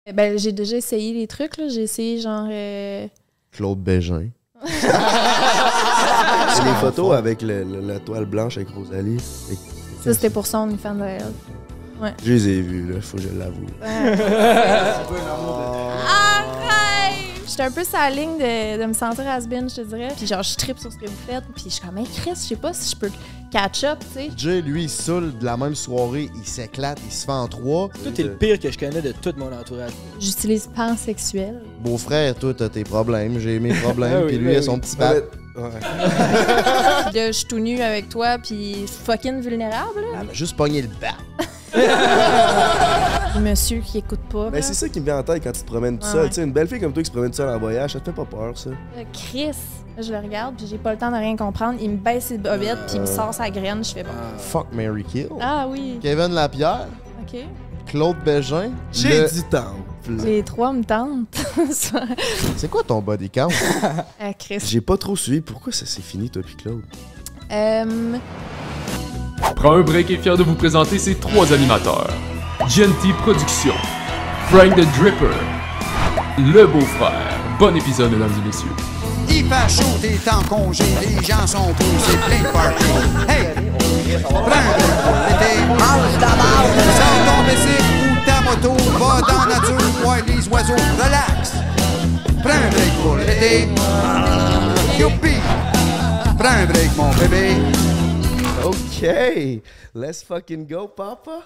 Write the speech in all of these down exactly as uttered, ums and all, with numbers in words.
Ben, j'ai déjà essayé les trucs, là. J'ai essayé genre... Euh... Claude Bégin. C'est des photos avec le, le, la toile blanche avec Rosalie. Et... Ça, c'était pour son OnlyFans d'ailleurs. Ouais. Je les ai vus, là, faut que je l'avoue. Ouais. Arrête! J'étais un peu sur la ligne de, de me sentir has-been, je te dirais. Puis genre, je trippe sur ce que vous faites. Puis je suis comme, hey, Chris, je sais pas si je peux catch up, tu sais. Jay, lui, il saoule de la même soirée, il s'éclate, il se fait en trois. Toi, t'es le pire que je connais de tout mon entourage. J'utilise pansexuel. Beau-frère, toi, t'as tes problèmes, j'ai mes problèmes, Ah oui, puis lui, oui, il a son oui. petit bat. Ouais. Puis là, je suis tout nu avec toi, puis fucking vulnérable, là. Elle m'a juste pogné le bat. Monsieur qui écoute pas. Ben, c'est ça qui me vient en tête quand tu te promènes tout Ouais, seul. ouais. Tu sais, une belle fille comme toi qui se promène tout seul en voyage, ça te fait pas peur, ça? Euh, Chris, là, je le regarde, puis j'ai pas le temps de rien comprendre. Il me baisse ses bobettes, puis il me sort sa graine. Je fais bon. Fuck, Mary Kill. Ah oui, Kevin Lapierre, OK. Claude Bégin. J'ai le- du temps. Les trois me tentent. Ça- C'est quoi ton body count? Ah, Chris. J'ai pas trop suivi. Pourquoi ça s'est fini, toi puis Claude? Euh, Prends un break est fier de vous présenter ses trois animateurs. Genty Productions, Frank the Dripper, Le Beau-Frère. Bon épisode, mesdames et messieurs. Il fait chaud, t'es en congé, les gens sont posés, plein de party. Hey! Prends un break pour l'été. Mange ta marde! Sors ton bicycle ou ta moto, va dans la nature, voir les oiseaux, relax. Prends un break pour l'été. Youpi! Prends un break, mon bébé. OK! Let's fucking go, papa!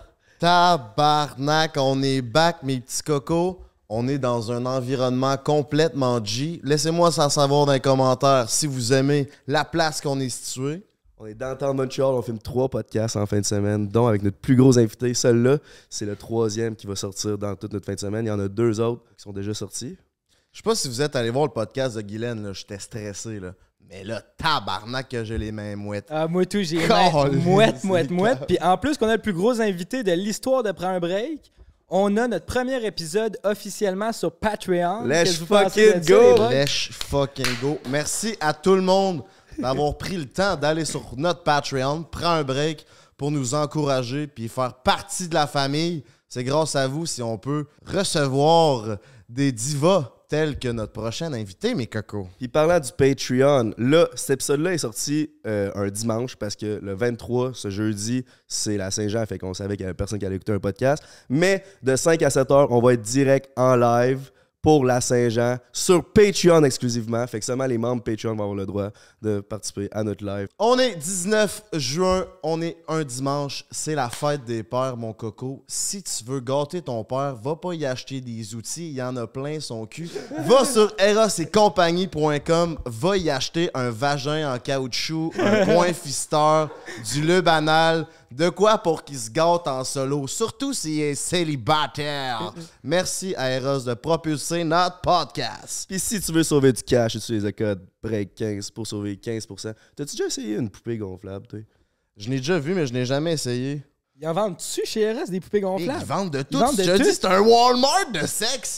Tabarnak, on est back, mes petits cocos. On est dans un environnement complètement G. Laissez-moi ça savoir dans les commentaires si vous aimez la place qu'on est situé. On est downtown Montreal, on filme trois podcasts en fin de semaine, dont avec notre plus gros invité. Celui-là, c'est le troisième qui va sortir dans toute notre fin de semaine. Il y en a deux autres qui sont déjà sortis. Je sais pas si vous êtes allé voir le podcast de Guylaine, là, j'étais stressé, là. Mais là, tabarnak que j'ai les mains mouettes. Ah, moi tout, j'ai Caliste, mouette, mouette, c'est mouette. calme. Puis en plus qu'on a le plus gros invité de l'histoire de Prends un break, on a notre premier épisode officiellement sur Patreon. Let's Qu'est-ce que vous pensez fucking de ça, go! les boys? Let's fucking go. Merci à tout le monde d'avoir pris le temps d'aller sur notre Patreon. Prends un break pour nous encourager puis faire partie de la famille. C'est grâce à vous si on peut recevoir des divas tels que notre prochain invité, mes cocos. Puis parlant du Patreon, là, cet épisode-là est sorti euh, un dimanche parce que le vingt-trois, ce jeudi, c'est la Saint-Jean, fait qu'on savait qu'il y avait personne qui allait écouter un podcast. Mais de cinq à sept heures, on va être direct en live pour la Saint-Jean sur Patreon exclusivement. Fait que seulement les membres Patreon vont avoir le droit de participer à notre live. On est dix-neuf juin, on est un dimanche, c'est la fête des pères, mon coco. Si tu veux gâter ton père, va pas y acheter des outils, il y en a plein son cul. Va sur eros et compagnie point com, va y acheter un vagin en caoutchouc, un point fisteur, du lait banal, de quoi pour qu'il se gâte en solo, surtout s'il est célibataire. Merci à Eros de propulser notre podcast. Puis si tu veux sauver du cash, utilise le code break quinze pour sauver quinze pour cent. T'as-tu déjà essayé une poupée gonflable, toi? Je n'ai déjà vu, mais je n'ai jamais essayé. Ils en vendent-tu chez Eros des poupées Hey, gonflables? ils vendent de tout. Ils vendent Je de te tout. dis, c'est un Walmart de sexe.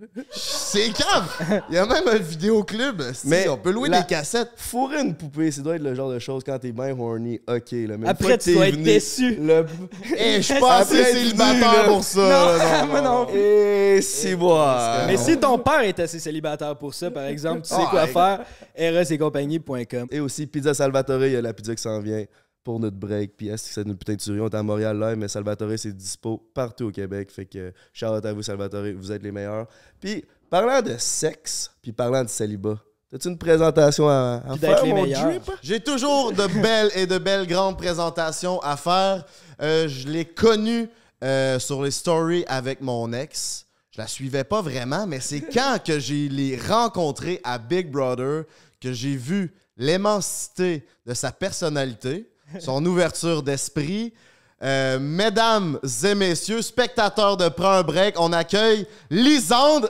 C'est cave. Il y a même un vidéoclub. Mais Mais on peut louer la- des cassettes. Fourrer une poupée, ça doit être le genre de chose quand t'es bien horny, ok. Là, mais une fois Après, que tu t'es dois être venu, déçu. le- Et je pense que Après, c'est tu célibataire dis, là. pour ça. Non, là, moi non. Et c'est moi. Mais si ton père est assez célibataire pour ça, par exemple, tu sais Ah, quoi hey. faire, eros et compagnie point com. Et aussi, Pizza Salvatore, il y a la pizza qui s'en vient pour notre break. Puis est-ce que c'est une putain de tuerie? On est à Montréal live, mais Salvatore, c'est dispo partout au Québec. Fait que shout out à vous, Salvatore, vous êtes les meilleurs. Puis parlant de sexe, puis parlant de célibat, as-tu une présentation à, à Puis d'être faire, les mon meilleurs. drip? J'ai toujours de belles et de belles grandes présentations à faire. Euh, je l'ai connu euh, sur les stories avec mon ex. Je la suivais pas vraiment, mais c'est quand que j'ai les rencontrés à Big Brother que j'ai vu l'immensité de sa personnalité, son ouverture d'esprit. Euh, mesdames et messieurs, spectateurs de Prends un break, on accueille Lisande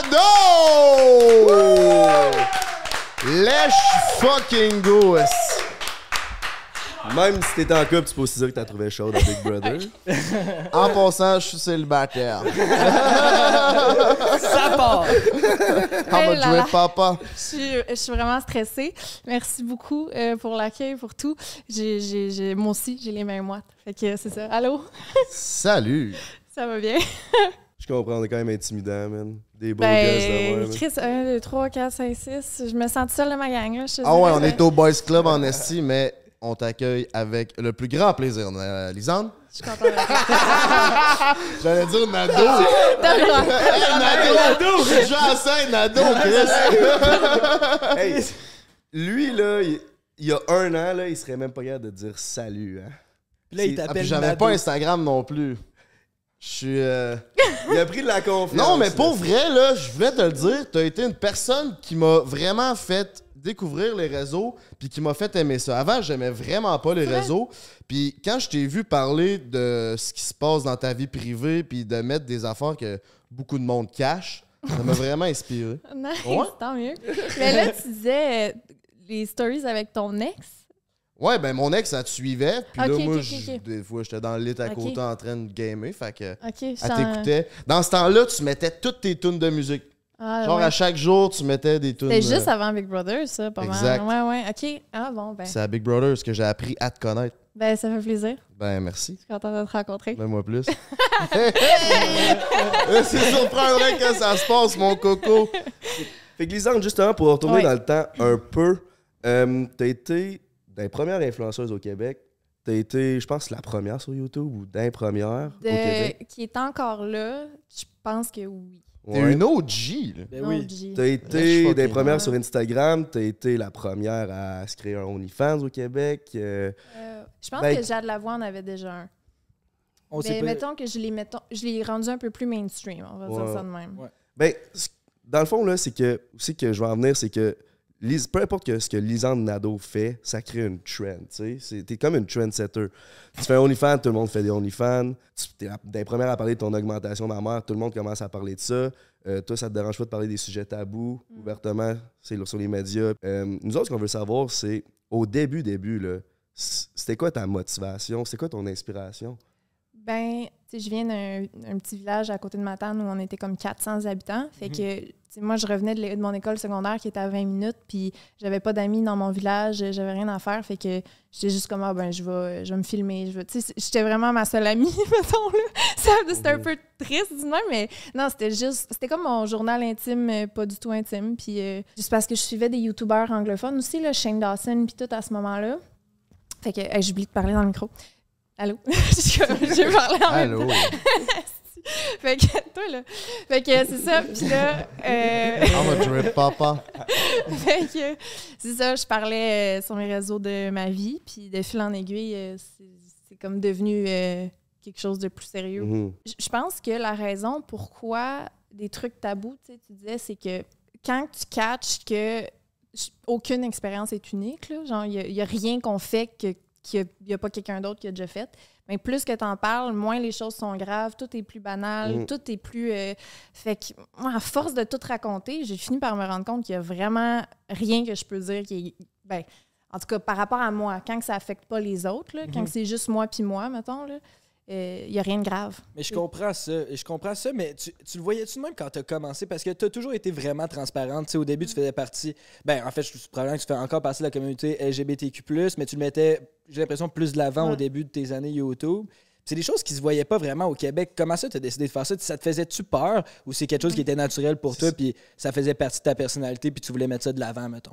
Nadeau! Let's fucking go! Même si t'étais en couple, tu peux aussi dire que t'as trouvé chaud dans Big Brother. En passant, je suis célibataire. Ça part! I'm Hey a là là. drip papa. Je suis, je suis vraiment stressée. Merci beaucoup euh, pour l'accueil, pour tout. J'ai, j'ai, j'ai, moi aussi, j'ai les mains moites. Fait que c'est ça. Allô? Salut! Ça va bien? Je Je comprends, on est quand même intimidant, man. Des beaux Ben, gosses de même. Chris, un, deux, trois, quatre, cinq, six. Je me sens seule de ma gang, là. Je te Ah ouais, dirais. on est au Boys Club en esti, mais on t'accueille avec le plus grand plaisir. Euh, Lisanne? Je suis contente. J'allais dire Nado. T'as le droit. Hey, Nado! J'ai déjà à scène, Nado, Chris! Hey, lui, là, il, il y a un an, là, il serait même pas capable de dire salut, hein. Puis là, il C'est- Ah, t'appelle puis j'avais Nado. pas Instagram non plus. Je suis... euh, Il a pris de la confiance. Non, mais là. pour vrai, là, je voulais te le dire, t'as été une personne qui m'a vraiment fait découvrir les réseaux puis qui m'a fait aimer ça. Avant, j'aimais vraiment pas les réseaux. Puis quand je t'ai vu parler de ce qui se passe dans ta vie privée puis de mettre des affaires que beaucoup de monde cache, ça m'a vraiment inspiré. Nice, Ouais. tant mieux. Mais là, tu disais euh, les stories avec ton ex. Ouais, ben mon ex, elle te suivait. Puis Ok, là, ok, moi, ok, j- ok. des fois, j'étais dans le lit à Ok. côté en train de gamer. Fait que OK, je elle sens- t'écoutait. Dans ce temps-là, tu mettais toutes tes tunes de musique. Ah, Genre ouais. à chaque jour, tu mettais des tunes. C'était juste euh, avant Big Brother, ça, pas Exact. mal. Ouais, ouais, OK. Ah bon, ben, C'est à Big Brother ce que j'ai appris à te connaître. ben ça fait plaisir. Ben merci. Je suis contente de te rencontrer. Ben moi plus. C'est surprenant que ça se passe, mon coco. Fait que Lisande, justement, pour retourner Ouais. dans le temps un peu, euh, t'as été des premières influenceuses au Québec. T'as été, je pense, la première sur YouTube ou d'un première au De- Québec. Qui est encore là, je pense que oui. T'es Ouais. une O G, là. Ben Non, oui. G. T'as Là, je été suis des fucké. premières Ouais. sur Instagram, t'as été la première à se créer un OnlyFans au Québec. euh, Euh, je pense Ben, que Jade Lavoie en avait déjà un. On sait Mais pas. mettons que je l'ai mettons, je l'ai rendu un peu plus mainstream, on va Ouais. dire ça de même. Ouais. Ben, c- dans le fond, là, c'est que, aussi que je vais en venir, c'est que Lis- peu importe que, ce que Lisande Nadeau fait, ça crée une trend, tu sais. C'est- T'es comme une trendsetter. Tu fais un OnlyFans, tout le monde fait des OnlyFans. Tu t'es la- des premières à parler de ton augmentation mammaire, tout le monde commence à parler de ça. Euh, toi, ça te dérange pas de parler des sujets tabous, ouvertement, c'est sur les médias. Euh, nous autres, ce qu'on veut savoir, c'est, au début, début, là, c- c'était quoi ta motivation? C'était quoi ton inspiration? Ben, tu sais, je viens d'un un petit village à côté de Matane où on était comme quatre cents habitants. Fait que, tu sais, moi, je revenais de, l'é- de mon école secondaire qui était à vingt minutes, puis j'avais pas d'amis dans mon village, j'avais rien à faire. Fait que j'étais juste comme, ah, ben, je vais, je vais me filmer. Je vais, tu sais, j'étais vraiment ma seule amie, mettons, là. Ça, C'était un peu triste, du moins, mais non, c'était juste, c'était comme mon journal intime, euh, pas du tout intime. Puis euh, juste parce que je suivais des youtubeurs anglophones aussi, là, Shane Dawson, puis tout à ce moment-là. Fait que, hey, j'oublie de parler dans le micro. Allô? J'ai parlé en même temps. Allô? Fait que, toi, là. Fait que c'est ça. Puis là, euh, I'm a drip papa. fait que c'est ça, je parlais euh, sur mes réseaux de ma vie. Puis de fil en aiguille, euh, c'est c'est comme devenu euh, quelque chose de plus sérieux. Mhm. Je je pense que la raison pourquoi des trucs tabous, tu sais, tu disais, c'est que quand tu catches que j- aucune expérience est unique, là, genre, il n'y a, rien qu'on fait que qu'il n'y a, a pas quelqu'un d'autre qui a déjà fait, mais plus que tu en parles, moins les choses sont graves, tout est plus banal, Mm. tout est plus... euh, fait que, moi, à force de tout raconter, j'ai fini par me rendre compte qu'il n'y a vraiment rien que je peux dire qui est... Ben, en tout cas, par rapport à moi, quand que ça affecte pas les autres, là, quand que c'est juste moi puis moi, mettons, là, il n'y a rien de grave. Mais je comprends ça. Je comprends ça, mais tu, tu le voyais-tu de même quand tu as commencé? Parce que tu as toujours été vraiment transparente. Tu sais, au début, tu faisais partie. Ben, en fait, je suis probablement que tu fais encore partie de la communauté L G B T Q plus, mais tu le mettais, j'ai l'impression, plus de l'avant Ouais. au début de tes années YouTube. C'est des choses qui se voyaient pas vraiment au Québec. Comment ça, tu as décidé de faire ça? Ça te faisait-tu peur ou c'est quelque chose qui était naturel pour toi, puis ça faisait partie de ta personnalité, puis tu voulais mettre ça de l'avant, mettons?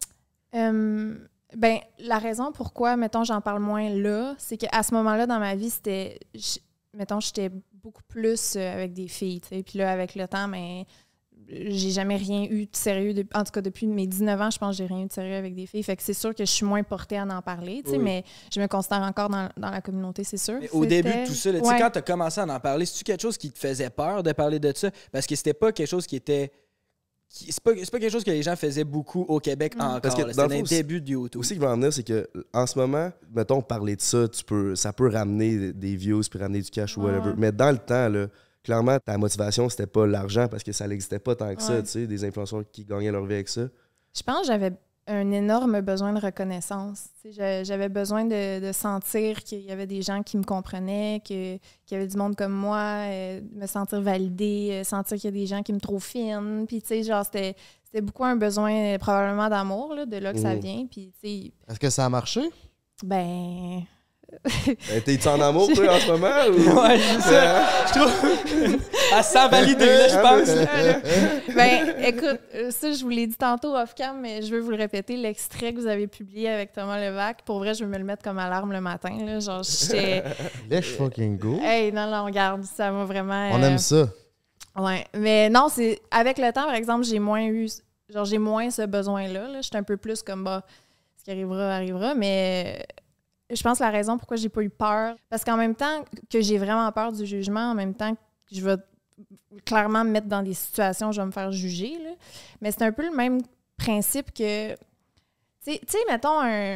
Euh, ben, la raison pourquoi, mettons, j'en parle moins là, c'est qu'à ce moment-là, dans ma vie, c'était... j- Mettons, j'étais beaucoup plus euh, avec des filles, tu sais. Puis là, avec le temps, mais j'ai jamais rien eu de sérieux. de- en tout cas, depuis mes dix-neuf ans, je pense que j'ai rien eu de sérieux avec des filles. Fait que c'est sûr que je suis moins portée à en parler, tu sais, Oui. mais je me considère encore dans, dans la communauté, c'est sûr. Mais au C'était- début de tout ça, là, tu sais, Ouais. quand tu as commencé à en parler, c'est-tu quelque chose qui te faisait peur de parler de ça? Parce que c'était pas quelque chose qui était. qui- C'est pas, c'est pas quelque chose que les gens faisaient beaucoup au Québec Mm. encore. Parce que là. dans C'était le dans fond, les débuts de YouTube. Aussi, ce qui va en venir, c'est que en ce moment, mettons, parler de ça, tu peux, ça peut ramener des views puis ramener du cash ou whatever. Ouais. Mais dans le temps, là, clairement, ta motivation, c'était pas l'argent parce que ça n'existait pas tant que ça, Ouais. tu sais, des influenceurs qui gagnaient leur vie avec ça. Je pense que j'avais un énorme besoin de reconnaissance. Tu sais, j'a- J'avais besoin de, de sentir qu'il y avait des gens qui me comprenaient, que- qu'il y avait du monde comme moi, euh, me sentir validée, euh, sentir qu'il y a des gens qui me trouvent fine. Puis, tu sais, genre, c'était c'était beaucoup un besoin euh, probablement d'amour, là, de là que ça Mhm. vient. Puis, tu sais, Est-ce que ça a marché? ben... Ben, t'es-tu en amour, toi, en ce moment? Ou... Ouais, c'est ça. Je trouve. Elle s'en valide, là, je pense. Ben, écoute, euh, ça, je vous l'ai dit tantôt off-cam, mais je veux vous le répéter. L'extrait que vous avez publié avec Thomas Levac, pour vrai, je veux me le mettre comme alarme le matin. Là, genre, j'étais. Let's fucking go. Hey, non, non, regarde, ça m'a vraiment. On euh, aime ça. Ouais. Mais non, c'est. Avec le temps, par exemple, j'ai moins eu. Genre, j'ai moins ce besoin-là. Là. J'étais un peu plus comme, bah, ce qui arrivera, arrivera. Mais. Je pense que la raison pourquoi j'ai pas eu peur, parce qu'en même temps que j'ai vraiment peur du jugement, en même temps que je vais clairement me mettre dans des situations où je vais me faire juger, là. Mais c'est un peu le même principe que, tu sais, mettons un,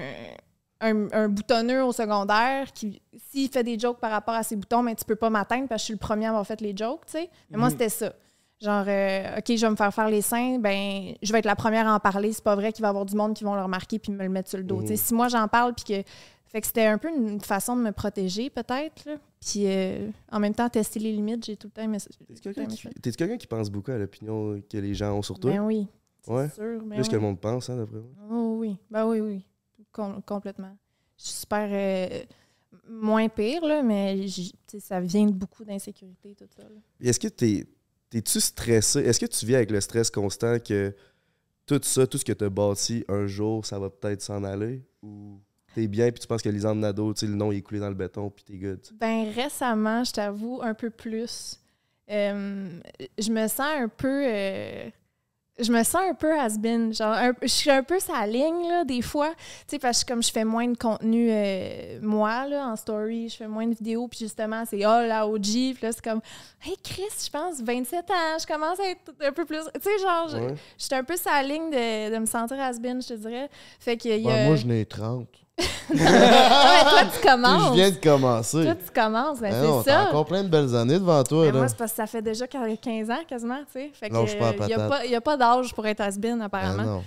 un, un boutonneux au secondaire qui, s'il fait des jokes par rapport à ses boutons, mais tu peux pas m'atteindre parce que je suis le premier à avoir fait les jokes, tu sais. Mais mm-hmm. moi, c'était ça. Genre, euh, OK, je vais me faire faire les seins, ben je vais être la première à en parler. C'est pas vrai qu'il va y avoir du monde qui vont le remarquer puis me le mettre sur le dos. Mm-hmm. Si moi, j'en parle puis que Fait que c'était un peu une façon de me protéger, peut-être. Là. Puis euh, en même temps, tester les limites, j'ai tout le temps aimé ça. T'es-tu quelqu'un qui, t'es-tu quelqu'un qui pense beaucoup à l'opinion que les gens ont sur toi? Ben oui. C'est ouais. sûr. Ben Plus oui. que le monde pense, hein, d'après moi. Oh oui. Ben oui, oui. Com- complètement. Je suis super. Euh, moins pire, là, mais ça vient de beaucoup d'insécurité, tout ça. Là. Est-ce que t'es, t'es-tu stressé? Est-ce que tu vis avec le stress constant que tout ça, tout ce que tu as bâti, un jour, ça va peut-être s'en aller? Ou t'es bien, puis tu penses que Lisanne Nadeau, tu sais, le nom est coulé dans le béton, puis t'es good? Ben récemment, je t'avoue, un peu plus. Euh, je me sens un peu... Euh, je me sens un peu has-been. Genre, un, je suis un peu sa ligne, là, des fois. Tu sais, parce que comme je fais moins de contenu, euh, moi, là, en story, je fais moins de vidéos, puis justement, c'est « Oh, la O G », puis là, c'est comme « Hey, Chris, je pense, vingt-sept ans, je commence à être un peu plus... » Tu sais, genre, ouais. je suis un peu sa ligne de, de me sentir has-been, je te dirais. Fait que... Ben, a... Moi, je n'ai trente. non, mais toi, tu commences. Je viens de commencer. Toi, tu commences, ben, ben c'est non, ça. T'as encore plein de belles années devant toi. Ben là. moi, c'est parce que ça fait déjà quinze ans, quasiment, tu sais. Fait que, non, je suis pas à il n'y a, a pas d'âge pour être has-been, apparemment. Ben non.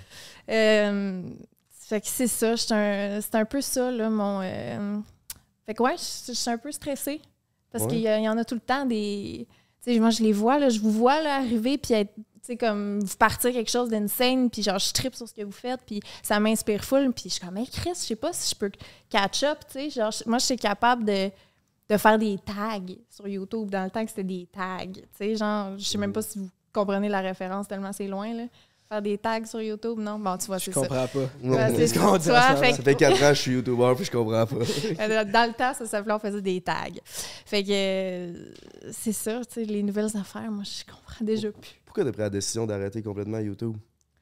Euh, fait que c'est ça. C'est un, c'est un peu ça, là, mon... Euh... Fait que ouais, je suis un peu stressée. Parce ouais. qu'il y, y en a tout le temps des... Tu sais, moi, je les vois, là, je vous vois là, arriver puis être... Tu sais, comme vous partir quelque chose d'insane, puis genre, je trippe sur ce que vous faites, puis ça m'inspire full, puis je suis comme, hey Chris, je sais pas si je peux catch up, tu sais. Genre, moi, je suis capable de, de faire des tags sur YouTube. Dans le temps que c'était des tags, tu sais. Genre, je sais même pas si vous comprenez la référence tellement c'est loin, là. Faire des tags sur YouTube, non? Bon, tu vois, c'est ça. Je comprends pas. Ouais, c'est ce qu'on dit ça. Fait ça fait quatre ans que je suis YouTuber, puis je comprends pas. Dans le temps, ça s'appelait, on faisait des tags. Fait que euh, c'est ça, tu sais, les nouvelles affaires, moi, je comprends déjà plus. Pourquoi t'as pris la décision d'arrêter complètement YouTube?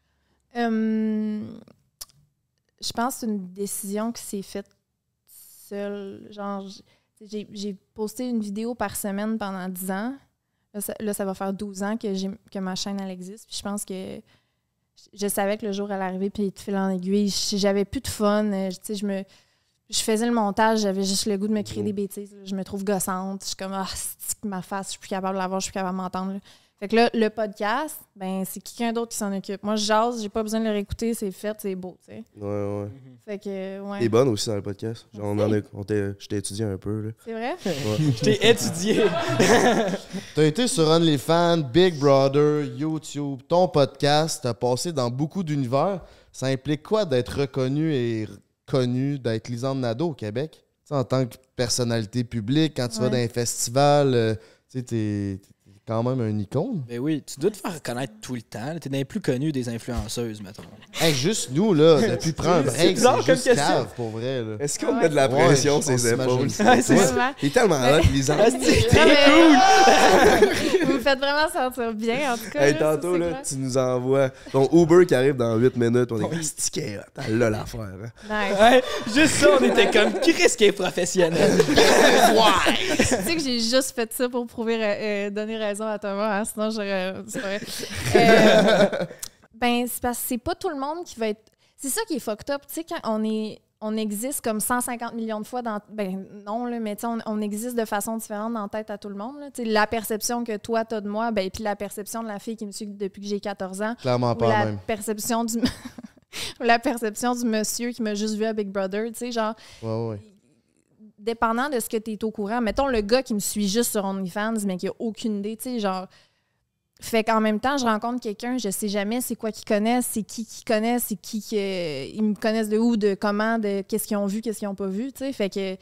Euh, je pense que c'est une décision qui s'est faite seule. Genre, j'ai, j'ai posté une vidéo par semaine pendant dix ans. Là ça, là, ça va faire douze ans que, j'ai, que ma chaîne, elle existe. Puis je pense que je savais que le jour allait arriver, puis de fil en aiguille, j'avais plus de fun. Tu sais, je me... Je faisais le montage, j'avais juste le goût de me créer mmh. des bêtises. Je me trouve gossante. Je suis comme, ah, c'est ma face, je suis plus capable de l'avoir, je suis plus capable de m'entendre. Là. Fait que là, le podcast, ben c'est quelqu'un d'autre qui s'en occupe. Moi, je jase, j'ai pas besoin de le réécouter, c'est fait, c'est beau, tu sais. Ouais, ouais. Mm-hmm. Fait que, ouais. T'es bonne aussi dans le podcast. Genre, on en a, on t'est, je t'ai étudié un peu, là. C'est vrai? Ouais. Je t'ai étudié. T'as été sur OnlyFans, Big Brother, YouTube, ton podcast, t'as passé dans beaucoup d'univers. Ça implique quoi d'être reconnu et connu, d'être Lisanne Nadeau au Québec? T'sais, en tant que personnalité publique, quand tu ouais. vas dans un festival, euh, tu sais, t'es... quand même un icône. Ben oui, tu dois te faire reconnaître tout le temps. T'es dans les plus connus des influenceuses, mettons. Hey, juste nous, là, depuis prendre un break, c'est, c'est juste cave, pour vrai. Là. Est-ce qu'on ouais. met de la pression ouais, sur ses épaules? Ouais, c'est ouais. Il est tellement hot, Lisanne. C'est cool! Vous me faites vraiment sentir bien, en tout cas. Hey, là, tantôt, là, tu nous envoies ton Uber qui arrive dans huit minutes. On est comme, c'est qui est hot? Elle a l'affaire. Hein? Nice. Ouais, juste ça, on était comme, Chris qui est professionnel. Ouais! Tu sais que j'ai juste fait ça pour prouver, euh, donner raison à Thomas, hein? Sinon, j'aurais. C'est vrai. Euh, ben, c'est parce que c'est pas tout le monde qui va être. C'est ça qui est fucked up. Tu sais, quand on est. On existe comme cent cinquante millions de fois dans... Ben non, là, mais on, on existe de façon différente dans la tête à tout le monde. Là. La perception que toi, t'as de moi, ben puis la perception de la fille qui me suit depuis que j'ai quatorze ans. Clairement pas la même. Perception du... la perception du monsieur qui m'a juste vu à Big Brother, tu sais, genre... Ouais, ouais. Dépendant de ce que t'es au courant. Mettons, le gars qui me suit juste sur OnlyFans, mais qui a aucune idée, tu sais, genre... Fait qu'en même temps, je rencontre quelqu'un, je sais jamais c'est quoi qu'ils connaissent, c'est qui qu'ils connaissent, c'est qui qu'ils me connaissent de où, de comment, de qu'est-ce qu'ils ont vu, qu'est-ce qu'ils ont pas vu, tu sais. Fait que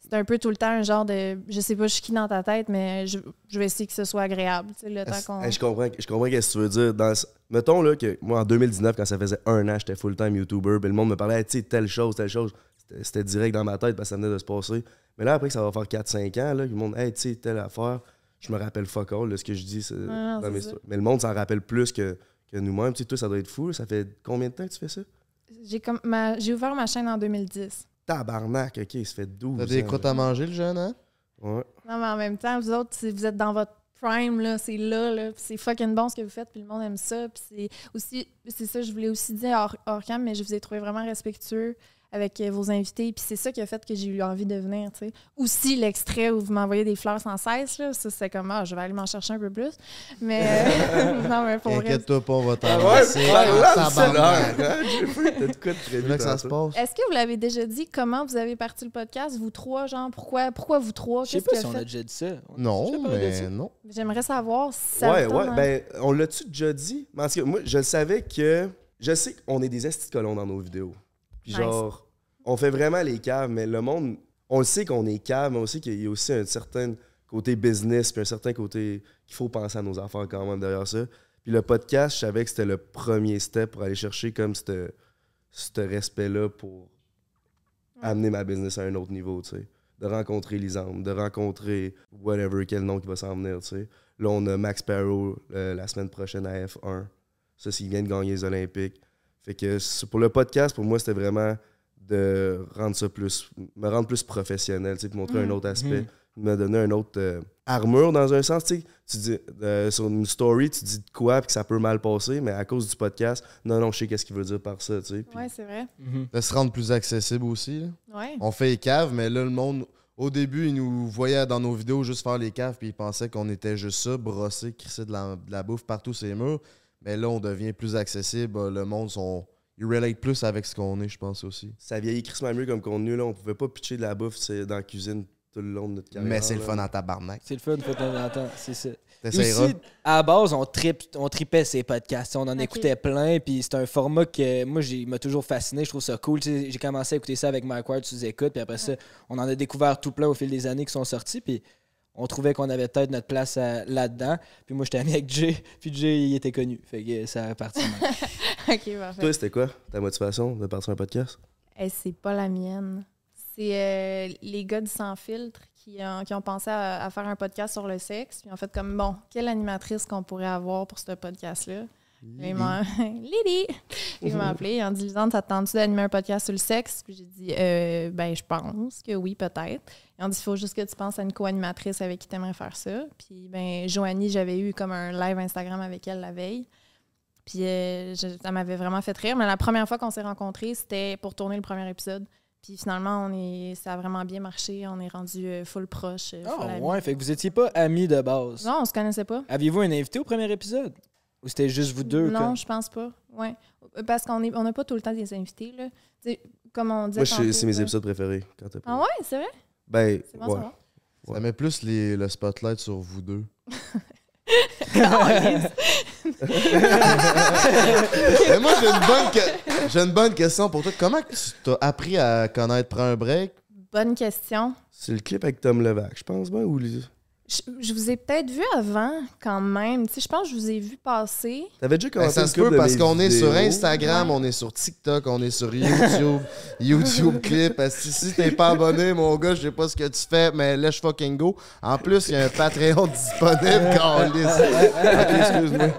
c'est un peu tout le temps un genre de... Je sais pas, je suis qui dans ta tête, mais je, je vais essayer que ce soit agréable, tu sais, le temps qu'on... Hey, je comprends, je comprends ce que tu veux dire. Dans, mettons là, que moi, en deux mille dix-neuf, quand ça faisait un an, j'étais full-time YouTuber, puis le monde me parlait, hey, tu sais, telle chose, telle chose. C'était, c'était direct dans ma tête parce que ça venait de se passer. Mais là, après que ça va faire quatre cinq ans, là, le monde, hey, tu sais, telle affaire, je me rappelle fuck all, là, ce que je dis. C'est, Ah, dans c'est mes ça. histoires. Mais le monde s'en rappelle plus que, que nous-mêmes. Tu sais, toi, ça doit être fou. Là. Ça fait combien de temps que tu fais ça? J'ai, comme ma... J'ai ouvert ma chaîne en deux mille dix. Tabarnak, ok, ça fait douze T'as des ans, croûtes là. à manger, le jeune, hein? Ouais. Non, mais en même temps, vous autres, si vous êtes dans votre prime, là, c'est là, là, puis c'est fucking bon ce que vous faites, puis le monde aime ça, puis c'est aussi, c'est ça, je voulais aussi dire hors, hors cam, mais je vous ai trouvé vraiment respectueux avec euh, vos invités, puis c'est ça qui a fait que j'ai eu envie de venir, tu sais. Aussi, l'extrait où vous m'envoyez des fleurs sans cesse, là, ça, c'est comme, ah, je vais aller m'en chercher un peu plus, mais, euh, non, mais pour vrai. Inquiète-toi pas, on va Ouais, t'embrasser. ouais, là, en c'est là. tabarnak. Hein, Jeffrey, t'as de quoi de C'est prévu là que ça dans se passe. Est-ce que vous l'avez déjà dit, comment vous avez parti le podcast, vous trois, genre, pourquoi, pourquoi vous trois? Je sais Qu'est-ce pas qui si a on a fait? déjà dit ça. On a Non, déjà parlé de ça? mais non. J'aimerais savoir si ça Ouais, vous ouais, tente, hein. ben, on l'a-tu déjà dit? Parce que moi, je le savais que. Je sais qu'on est des estis de colons dans nos vidéos. Puis Nice. genre, on fait vraiment les caves, mais le monde, on le sait qu'on est cave, mais aussi qu'il y a aussi un certain côté business, puis un certain côté qu'il faut penser à nos affaires quand même derrière ça. Puis le podcast, je savais que c'était le premier step pour aller chercher comme ce respect-là pour amener ma business à un autre niveau, tu sais. De rencontrer Lisande, de rencontrer whatever, quel nom qui va s'en venir, tu sais. Là, on a Max Sparrow euh, la semaine prochaine à F un. Ça, c'est qu'il vient de gagner les Olympiques. Fait que c'est- pour le podcast, pour moi, c'était vraiment de rendre ça plus, me rendre plus professionnel, tu sais, puis montrer Mm. un autre aspect, me donner un autre euh, armure dans un sens, tu sais. Tu dis, euh, sur une story, tu dis de quoi, puis que ça peut mal passer, mais à cause du podcast, non, non, je sais qu'est-ce qu'il veut dire par ça, tu sais. puis- Ouais, c'est vrai. Mhm. De se rendre plus accessible aussi. là. Ouais. On fait les caves, mais là, le monde, au début, il nous voyait dans nos vidéos juste faire les caves, puis il pensait qu'on était juste ça, brosser, crisser de la, de la bouffe partout sur les murs. Mais là, on devient plus accessible. Le monde, sont, ils relate plus avec ce qu'on est, je pense aussi. Ça vieillit crissement mieux comme contenu, là. On pouvait pas pitcher de la bouffe c'est dans la cuisine tout le long de notre carrière. Mais c'est le là. fun en tabarnak. C'est le fun, faut de temps en temps, c'est ça. T'essayeras. Aussi, à la base, on, trip, on tripait ces podcasts. On en Ok. écoutait plein, puis c'est un format que moi, j'ai- il m'a toujours fasciné. Je trouve ça cool. Tu sais, j'ai commencé à écouter ça avec Mike Ward, tu les écoutes, puis après ça, on en a découvert tout plein au fil des années qui sont sortis, puis on trouvait qu'on avait peut-être notre place à- là-dedans. Puis moi, j'étais ami avec Jay, puis Jay, il était connu. Fait que ça a parti. OK, parfait. Toi, c'était quoi ta motivation de partir un podcast? Hey, c'est pas la mienne. C'est euh, les gars du Sans Filtre qui ont, qui ont pensé à, à faire un podcast sur le sexe. Puis en fait, comme, bon, quelle animatrice qu'on pourrait avoir pour ce podcast-là? Ils m'ont... Lily! Ils m'ont appelé. Ils ont dit, Lisande, ça te tente-tu d'animer un podcast sur le sexe? Puis j'ai dit, euh, ben, je pense que oui, peut-être. Ils ont dit, il faut juste que tu penses à une co-animatrice avec qui tu aimerais faire ça. Puis, ben, Joanie, j'avais eu comme un live Instagram avec elle la veille. Puis, euh, je- ça m'avait vraiment fait rire. Mais la première fois qu'on s'est rencontrés, c'était pour tourner le premier épisode. Puis finalement, on est, ça a vraiment bien marché. On est rendu euh, full proche. euh, Ah full amis. ouais, fait que vous étiez pas amis de base. Non, on se connaissait pas. Aviez-vous un invité au premier épisode? Ou c'était juste vous deux? Non, comme- je pense pas. Ouais. Parce qu'on est, on n'a pas tout le temps des invités. Là. Tu sais, comme on disait Moi, je- tantôt, c'est mes là. épisodes préférés. Quand t'as pas- Ah ouais, c'est vrai? Ben, C'est bon, ouais. ça va. Ça Ouais. met plus les- le spotlight sur vous deux. Mais moi, j'ai une, bonne que- j'ai une bonne question pour toi. Comment que tu t'as appris à connaître Prends un break? Bonne question. C'est le clip avec Tom Levac, je pense bien, ou les- Je, je vous ai peut-être vu avant, quand même. Tu sais, je pense que je vous ai vu passer. T'avais déjà Ben, commenté ça une se couple peut de parce mes qu'on est sur vidéos. Instagram, on est sur TikTok, on est sur YouTube, YouTube Clip. Parce que si t'es pas abonné, mon gars, je sais pas ce que tu fais, mais laisse fucking go. En plus, il y a un Patreon disponible quand on Ok, excuse-moi.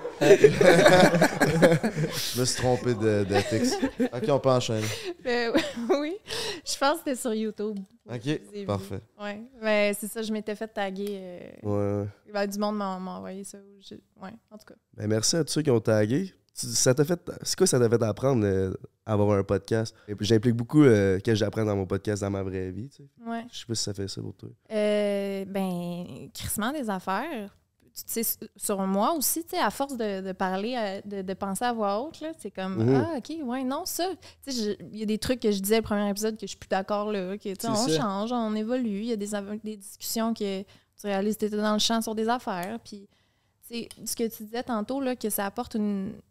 Je me suis trompé de, de fixe. Ok, on peut enchaîner. Euh, oui, je pense que c'était sur YouTube. Je Ok, vous ai vu. parfait. Ouais, mais c'est ça, je m'étais fait taguer. euh, Ouais, ouais. ben, du monde m'a m'a envoyé ça. Je- ouais, en tout cas. Ben, merci à tous ceux qui ont tagué. Tu- Ça t'a fait. C'est quoi ça t'a fait apprendre euh, à avoir un podcast? Et puis, j'implique beaucoup euh, que j'apprends dans mon podcast dans ma vraie vie. Tu sais. Ouais. Je sais pas si ça fait ça pour toi. Euh, ben, crissement des affaires. Tu sais, sur moi aussi, tu sais, à force de, de parler, euh, de, de penser à voix haute, là, c'est comme, Mhm. ah, OK, ouais, non, ça. Tu sais, je- il y a des trucs que je disais au premier épisode que je suis plus d'accord là, que, tu sais, C'est on ça. change, on évolue. Il y a des, av- des discussions que tu réalises que tu étais dans le champ sur des affaires. Puis, tu sais, ce que tu disais tantôt, là, que ça apporte une.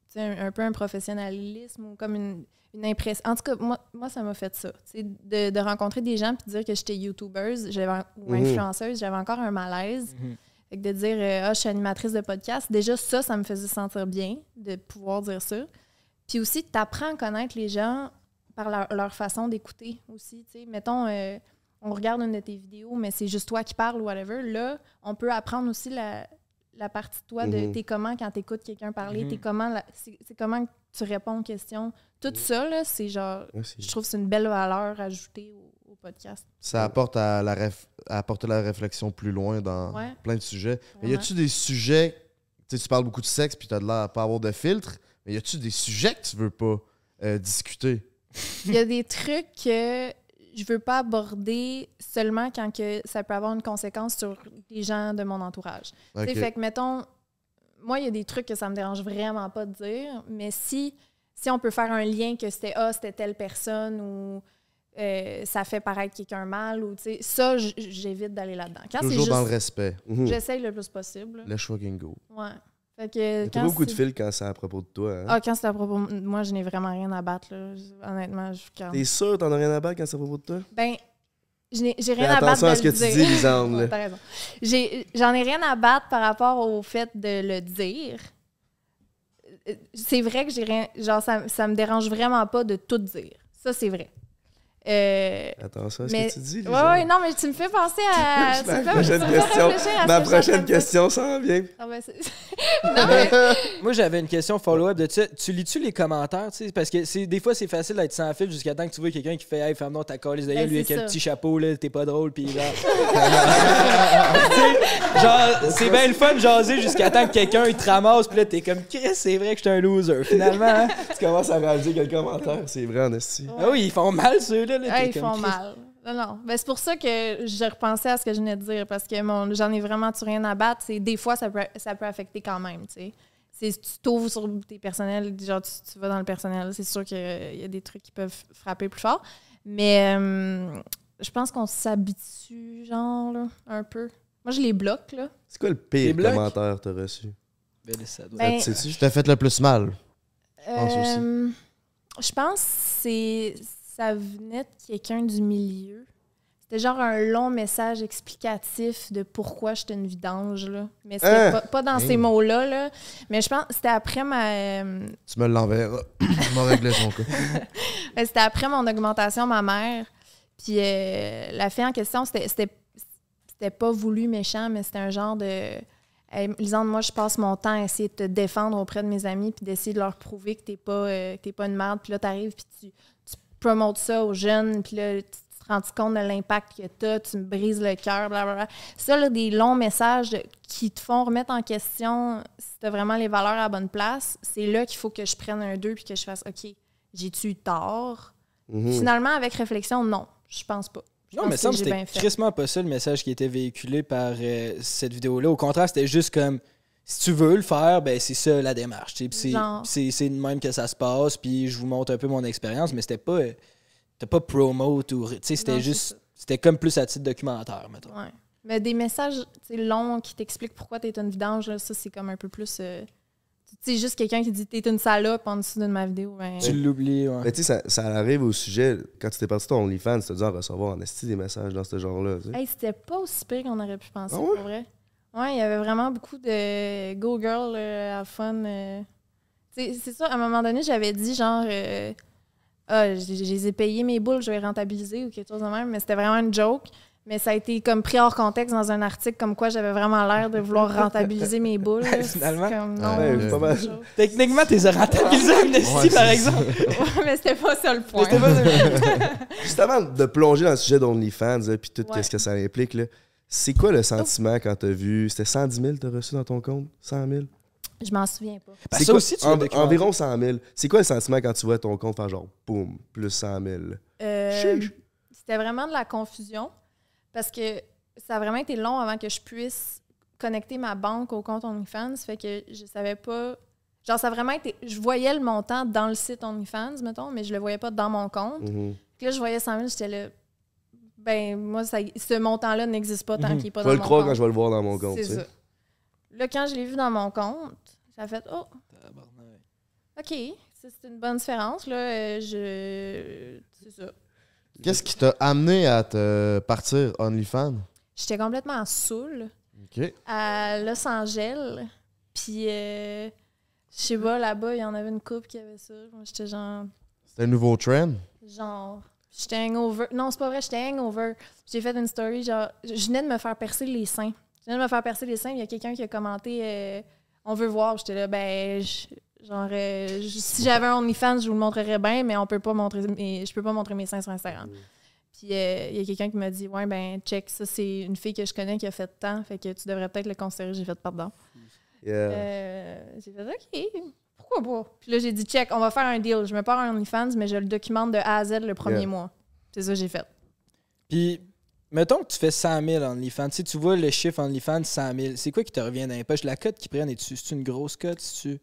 tu sais, un, un peu un professionnalisme ou comme une, une impression. En tout cas, moi, moi ça m'a fait ça. Tu sais, de, de rencontrer des gens puis de dire que j'étais YouTubeuse j'avais, ou Mhm. influenceuse, j'avais encore un malaise. Mhm. Fait que de dire euh, ah, je suis animatrice de podcast, déjà ça, ça me faisait sentir bien de pouvoir dire ça. Puis aussi, tu apprends à connaître les gens par leur, leur façon d'écouter aussi. Tu sais, mettons, euh, on regarde une de tes vidéos, mais c'est juste toi qui parles ou whatever. Là, on peut apprendre aussi la, la partie de toi de Mhm. t'es comment quand t'écoutes quelqu'un parler, Mhm. t'es comment, la- c'est, c'est comment que tu réponds aux questions. Tout ça, là, c'est genre, Ouais, c'est- je trouve que c'est une belle valeur ajoutée au, au podcast. Ça apporte à la réf- à apporter la réflexion plus loin dans Ouais. plein de sujets. Mais y Vraiment. a-tu des sujets, tu sais, tu parles beaucoup de sexe puis t'as de l'air à pas avoir de filtre, mais y a-tu des sujets que tu veux pas euh, discuter? Il y a des trucs que je veux pas aborder seulement quand que ça peut avoir une conséquence sur les gens de mon entourage. Tu sais, Ok. fait que, mettons, moi, il y a des trucs que ça me dérange vraiment pas de dire, mais si, si on peut faire un lien que c'était « Ah, c'était telle personne » ou euh, ça fait paraître quelqu'un mal, ou tu sais, ça, j- j'évite d'aller là-dedans. Quand c'est Toujours dans le juste... respect. Mhm. J'essaye le plus possible. Le fucking go. Ouais. Fait que T'as quand beaucoup de c'est- fils quand c'est à propos de toi. Hein? Ah, quand c'est à propos... Moi, je n'ai vraiment rien à battre, là. Honnêtement, je... quand- T'es sûr t'en as rien à battre quand c'est à propos de toi? Ben, je n'ai- j'ai Fais rien à battre attention de à ce que le tu dire. dis, Lisande, là. Ouais, t'as raison. J'ai- J'en ai rien à battre par rapport au fait de le dire. Euh, C'est vrai que j'ai rien... Genre, ça, ça me dérange vraiment pas de tout dire. Ça, c'est vrai. Euh, Attention à ce mais- que tu dis, ouais, Lisande. ouais, non, mais tu me fais penser à... tu me Ma fais- prochaine tu me fais question, réfléchir à ma ce que je suis en train prochaine de dire. question s'en vient. Ah ben, c'est- non, mais... Moi, j'avais une question follow-up de ça. Tu lis-tu les commentaires, tu sais? Parce que c'est, des fois, c'est facile d'être sans fil jusqu'à temps que tu vois quelqu'un qui fait « Hey, ferme donc ta calice de Ben, gueule, lui, c'est avec un ça. petit chapeau, là, t'es pas drôle, pis genre... » Tu sais, genre, c'est bien le fun de jaser jusqu'à temps que quelqu'un il te ramasse, pis là, t'es comme « Chris, c'est vrai que j'étais un loser, finalement. Hein? Tu commences à réaliser que le commentaire, c'est vrai en esti. Ouais. Ah oui, ils font mal, ceux-là. Là, Ah, t'es ils comme, font Chris. mal. Non, non. Ben, c'est pour ça que je repensais à ce que je venais de dire, parce que mon, j'en ai vraiment tu rien à battre. C'est, des fois, ça peut, ça peut affecter quand même, tu sais. C'est, si tu t'ouvres sur tes personnels, genre tu, tu vas dans le personnel, c'est sûr qu'il y a des trucs qui peuvent frapper plus fort. Mais euh, je pense qu'on s'habitue, genre, là, un peu. Moi, je les bloque, là. C'est quoi le Les pire blocs? commentaire que t'as reçu? Ben, là, ça doit- Ben, Ça, tu sais-tu? Je t'ai fait le plus mal. pense aussi. Euh, je pense que c'est, ça venait de quelqu'un du milieu. C'était genre un long message explicatif de pourquoi j'étais une vidange, là. Mais c'était Hein? pas, pas dans Hein? ces mots-là, là. Mais je pense que c'était après ma... euh, Tu me l'enverras. Je vais régler son cas. Ben, c'était après mon augmentation, ma mère. Puis euh, la fille en question, c'était, c'était, c'était pas voulu méchant, mais c'était un genre de... Hey, Lisande, moi, je passe mon temps à essayer de te défendre auprès de mes amis puis d'essayer de leur prouver que t'es pas, euh, que t'es pas une merde. Puis là, t'arrives puis tu, tu promotes ça aux jeunes. Puis là, tu, tu te rends compte de l'impact que t'as. Tu me brises le cœur, blablabla. Ça, là, des longs messages de- qui te font remettre en question si t'as vraiment les valeurs à la bonne place. C'est là qu'il faut que je prenne un deux puis que je fasse « OK, j'ai-tu eu tort? Mhm. Finalement, avec réflexion, non. Je pense pas. Je Non, pense mais que ça me j'ai c'était bien fait. crissement pas ça le message qui était véhiculé par euh, cette vidéo-là. Au contraire, c'était juste comme si tu veux le faire, ben c'est ça la démarche. tu sais. Puis C'est, Genre. c'est, c'est de même que ça se passe, puis je vous montre un peu mon expérience, mais c'était pas, euh, c'était pas promote ou. Tu sais, c'était Non, c'est juste. ça. C'était comme plus à titre documentaire, mettons. Ouais. Mais des messages tu sais, longs qui t'expliquent pourquoi t'es une vidange, là, ça, c'est comme un peu plus... euh, tu sais, juste quelqu'un qui dit t'es une salope en dessous de ma vidéo. Ben, Tu l'oublies, ouais. Mais tu sais, ça, ça arrive au sujet, quand tu t'es parti ton OnlyFans, tu t'as dû en recevoir en esti des messages dans ce genre-là. tu sais. hey, c'était pas aussi pire qu'on aurait pu penser, Ah ouais? pour vrai. Ouais, il y avait vraiment beaucoup de go girl, euh, have fun. euh. Tu sais, c'est ça, à un moment donné, j'avais dit genre... euh, ah, je je les ai payés mes boules, je vais rentabiliser ou quelque chose de même, mais c'était vraiment une joke. Mais ça a été comme pris hors contexte dans un article comme quoi j'avais vraiment l'air de vouloir rentabiliser mes boules. là. Finalement. C'est comme, non, Ouais, c'est pas mal. une joke. Techniquement, t'es rentabilisé Amnesty, Ouais, par c'est exemple. Ouais, mais c'était pas ça le point. C'était pas- Justement, de plonger dans le sujet d'OnlyFans, là, puis tout Ouais. ce que ça implique, là, c'est quoi le sentiment quand t'as vu... C'était cent dix mille que t'as reçu dans ton compte? cent mille? Je m'en souviens pas. Ben, C'est ça quoi- aussi, tu en- l'as documenté. Environ cent mille. C'est quoi le sentiment quand tu vois ton compte faire genre, boum, plus cent mille? Euh, Chiche. c'était vraiment de la confusion parce que ça a vraiment été long avant que je puisse connecter ma banque au compte OnlyFans. Fait que je savais pas. Genre, ça a vraiment été. Je voyais le montant dans le site OnlyFans, mettons, mais je le voyais pas dans mon compte. Mhm. Puis là, je voyais cent mille, j'étais là. Ben, moi, ça, ce montant-là n'existe pas tant Mhm. qu'il n'est pas Je dans vais mon le croire compte. quand je vais le voir dans mon compte. C'est tu sais. ça. Là, quand je l'ai vu dans mon compte, ça a fait Oh, Tabarnak. OK, ça, c'est une bonne différence. Là. Euh, je... C'est ça. Qu'est-ce qui t'a amené à te partir OnlyFans? J'étais complètement saoule OK. à Los Angeles. Puis, euh, je sais pas, là-bas, il y en avait une couple qui avait ça. Moi, j'étais genre... C'était un nouveau trend? Genre... J'étais hangover. Non, c'est pas vrai, j'étais hangover. J'ai fait une story, genre... Je venais de me faire percer les seins. Je venais de me faire percer les seins, il y a quelqu'un qui a commenté euh, on veut voir. J'étais là, ben... Je, genre, euh, je, si j'avais un OnlyFans, je vous le montrerais bien, mais on peut pas montrer mes, je peux pas montrer mes seins sur Instagram. Puis, euh, il y a quelqu'un qui m'a dit, ouais, ben, check, ça, c'est une fille que je connais qui a fait tant, fait que tu devrais peut-être le considérer. J'ai fait pardon. Yeah. Euh, j'ai fait OK, pourquoi pas? Puis là, j'ai dit check, on va faire un deal. Je me pars un OnlyFans, mais je le documente de A à Z le premier Yeah. mois. C'est ça que j'ai fait. Puis, mettons que tu fais cent mille OnlyFans. Si tu vois le chiffre OnlyFans, cent mille, c'est quoi qui te revient dans les poches? La cote qu'ils prennent, est-tu, c'est une grosse cote? C'est-tu...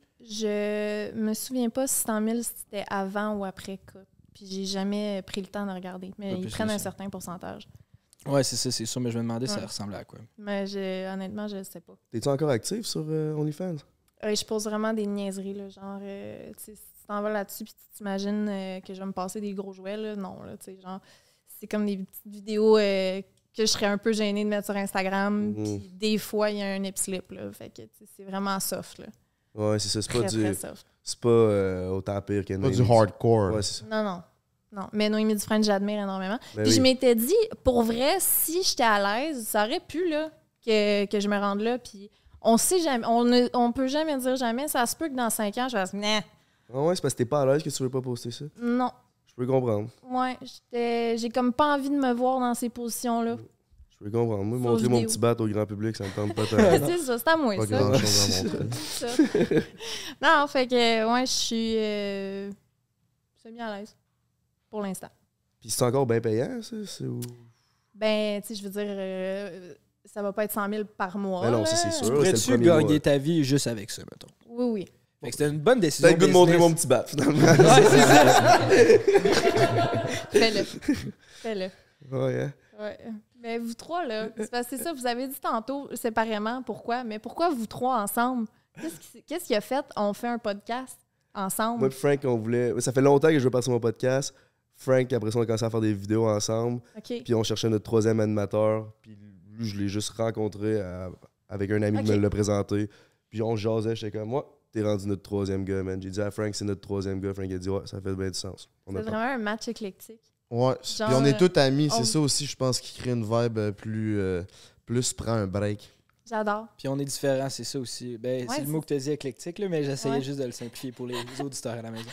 Je me souviens pas si cent mille c'était avant ou après cut. Puis j'ai jamais pris le temps de regarder. Mais Ouais, ils puis prennent c'est un ça. certain pourcentage. Ouais, c'est ça, c'est sûr, mais je me demandais ça Ouais. ressemblait à quoi. Mais je, honnêtement, je sais pas. T'es-tu encore actif sur euh, OnlyFans? Euh, je pose vraiment des niaiseries, là, genre, euh, tu sais, si tu t'en vas là-dessus puis tu t'imagines euh, que je vais me passer des gros jouets, là, non, là, tu sais, genre, c'est comme des petites vidéos euh, que je serais un peu gênée de mettre sur Instagram, Mhm. puis des fois, il y a un nip slip, là, fait que, tu sais, c'est vraiment soft, là, Ouais, c'est ça. C'est très, pas, du, très soft. c'est pas euh, autant pire que Pas du hardcore. Ouais, c'est ça. Non, non, non, mais Noémie Dufresne, j'admire énormément. Ben Puis je oui. m'étais dit, pour vrai, si j'étais à l'aise, ça aurait pu, là, que, que je me rende là, puis on sait jamais, on, ne, on peut jamais dire jamais, ça se peut que dans cinq ans, je fasse, nah, Ah ouais, c'est parce que t'es pas à l'aise que tu veux pas poster ça. non. Je peux comprendre. Ouais, j'étais- j'ai comme pas envie de me voir dans ces positions-là. Je peux comprendre. Moi, Sur montrer mon vidéo. petit bat au grand public, ça me tente pas tant. C'est ça, c'est à moi, Pas ça. grand-chose à montrer. C'est ça. Non, fait que, ouais, je suis euh, semi à l'aise. Pour l'instant. Puis c'est encore bien payant, ça? C'est où? Ben, tu sais, je veux dire, euh, ça va pas être cent mille par mois. Ben non, là. ça, c'est sûr. Pourrais-tu c'était le premier gagner mois. ta vie juste avec ça, mettons? Oui, oui. Fait que c'était une bonne décision. T'as le goût de montrer business. mon petit bat, finalement. Ouais, c'est ça. Fais-le. Fais-le. Ouais, hein? Ouais. Mais vous trois, là, c'est parce que c'est ça, vous avez dit tantôt séparément pourquoi, mais pourquoi vous trois ensemble? Qu'est-ce qui, qu'est-ce qui a fait? On fait un podcast ensemble. Moi et Frank, on voulait. Ça fait longtemps que je veux passer mon podcast. Frank, après ça, on a commencé à faire des vidéos ensemble. OK. Puis on cherchait notre troisième animateur. Puis lui, je l'ai juste rencontré à- avec un ami qui Ok. me l'a présenté. Puis on jasait, j'étais comme, moi, t'es rendu notre troisième gars, man. J'ai dit à Frank, c'est notre troisième gars. Frank a dit, ouais, ça fait bien du sens. On C'est a fait. vraiment un match éclectique. Ouais. Genre, Puis on est euh, tous amis. C'est on- ça aussi, je pense, qui crée une vibe euh, plus. euh, plus prend un break. J'adore. Puis on est différents, c'est ça aussi. Ben, Ouais, c'est le c'est- mot que tu as dit éclectique, là, mais j'essayais Ouais. juste de le simplifier pour les auditeurs à la maison.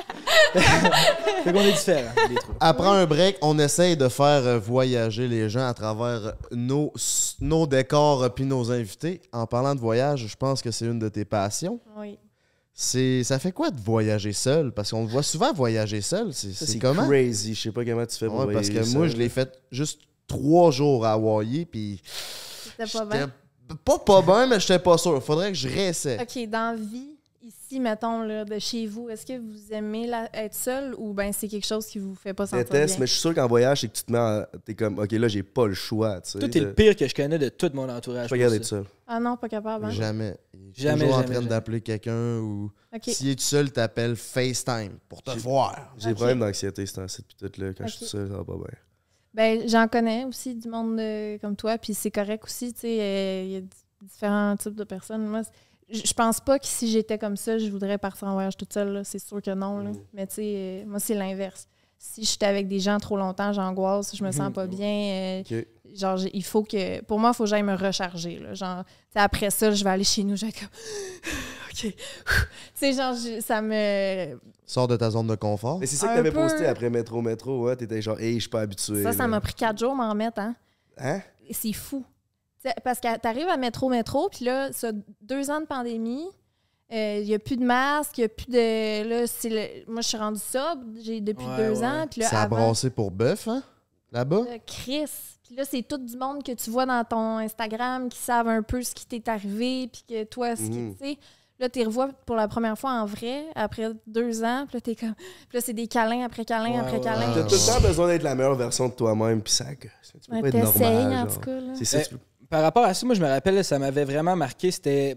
Fait qu'on est différents, les trois. Après un break, on essaye de faire euh, voyager les gens à travers nos, nos décors puis nos invités. En parlant de voyage, je pense que c'est une de tes passions. Oui. C'est, ça fait quoi de voyager seul? Parce qu'on te voit souvent voyager seul. C'est, Ça, c'est c'est comment? crazy. Je sais pas comment tu fais pour Ouais, parce que voyager moi, ça. je l'ai fait juste trois jours à Hawaii, puis C'était pas j'étais bien. pas pas bien, mais j'étais pas sûr. Faudrait que je réessaie. OK, dans la vie, ici, mettons, là, de chez vous, est-ce que vous aimez la- être seul ou ben c'est quelque chose qui vous fait pas Je sentir déteste, bien? mais je suis sûr qu'en voyage, c'est que tu te mets en- T'es comme, OK, là, j'ai pas le choix. Tu sais, Toi, t'es de- le pire que je connais de tout mon entourage. Je suis pas capable pour d'être ça. seul. Ah non, pas capable. Hein? Jamais. Il est Jamais, toujours en jamais, train jamais. d'appeler quelqu'un ou OK. s'il est tout seul, t'appelles FaceTime pour te J'ai- voir. J'ai Ok. des problèmes d'anxiété, c'est temps-ci, puis tout, là. Quand je suis Ok. tout seul, ça va pas bien. Ben, j'en connais aussi du monde euh, comme toi, puis c'est correct aussi, tu sais, euh, il y a d- différents types de personnes. Moi, je je pense pas que si j'étais comme ça, je voudrais partir en voyage toute seule, là. C'est sûr que non, là. Mm. Mais tu sais, euh, moi, c'est l'inverse. Si j'étais avec des gens trop longtemps, j'angoisse, je me sens pas bien. euh, OK. genre, j'ai- il faut que... Pour moi, il faut que j'aille me recharger, là. Genre, tu sais, après ça, je vais aller chez nous, j'ai comme... OK. Tu sais, genre, je- ça me... Sors de ta zone de confort. Mais c'est ça que Un t'avais peu. posté après Métro Métro, ouais. T'étais genre, hey, je suis pas habitué. Ça, ça là. m'a pris quatre jours m'en remettre, hein. Hein? C'est fou. T'sais, parce que t'arrives à Métro Métro, puis là, ça, deux ans de pandémie, il n'y a plus de masque, il n'y a plus de... Là, c'est le- moi, je suis rendue sobre j'ai, depuis Ouais, deux ouais. ans. Puis là, Ça a avant, brassé pour bœuf, hein? Là-bas? là, Chris. Puis là, c'est tout du monde que tu vois dans ton Instagram qui savent un peu ce qui t'est arrivé, puis que toi, ce Mhm. que tu sais... Là, tu les revois pour la première fois en vrai, après deux ans. Puis là, t'es comme... Puis là, c'est des câlins après câlins Ouais, après ouais. câlins. T'as tout le temps besoin d'être la meilleure version de toi-même, puis ça gosse. Tu peux Ouais, pas être t'essayes, normal, en genre. tout cas. Là. C'est ça, Eh, tu peux- Par rapport à ça, moi, je me rappelle, là, ça m'avait vraiment marqué. C'était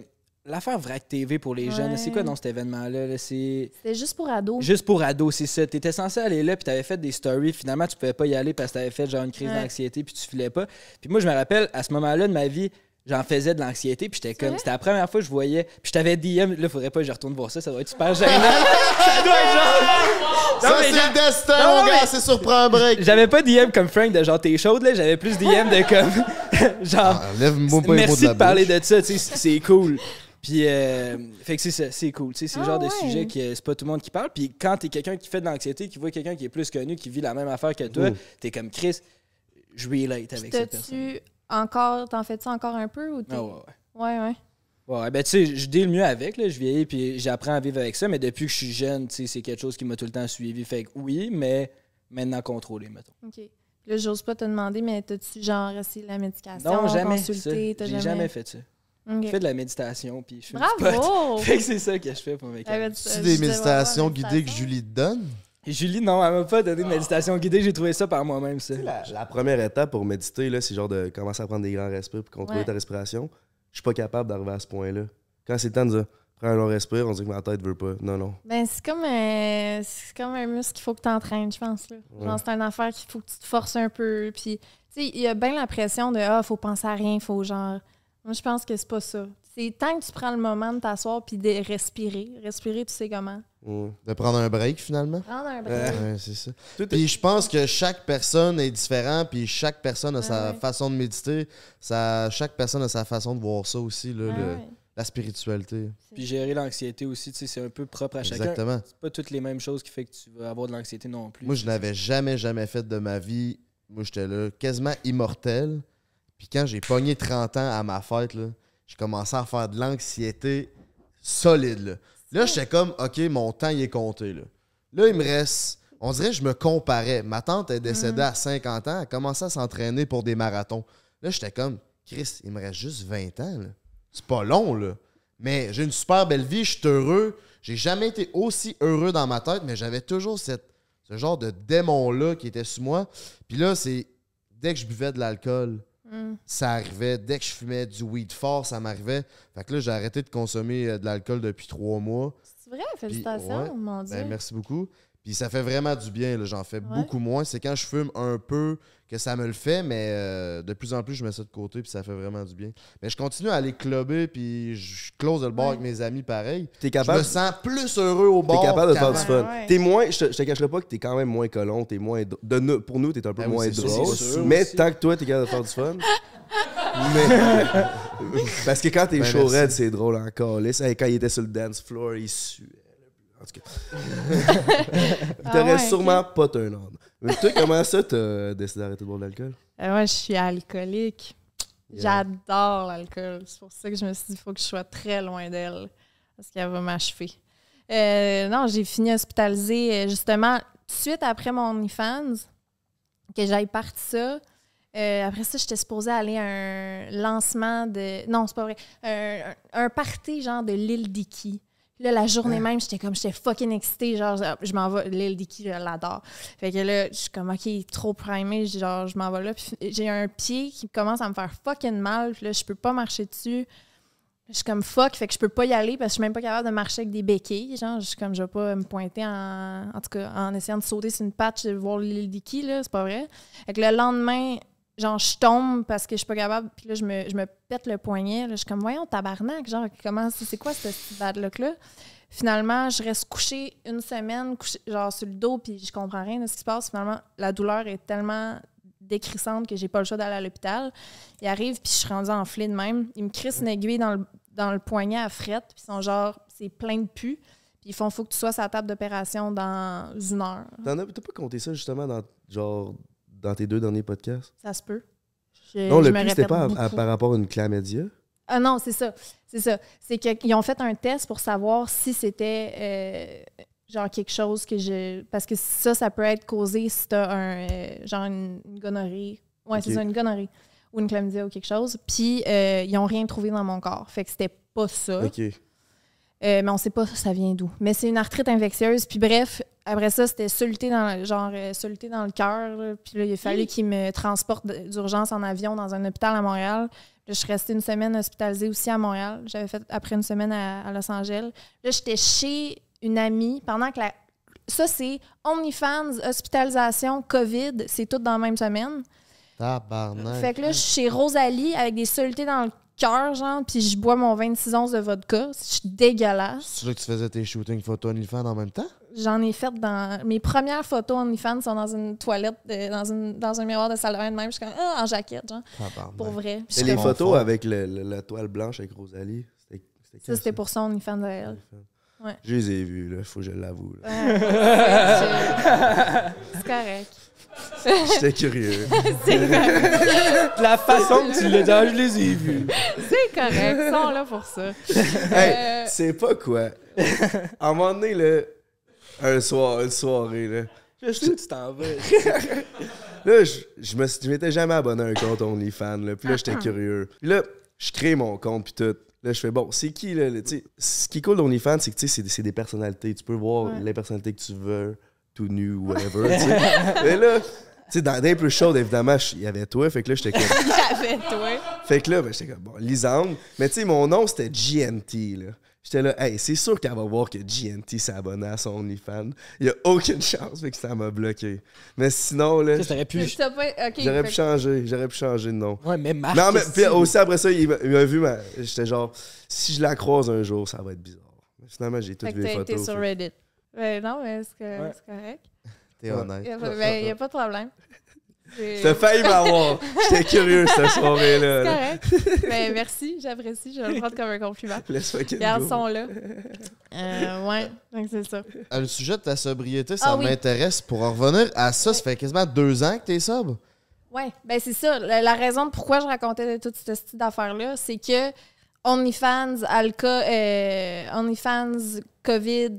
l'affaire Vrac T V pour les Ouais. jeunes, c'est quoi dans cet événement-là? Là? C'est C'était juste pour ados. juste pour ados, c'est ça. T'étais censé aller là, puis t'avais fait des stories. Finalement, tu pouvais pas y aller parce que t'avais fait genre une crise Ouais. d'anxiété, puis tu filais pas. Puis moi, je me rappelle, à ce moment-là de ma vie, j'en faisais de l'anxiété, puis j'étais comme... vrai? C'était la première fois que je voyais... Puis je t'avais D M, là, faudrait pas que je retourne voir ça, ça doit être super gênant. Ça doit être genre... Ça, Non, mais c'est j'a- le destin, Non, mon mais- gars, c'est sur Prends un break. J'avais pas D M comme Frank de genre t'es chaude, là. J'avais plus D M de comme... genre... Ah, lève-moi pas les mots Merci de de, la parler bouche. de ça, tu sais, c'est c'est cool. Puis, euh, fait que c'est ça, c'est cool. Tu sais, c'est le Ah genre de ouais. sujet que c'est pas tout le monde qui parle. Puis quand t'es quelqu'un qui fait de l'anxiété, qui voit quelqu'un qui est plus connu, qui vit la même affaire que toi, Mm. t'es comme Chris, je relate avec cette personne. T'as-tu encore, t'en fais-tu encore un peu ou t'es... Ah ouais, ouais. Ouais, ouais. Ouais, ben tu sais, je deal mieux avec, là, je vieillis, puis j'apprends à vivre avec ça, mais depuis que je suis jeune, tu sais, c'est quelque chose qui m'a tout le temps suivi. Fait que oui, mais maintenant contrôlé, mettons. OK. Là, j'ose pas te demander, mais t'as-tu genre essayé la médication, Non, jamais consulté, ça. t'as J'ai jamais... jamais fait ça. OK. Je fais de la méditation, puis je fais du pot. Bravo! Fait que c'est ça que je fais pour mes Ah, ben, C'est je des disais, méditations ouais, ouais, guidées que méditation. Julie te donne? Et Julie, non, elle m'a pas donné de méditation guidée, j'ai trouvé ça par moi-même, ça. La, la première étape pour méditer, là, c'est genre de commencer à prendre des grands respires pour contrôler Ouais. ta respiration. Je suis pas capable d'arriver à ce point-là. Quand c'est le temps de dire, prends un long respire, on dirait que ma tête veut pas. Non, non. Ben, c'est comme, un- c'est comme un muscle qu'il faut que tu entraînes, je pense. Là. Genre, Ouais. c'est une affaire qu'il faut que tu te forces un peu. Puis, tu sais, il y a bien la pression de Ah, faut penser à rien, faut genre. Moi, je pense que c'est pas ça. C'est tant que tu prends le moment de t'asseoir puis de respirer. Respirer, tu sais comment. Mm. De prendre un break, finalement? Prendre un break. Ouais. Ouais, c'est ça. Tout est- Puis je pense que chaque personne est différente, puis chaque personne a sa ouais. façon de méditer. Ça, chaque personne a sa façon de voir ça aussi, là, Ouais, le- ouais. la spiritualité. Puis gérer l'anxiété aussi, tu sais, c'est un peu propre à chacun. Exactement. C'est pas toutes les mêmes choses qui fait que tu vas avoir de l'anxiété non plus. Moi, je n'avais jamais, jamais fait de ma vie. Moi, j'étais là, quasiment immortel. Puis quand j'ai pogné trente ans à ma fête, là, j'ai commencé à faire de l'anxiété solide. Là, là j'étais comme, OK, mon temps, il est compté. Là, là il me reste... On dirait que je me comparais. Ma tante est décédée à cinquante ans. Elle a commencé à s'entraîner pour des marathons. Là, j'étais comme, Chris, il me reste juste vingt ans. Là. C'est pas long, là. Mais j'ai une super belle vie, je suis heureux. J'ai jamais été aussi heureux dans ma tête, mais j'avais toujours cette, ce genre de démon-là qui était sur moi. Puis là, c'est dès que je buvais de l'alcool, Mm. ça arrivait. Dès que je fumais du weed fort, ça m'arrivait. Fait que là, j'ai arrêté de consommer euh, de l'alcool depuis trois mois. C'est vrai, félicitations, ouais. mon Dieu. Ben, merci beaucoup. Puis ça fait vraiment du bien. là. J'en fais Ouais. beaucoup moins. C'est quand je fume un peu que ça me le fait, mais euh, de plus en plus, je mets ça de côté, puis ça fait vraiment du bien. Mais je continue à aller clubber, puis je close le bar Ouais. avec mes amis pareil. T'es Je capable, me sens plus heureux au t'es bar. capable de faire du qu'avant. fun. Ouais. T'es moins, je te, je te cacherai pas que t'es quand même moins colon, t'es moins. dr- De, nous- pour nous, t'es un peu Ben oui, moins c'est sûr, drôle. c'est sûr mais aussi. tant que toi, t'es capable de faire du fun. mais. Parce que quand t'es Ben, chaud merci. raide, c'est drôle encore. Là, c'est- quand il était sur le dance floor, il suait. En tout cas. Ah T'aurais ouais, sûrement ok. pas turn on. Mais toi, comment ça, t'as décidé d'arrêter de boire de l'alcool? Euh, ouais, je suis alcoolique. Yeah. J'adore l'alcool. C'est pour ça que je me suis dit qu'il faut que je sois très loin d'elle. Parce qu'elle va m'achever. Euh, non, j'ai fini hospitalisée euh, justement tout de suite après mon OnlyFans, que j'aille partir ça. Euh, après ça, j'étais supposée aller à un lancement de... Non, c'est pas vrai. Un, un, un party genre de Lil Dicky. Là, la journée même, j'étais comme, j'étais fucking excitée. Genre, je m'en vais. Lil Dicky, je l'adore. Fait que là, je suis comme, OK, trop primée. Genre, je m'en vais là. Puis j'ai un pied qui commence à me faire fucking mal. Puis là, je peux pas marcher dessus. Je suis comme fuck, fait que je peux pas y aller parce que je suis même pas capable de marcher avec des béquilles. Genre, je suis comme, je vais pas me pointer en. En tout cas, en essayant de sauter sur une patch de voir Lil Dicky, là, c'est pas vrai. Fait que le lendemain, genre, je tombe parce que je suis pas capable. Puis là, je me, je me pète le poignet. Là, je suis comme, voyons, tabarnak. Genre, comment, c'est quoi ce petit bad luck-là? Finalement, je reste couchée une semaine, couchée, genre, sur le dos, puis je comprends rien de ce qui se passe. Finalement, la douleur est tellement décrissante que j'ai pas le choix d'aller à l'hôpital. Il arrive, puis je suis rendue enflée de même. Il me crisse une aiguille dans le, dans le poignet à frette, puis ils sont genre, c'est plein de pus. Puis ils font, faut que tu sois sur la table d'opération dans une heure. T'en as, t'as pas compté ça justement dans, genre, dans tes deux derniers podcasts? Ça se peut. Je- Non, je le me plus, c'était répète pas à- à- beaucoup. par rapport à une chlamydia. Ah non, c'est ça. C'est ça. C'est qu'ils ont fait un test pour savoir si c'était euh, genre quelque chose que je. Parce que ça, ça peut être causé si t'as un euh, genre une, une gonorrhée. Ouais, Ok. c'est ça, une gonorrhée. Ou une chlamydia ou quelque chose. Puis euh, ils ont rien trouvé dans mon corps. Fait que c'était pas ça. OK. Euh, mais on sait pas ça vient d'où. Mais c'est une arthrite infectieuse. Puis bref, après ça, c'était soluté dans, genre, euh, soluté dans le cœur. là. Puis là, il a fallu qu'il me transporte d- d'urgence en avion dans un hôpital à Montréal. Là, je suis restée une semaine hospitalisée aussi à Montréal. J'avais fait après une semaine à, à Los Angeles. Là, j'étais chez une amie pendant que la... Ça, c'est OnlyFans, hospitalisation, COVID. C'est tout dans la même semaine. Tabarnak. Fait que là, je suis chez Rosalie avec des solutés dans le cœur, genre, puis je bois mon vingt-six onces de vodka. Je suis dégueulasse. C'est là que tu faisais tes shootings photos OnlyFans en même temps? J'en ai fait dans... Mes premières photos OnlyFans sont dans une toilette, de- dans, une, dans un miroir de salle de bain de même. Je suis comme, ah, en jaquette, genre, Tabarnak. pour vrai. Puis Et je les suis comme, photos fort. avec le- le- la toile blanche avec Rosalie, c'était c'était ça, quand, c'était pour ça OnlyFans à elle. Ouais. Je les ai vus, là, faut que je l'avoue. là. Ouais, je- c'est correct. J'étais curieux. C'est correct. La façon que tu l'as dit, ah, je les ai vus. C'est correct. Ils sont là pour ça. Hey, Euh, c'est pas quoi. À un moment donné, là, un soir, une soirée, là, Je sais où tu t'en vas. là je, je me suis- je m'étais jamais abonné à un compte OnlyFans, là, puis là, j'étais curieux. Puis là, je crée mon compte, puis tout. Là, je fais, bon, c'est qui, là? là, tu sais, ce qui est cool d'OnlyFans, c'est que, tu sais, c'est des- c'est des personnalités. Tu peux voir Ouais. les personnalités que tu veux, tout nu ou whatever, tu sais. Mais là, tu sais, dans des plus chaudes, évidemment, je- il y avait toi, fait que là, j'étais comme... J'avais toi. Fait que là, ben, j'étais comme, bon, Lisande. Mais tu sais, mon nom, c'était G N T, là. J'étais là, hey, c'est sûr qu'elle va voir que G N T s'est abonné à son OnlyFans. Il y a aucune chance, fait que ça m'a bloqué. Mais sinon, là, Ça, t'aurais pu. Mais t'as pas- ok, j'aurais fait pu que- changer. J'aurais pu changer de nom. Ouais, mais Marc. Non, mais qu'est-ce puis que aussi après ça, il m'a il m'a vu, ma... j'étais genre, si je la croise un jour, ça va être bizarre. Mais finalement, j'ai Fait toutes que vu les t'as été photos. sur fait- Reddit. Ouais, non, mais c'est que- Ouais. c'est correct. T'es honnête. Il n'y a, pas- ben, y a pas de problème. C'est T'as failli m'avoir. J'étais curieux cette soirée-là. là. correct. Ben, merci, j'apprécie. Je vais le prendre comme un compliment. Laisse fucking Regarde, go. sont là. Euh, ouais, donc c'est ça. Euh, Le sujet de ta sobriété, ça Ah oui. m'intéresse. Pour en revenir à ça, ça fait quasiment deux ans que t'es sobre. Ouais, ben c'est ça. La, la raison de pourquoi je racontais toute cette style d'affaires-là, c'est que OnlyFans, Alka, euh, OnlyFans, COVID,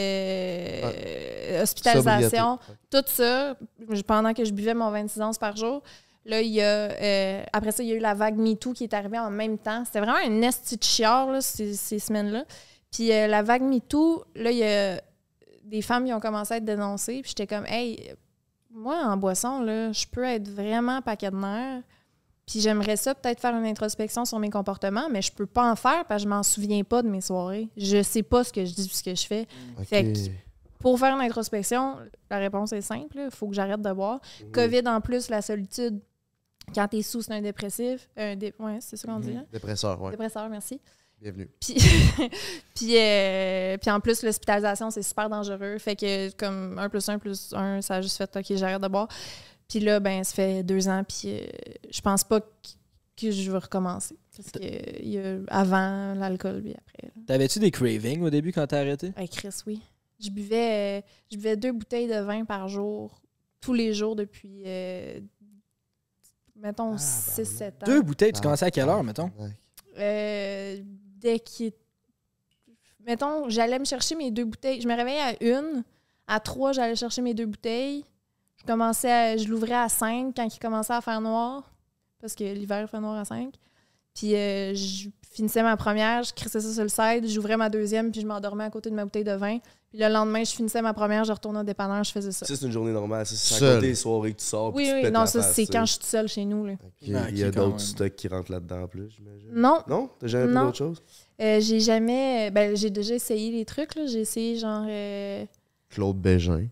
euh, hospitalisation, tout ça, pendant que je buvais mon vingt-six onces par jour, là, il y a, euh, après ça, il y a eu la vague MeToo qui est arrivée en même temps. C'était vraiment un esti de chiard, là, ces, ces semaines-là. Puis euh, la vague MeToo, là, il y a des femmes qui ont commencé à être dénoncées. Puis j'étais comme, hey, moi, en boisson, là, je peux être vraiment paquet de nerfs. Puis j'aimerais ça peut-être faire une introspection sur mes comportements, mais je peux pas en faire parce que je m'en souviens pas de mes soirées. Je sais pas ce que je dis et ce que je fais. Fait que pour faire une introspection, la réponse est simple. Il faut que j'arrête de boire. COVID en plus, la solitude, quand t'es sous, c'est un dépressif. Un dé... Ouais, c'est ça qu'on dit. Hein? Dépresseur, ouais. Dépresseur, merci. Bienvenue. Puis, puis, euh, puis en plus, l'hospitalisation, c'est super dangereux. Fait que comme un plus un plus un, ça a juste fait OK, j'arrête de boire. Puis là, ben, ça fait deux ans, puis euh, je pense pas que, que je vais recommencer. Parce que il y a avant l'alcool, puis après. là. T'avais-tu des cravings au début quand t'as arrêté? Hey, Chris, oui. Je buvais, euh, je buvais deux bouteilles de vin par jour, tous les jours depuis, euh, mettons, six sept ans. Deux bouteilles, tu commençais à quelle heure, mettons? Euh, dès qu'il est... Mettons, j'allais me chercher mes deux bouteilles. Je me réveillais à une. À trois, j'allais chercher mes deux bouteilles. Je commençais à... Je l'ouvrais à cinq quand il commençait à faire noir. Parce que l'hiver, il fait noir à cinq. Puis euh, je finissais ma première, je crissais ça sur le side, j'ouvrais ma deuxième, puis je m'endormais à côté de ma bouteille de vin. Puis le lendemain, je finissais ma première, je retournais au dépanneur, je faisais ça. Ça, c'est une journée normale. Ça, c'est Seul. sans compter les soirées que tu sors. puis Oui, tu te oui, pètes non, la ça, face, c'est tu sais. quand je suis toute seule chez nous. Là. Ok, Il y a Ah, ok, quand d'autres même. stocks qui rentrent là-dedans en plus, j'imagine. Non, Non? T'as jamais pris Non. d'autres choses? euh, j'ai jamais... Ben, j'ai déjà essayé les trucs, là. J'ai essayé, genre... euh, Claude Bégin.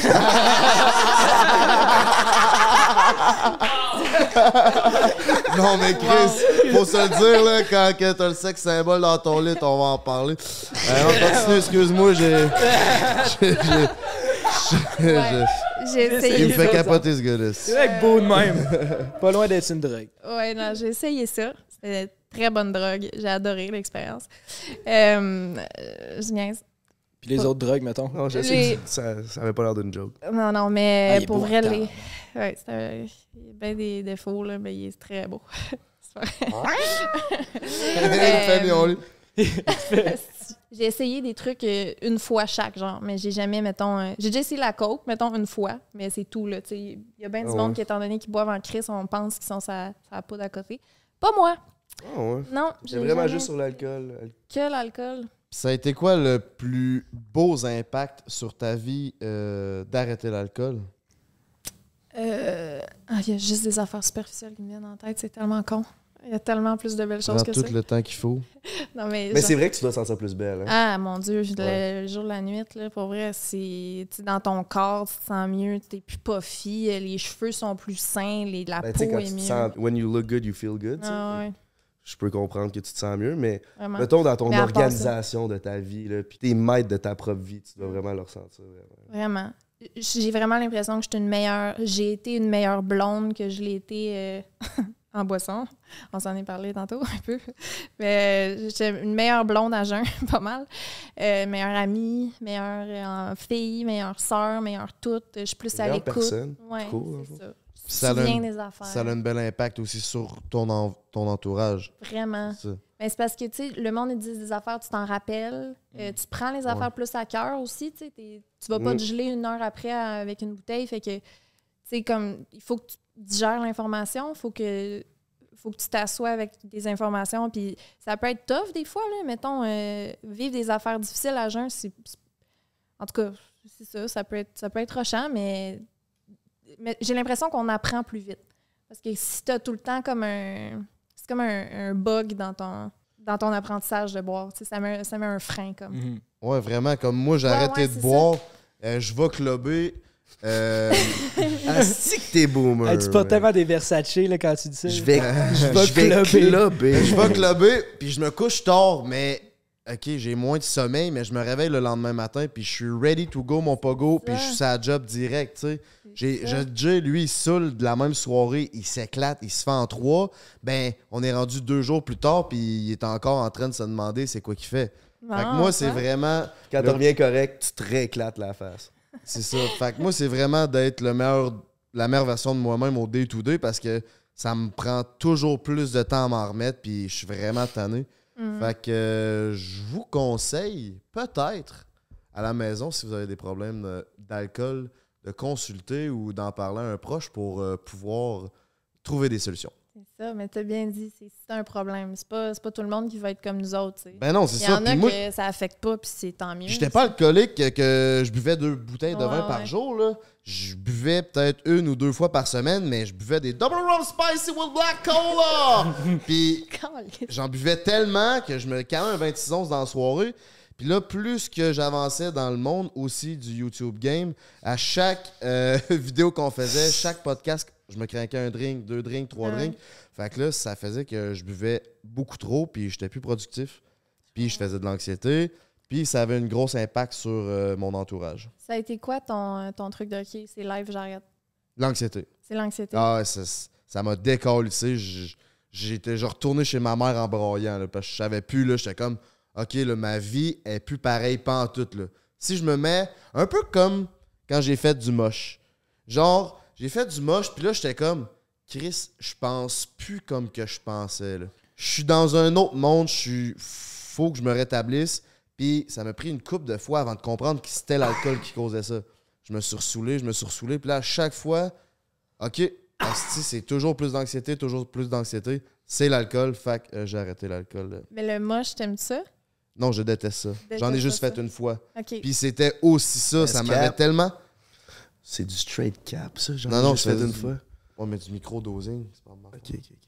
Non, mais Chris, faut se le dire, là, quand que t'as le sexe symbole dans ton lit, on va en parler. Euh, on continue, excuse-moi, j'ai. j'ai- j'ai- j'ai- Ouais. J'ai Il me essayé fait ça. capoter ce gars-là. C'est vrai que beau de même. Pas loin d'être une drogue. Ouais, non, j'ai essayé ça. C'était une très bonne drogue. J'ai adoré l'expérience. Euh, euh, je niaise. Puis les autres drogues, mettons. Non, je sais Les- que ça, ça avait pas l'air d'une joke. Non, non, mais Ah, il est pour beau vrai, en les... ouais, c'est un... il y a bien des défauts, là, mais il est très beau. C'est pas vrai. Fanny, on lui- J'ai essayé des trucs euh, une fois chaque, genre, mais j'ai jamais, mettons... euh, J'ai déjà essayé la coke, mettons, une fois, mais c'est tout, là, tu sais. Il y a bien du Ah monde ouais. qui, étant donné qu'ils boivent en crise, on pense qu'ils sont sa, sa poudre à côté. Pas moi. Ah ouais. Non, C'est j'ai vraiment jamais- juste sur l'alcool. Que l'alcool. Ça a été quoi le plus beau impact sur ta vie euh, d'arrêter l'alcool? Euh, ah, il y a juste des affaires superficielles qui me viennent en tête. C'est tellement con. Il y a tellement plus de belles choses Prends que tout ça. le temps qu'il faut. Non, mais Mais genre- c'est vrai que tu dois te sentir plus belle. Hein? Ah, mon Dieu, le, Ouais. le jour de la nuit, là, pour vrai, c'est... tu sais, dans ton corps, tu te sens mieux, t'es plus puffy, les cheveux sont plus sains, les, la Ben, tu sais, peau quand est tu te mieux. sens when you look good, you feel good. tu sais. Ah, ouais, Je peux comprendre que tu te sens mieux, mais vraiment. mettons dans ton Mais à part ça- organisation de ta vie, là, puis t'es maître de ta propre vie, tu dois vraiment le ressentir. Vraiment. Vraiment. J'ai vraiment l'impression que je suis une meilleure... J'ai été une meilleure blonde que je l'ai été euh, en boisson. On s'en est parlé tantôt un peu. Mais euh, j'étais une meilleure blonde à jeun, pas mal. Euh, meilleure amie, meilleure euh, fille, meilleure sœur, meilleure toute. Je suis plus Une à meilleure l'écoute. personne, Ouais, tout court, c'est ça. Puis ça a Tu te souviens un- des affaires. Ça a un bel impact aussi sur ton, en- ton entourage. Vraiment. C'est ça. Mais c'est parce que, tu sais, le monde, ils disent des affaires, tu t'en rappelles. Euh, tu prends les affaires Ouais. plus à cœur aussi, tu sais. t'es- Tu vas pas Mm. te geler une heure après avec une bouteille. Fait que, tu sais, comme, il faut que tu digères l'information. Il faut que, faut que tu t'assoies avec des informations. Puis ça peut être tough des fois, là. Mettons, euh, vivre des affaires difficiles à jeun, c'est... c'est- En tout cas, c'est ça. Ça peut être, ça peut être rochant, mais, mais j'ai l'impression qu'on apprend plus vite. Parce que si tu as tout le temps comme un... C'est comme un, un bug dans ton, dans ton apprentissage de boire. Tu sais, ça, met, ça met un frein comme. Mhm. Ouais, vraiment, comme moi, j'ai Ouais, arrêté ouais, de c'est boire. Euh, je vais clubber. Euh, Asti que t'es boomer. Hey, tu portes man. tellement des Versace là, quand tu dis ça. Je vais, je vais vais clubber. clubber. je vais clubber, puis je me couche tard, mais OK, j'ai moins de sommeil, mais je me réveille le lendemain matin, puis je suis ready to go, mon pogo, puis je suis à la job direct, tu sais. J'ai, ça. je- Jay, lui, il saoule de la même soirée, il s'éclate, il se fait en trois. Ben, on est rendu deux jours plus tard, puis il est encore en train de se demander c'est quoi qu'il fait. Fait que Ah, moi, c'est ça. vraiment. Quand tu le- reviens correct, tu te rééclates la face. C'est ça. Fait que moi, c'est vraiment d'être le meilleur, la meilleure version de moi-même au day-to-day parce que ça me prend toujours plus de temps à m'en remettre, puis je suis vraiment tanné. Mhm. Fait que euh, je vous conseille, peut-être, à la maison, si vous avez des problèmes de- d'alcool, de consulter ou d'en parler à un proche pour euh, pouvoir trouver des solutions. C'est ça, mais t'as bien dit, c'est c'est un problème. C'est pas, c'est pas tout le monde qui va être comme nous autres. tu sais. Ben non, c'est Il y ça. en Puis a moi, que ça affecte pas, puis c'est tant mieux. j'étais pas alcoolique que, que je buvais deux bouteilles de vin Ouais, par ouais. jour. Là. Je buvais peut-être une ou deux fois par semaine, mais je buvais des Double Rum Spicy with Black Cola. Puis Caliste. j'en buvais tellement que je me calais un vingt-six onces dans la soirée. Puis là, plus que j'avançais dans le monde aussi du YouTube Game, à chaque euh, vidéo qu'on faisait, chaque podcast, je me craquais un drink, deux drinks, trois Ah ouais. drinks. Fait que là, ça faisait que je buvais beaucoup trop, puis j'étais plus productif. Puis je faisais de l'anxiété. Puis ça avait un gros impact sur euh, mon entourage. Ça a été quoi ton, ton truc de OK, c'est live, j'arrête? L'anxiété. C'est l'anxiété. Ah, ouais, ça ça m'a décalissé. J- J'étais genre retourné chez ma mère en broyant, là, parce que je savais plus, là, j'étais comme, OK, là, ma vie est plus pareille pantoute, là. Si je me mets un peu comme quand j'ai fait du moche. Genre, j'ai fait du moche, puis là, j'étais comme, Chris, je pense plus comme que je pensais, là. Je suis dans un autre monde, je suis... Faut que je me rétablisse. Puis ça m'a pris une couple de fois avant de comprendre que c'était l'alcool qui causait ça. Je me suis ressoulé, je me suis ressoulé. Puis là, à chaque fois, OK, asti, c'est toujours plus d'anxiété, toujours plus d'anxiété. C'est l'alcool, fait que euh, j'ai arrêté l'alcool. là. Mais le moche, t'aimes ça? Non, je déteste ça. Déteste J'en ai juste ça. fait une fois. OK. Puis c'était aussi ça, ça Est-ce m'avait cap? tellement... C'est du straight cap, ça. J'en Non, ai non, juste je fait faisais une du- fois. Ouais, mais du micro-dosing, c'est pas mal. Ok, ok, ok.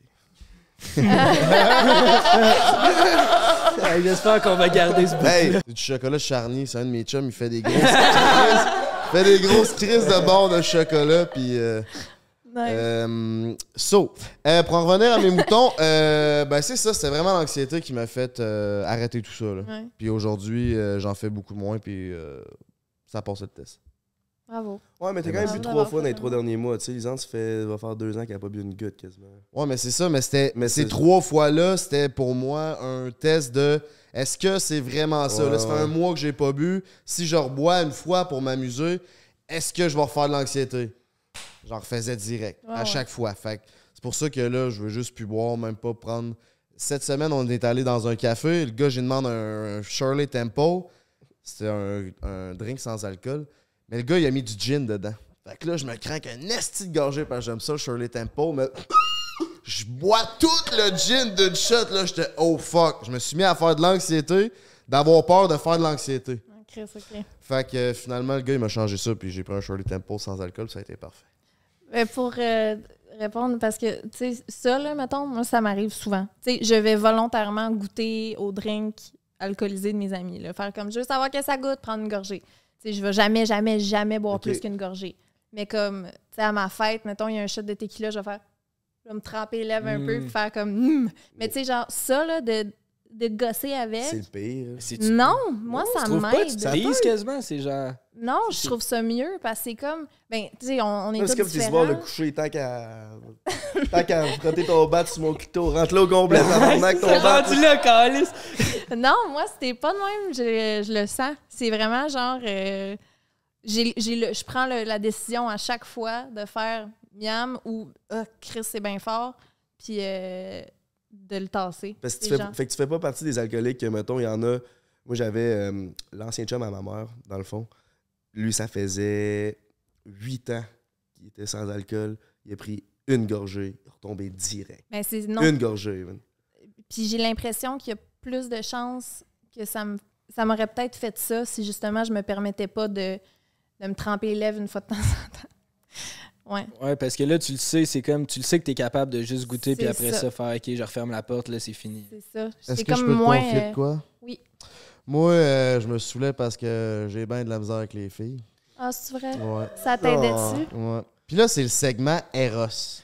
Hey, J'espère qu'on va garder ce bout. Hey, c'est du chocolat charnier, c'est un de mes chums, il fait des grosses crises, il fait des grosses crises de bord de chocolat, puis... euh, Nice. Euh, so, euh, pour en revenir à mes moutons, euh, ben c'est ça, c'était vraiment l'anxiété qui m'a fait euh, arrêter tout ça. Là. Ouais. Puis aujourd'hui, euh, j'en fais beaucoup moins, puis euh, ça passe le test. Bravo. Ouais, mais t'as Eh quand ben, même bu c'est trois d'avoir fois dans fait les trois un- derniers mois. Tu sais, Lisande, ça fait, va faire deux ans qu'elle a pas bu une goutte quasiment. Ouais, mais c'est ça, mais c'était Mais ces c'est- trois fois-là, c'était pour moi un test de est-ce que c'est vraiment ça? Ouais, Là, ça fait ouais. un mois que j'ai pas bu. Si je rebois une fois pour m'amuser, est-ce que je vais refaire de l'anxiété? J'en refaisais direct, Ouais, à ouais. chaque fois. Fait que c'est pour ça que là, je veux juste plus boire, même pas prendre. Cette semaine, on est allé dans un café. Le gars, j'ai demandé un, un Shirley Tempo. C'était un, un drink sans alcool. Mais le gars, il a mis du gin dedans. Fait que là, je me craque un esti de gorgée parce que j'aime ça, le Shirley Tempo. Mais je bois tout le gin d'une shot. Là, j'étais oh fuck. Je me suis mis à faire de l'anxiété d'avoir peur de faire de l'anxiété. Ah, Chris, OK. Fait que euh, finalement, le gars, il m'a changé ça, puis j'ai pris un Shirley Temple sans alcool, puis ça a été parfait. Euh, pour euh, répondre, parce que, tu sais, ça, là, mettons, moi, ça m'arrive souvent. Tu sais, je vais volontairement goûter au drink alcoolisé de mes amis. Là. Faire comme, je veux savoir que ça goûte, prendre une gorgée. Tu sais, je vais jamais, jamais, jamais boire Okay. plus qu'une gorgée. Mais comme, tu sais, à ma fête, mettons, il y a un shot de tequila, je vais faire, je vais me tremper les lèvres un Mm. peu, puis faire comme, mm. Mais tu sais, genre, ça, là, de, de gosser avec. C'est le pire. C'est-tu- Non, moi, Tu ça trouves pas, tu m'aide. te brises quasiment, c'est genre. Non, je trouve ça mieux parce que c'est comme, ben, tu sais, on, on est Non, c'est tous comme si tu voir le différents. coucher tant qu'à. tant qu'à frotter ton bat sur mon clito. Rentre-le au complet, tabarnak, ton T'es bat. rendu là, calice. Non, moi, c'était pas de même, je, je le sens. C'est vraiment genre, euh, j'ai, j'ai le, je prends le- la décision à chaque fois de faire miam ou ah, Chris, c'est bien fort, puis euh, de le tasser. Parce que tu C'est fais, genre- fait que tu fais pas partie des alcooliques que, mettons, il y en a. Moi, j'avais euh, l'ancien chum à ma mère, dans le fond. Lui, ça faisait huit ans qu'il était sans alcool. Il a pris une gorgée, il est retombé direct. Ben, c'est non. Une gorgée, man. Puis j'ai l'impression qu'il y a plus de chances que ça me ça m'aurait peut-être fait ça si justement je me permettais pas de, de me tremper les lèvres une fois de temps en temps. Ouais. Ouais, parce que là, tu le sais, c'est comme, tu le sais que t'es capable de juste goûter, puis C'est après ça. ça. faire, OK, je referme la porte, là, c'est fini. C'est ça. Est-ce C'est que je comme peux te moins. confier euh, de quoi? Oui. Moi, euh, je me saoulais parce que j'ai bien de la misère avec les filles. Ah, c'est vrai? Ouais. Ça t'aidait Oh. dessus? Ouais. Puis là, c'est le segment Eros.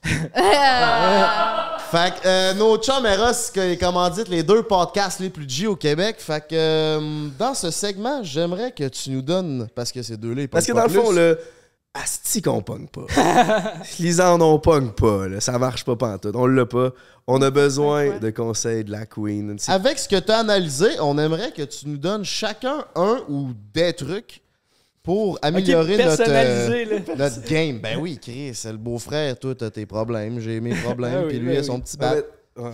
Ah! Fait que euh, nos chums Eros, qui commanditent les deux podcasts les plus G au Québec. Fait que euh, dans ce segment, j'aimerais que tu nous donnes, parce que ces deux-là, ils Parce que pognent dans pas le fond, plus. là, asti qu'on pogne pas. Lisande, on pogne pas. Là. Ça marche pas pantoute. On l'a pas. On a besoin Ouais. de conseils de la queen. C'est- Avec ce que tu as analysé, on aimerait que tu nous donnes chacun un ou des trucs pour améliorer OK, notre, euh, personnalisé, là. notre game. Ben oui, Chris, c'est le beau-frère. Toi, t'as tes problèmes. J'ai mes problèmes. Ah oui, Puis lui, ben il a son oui. petit bat. Ouais.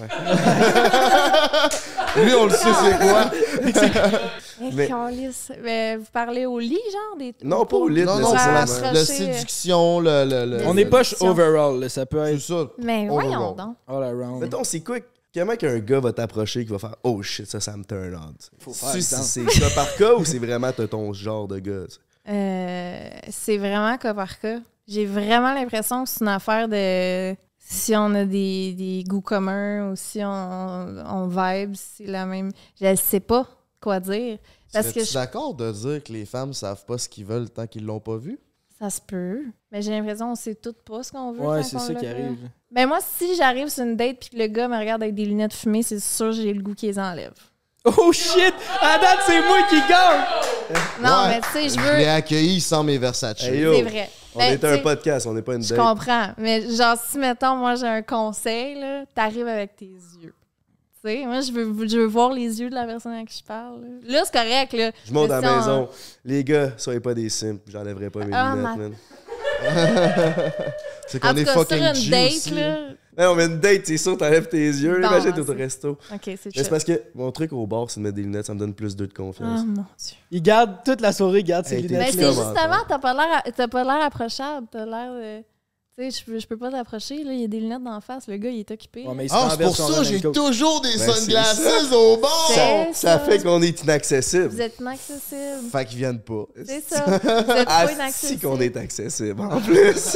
Lui, on le sait, c'est quoi. Eh, Mais- câlisse. Mais vous parlez au lit, genre? Des... Non, pas au lit, Non, mais non, c'est c'est ça, la, vraiment. vraiment. la Accroché, euh, séduction, le... le, le- On le- est poche Séduction. overall, là, ça peut C'est être ça. Mais Overall. voyons donc. all around. Mettons, c'est quoi? Comment qu'un gars va t'approcher qui va faire « Oh shit, ça, ça me turn on. » Faut faire Si exemple. c'est cas par cas ou c'est vraiment t'as ton genre de gars? tu sais? Euh, c'est vraiment cas par cas. J'ai vraiment l'impression que c'est une affaire de si on a des, des goûts communs ou si on, on vibe, c'est la même. Je sais pas quoi dire. Parce que Serais-tu je- d'accord de dire que les femmes savent pas ce qu'ils veulent tant qu'ils l'ont pas vu? ça se peut. Mais j'ai l'impression qu'on sait toutes pas ce qu'on veut. Ouais, quand c'est on ça l'a qui fait. arrive. Ben moi, si j'arrive sur une date puis que le gars me regarde avec des lunettes fumées, c'est sûr que j'ai le goût qu'il les enlève. Oh shit! À date, c'est moi qui gagne! Non, Ouais. mais tu sais, je Je l'ai veux. accueilli sans mes Versace. Hey, yo, C'est vrai. On Ben, est un tu sais, podcast, on n'est pas une Je date. comprends. Mais genre, si, mettons, moi, j'ai un conseil, là, t'arrives avec tes yeux. Tu sais, moi, je veux, je veux voir les yeux de la personne à qui je parle. Là, Là, c'est correct, là. Je monte Mais à si la on- maison. Les gars, soyez pas des simples. J'enlèverai pas mes Ah, lunettes, ma- man. C'est En qu'on tout est cas, fucking sur une G date, aussi. là. Non, mais une date, c'est sûr, t'enlèves tes yeux. Bon, Imagine, t'es au c'est- resto. OK, c'est Mais c'est chill. parce que mon truc au bar, c'est de mettre des lunettes, ça me donne plus d'eux de confiance. Oh mon Dieu. Il garde toute la soirée, il garde ses Hey, t'es Ben, lunettes. c'est comment, justement, toi? t'as pas l'air à- t'as pas l'air approchable. T'as l'air de. Tu sais, je peux, je peux pas t'approcher, là. Il y a des lunettes d'en face. Le gars, il est occupé. Ouais, mais il se Ah, c'est renverse pour son ça, j'ai Roman Coke. toujours des Ben, c'est sunglasses au bord! C'est- Ça, C'est ça ça. fait qu'on est inaccessible. Vous êtes inaccessible. Fait qu'ils viennent pas. C'est ça. Vous êtes pas Ah, si inaccessible. qu'on est accessible, en plus.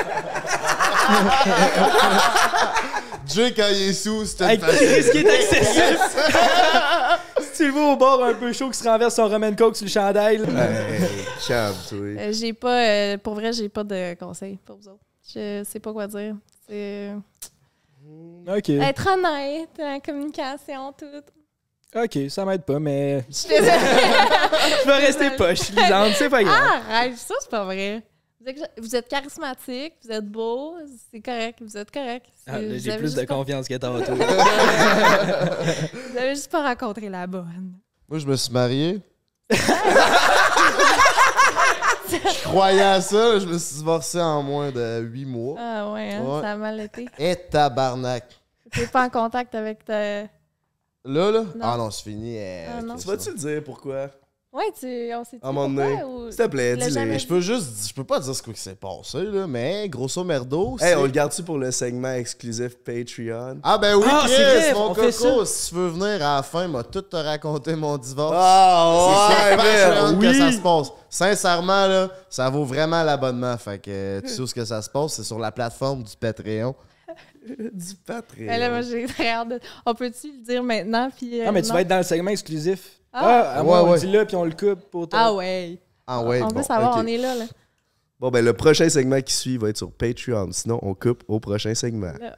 Jay, quand il est sous, c'est Hey, une facile. Chris qui est accessible! Si tu le vois au bord un peu chaud qui se renverse son Roman Coke sur le chandail. là. Hey, calme, toi. Euh, j'ai pas. euh, pour vrai, j'ai pas de conseils pour vous autres. Je sais pas quoi dire. C'est. Ok. Être honnête, la communication, tout. Ok, ça m'aide pas, mais Je suis désolée. je vais rester poche, lisante, c'est pas grave. Arrête, ça, c'est pas vrai. Vous êtes, vous êtes charismatique, vous êtes beau, c'est correct, vous êtes correct. Ah, là, Vous j'ai avez plus juste de pas- confiance que tantôt. Vous avez juste pas rencontré la bonne. Moi, je me suis marié. Je croyais à ça, je me suis divorcé en moins de huit mois. Ah ouais, hein, Ouais. ça a mal été. Et tabarnak. T'es pas en contact avec ta. Là, là? Non. Ah non, c'est fini. euh, Ah non. Tu vas-tu le dire pourquoi? Ouais, tu, on s'est dit À un moment donné. pourquoi, ou... S'il te plaît, Tu l'as dis-le. jamais Mais je peux juste, je peux pas dire ce qui s'est passé, là, mais grosso merdo, Hey, c'est- on le garde-tu pour le segment exclusif Patreon? Ah ben oui, Ah, Chris, c'est vrai, mon on fait coco, si tu veux venir à la fin, m'a tout te raconter mon divorce. Ah, C'est sur Patreon ouais, que ça oui! se passe. Sincèrement, là, ça vaut vraiment l'abonnement. Fait que euh, tu sais où ce que ça se passe, c'est sur la plateforme du Patreon. Du Patreon. Mais là, moi, j'ai très hâte de... On peut-tu le dire maintenant? Puis, euh, Ah, mais tu non? vas être dans le segment exclusif. Ah. Ah, à moi, Ouais, on ouais. le dit là, puis on le coupe pour toi. Ah ouais. Ah ouais, on bon, veut savoir, ok. on est là, là. Bon, ben, le prochain segment qui suit va être sur Patreon. Sinon, on coupe au prochain segment. Là.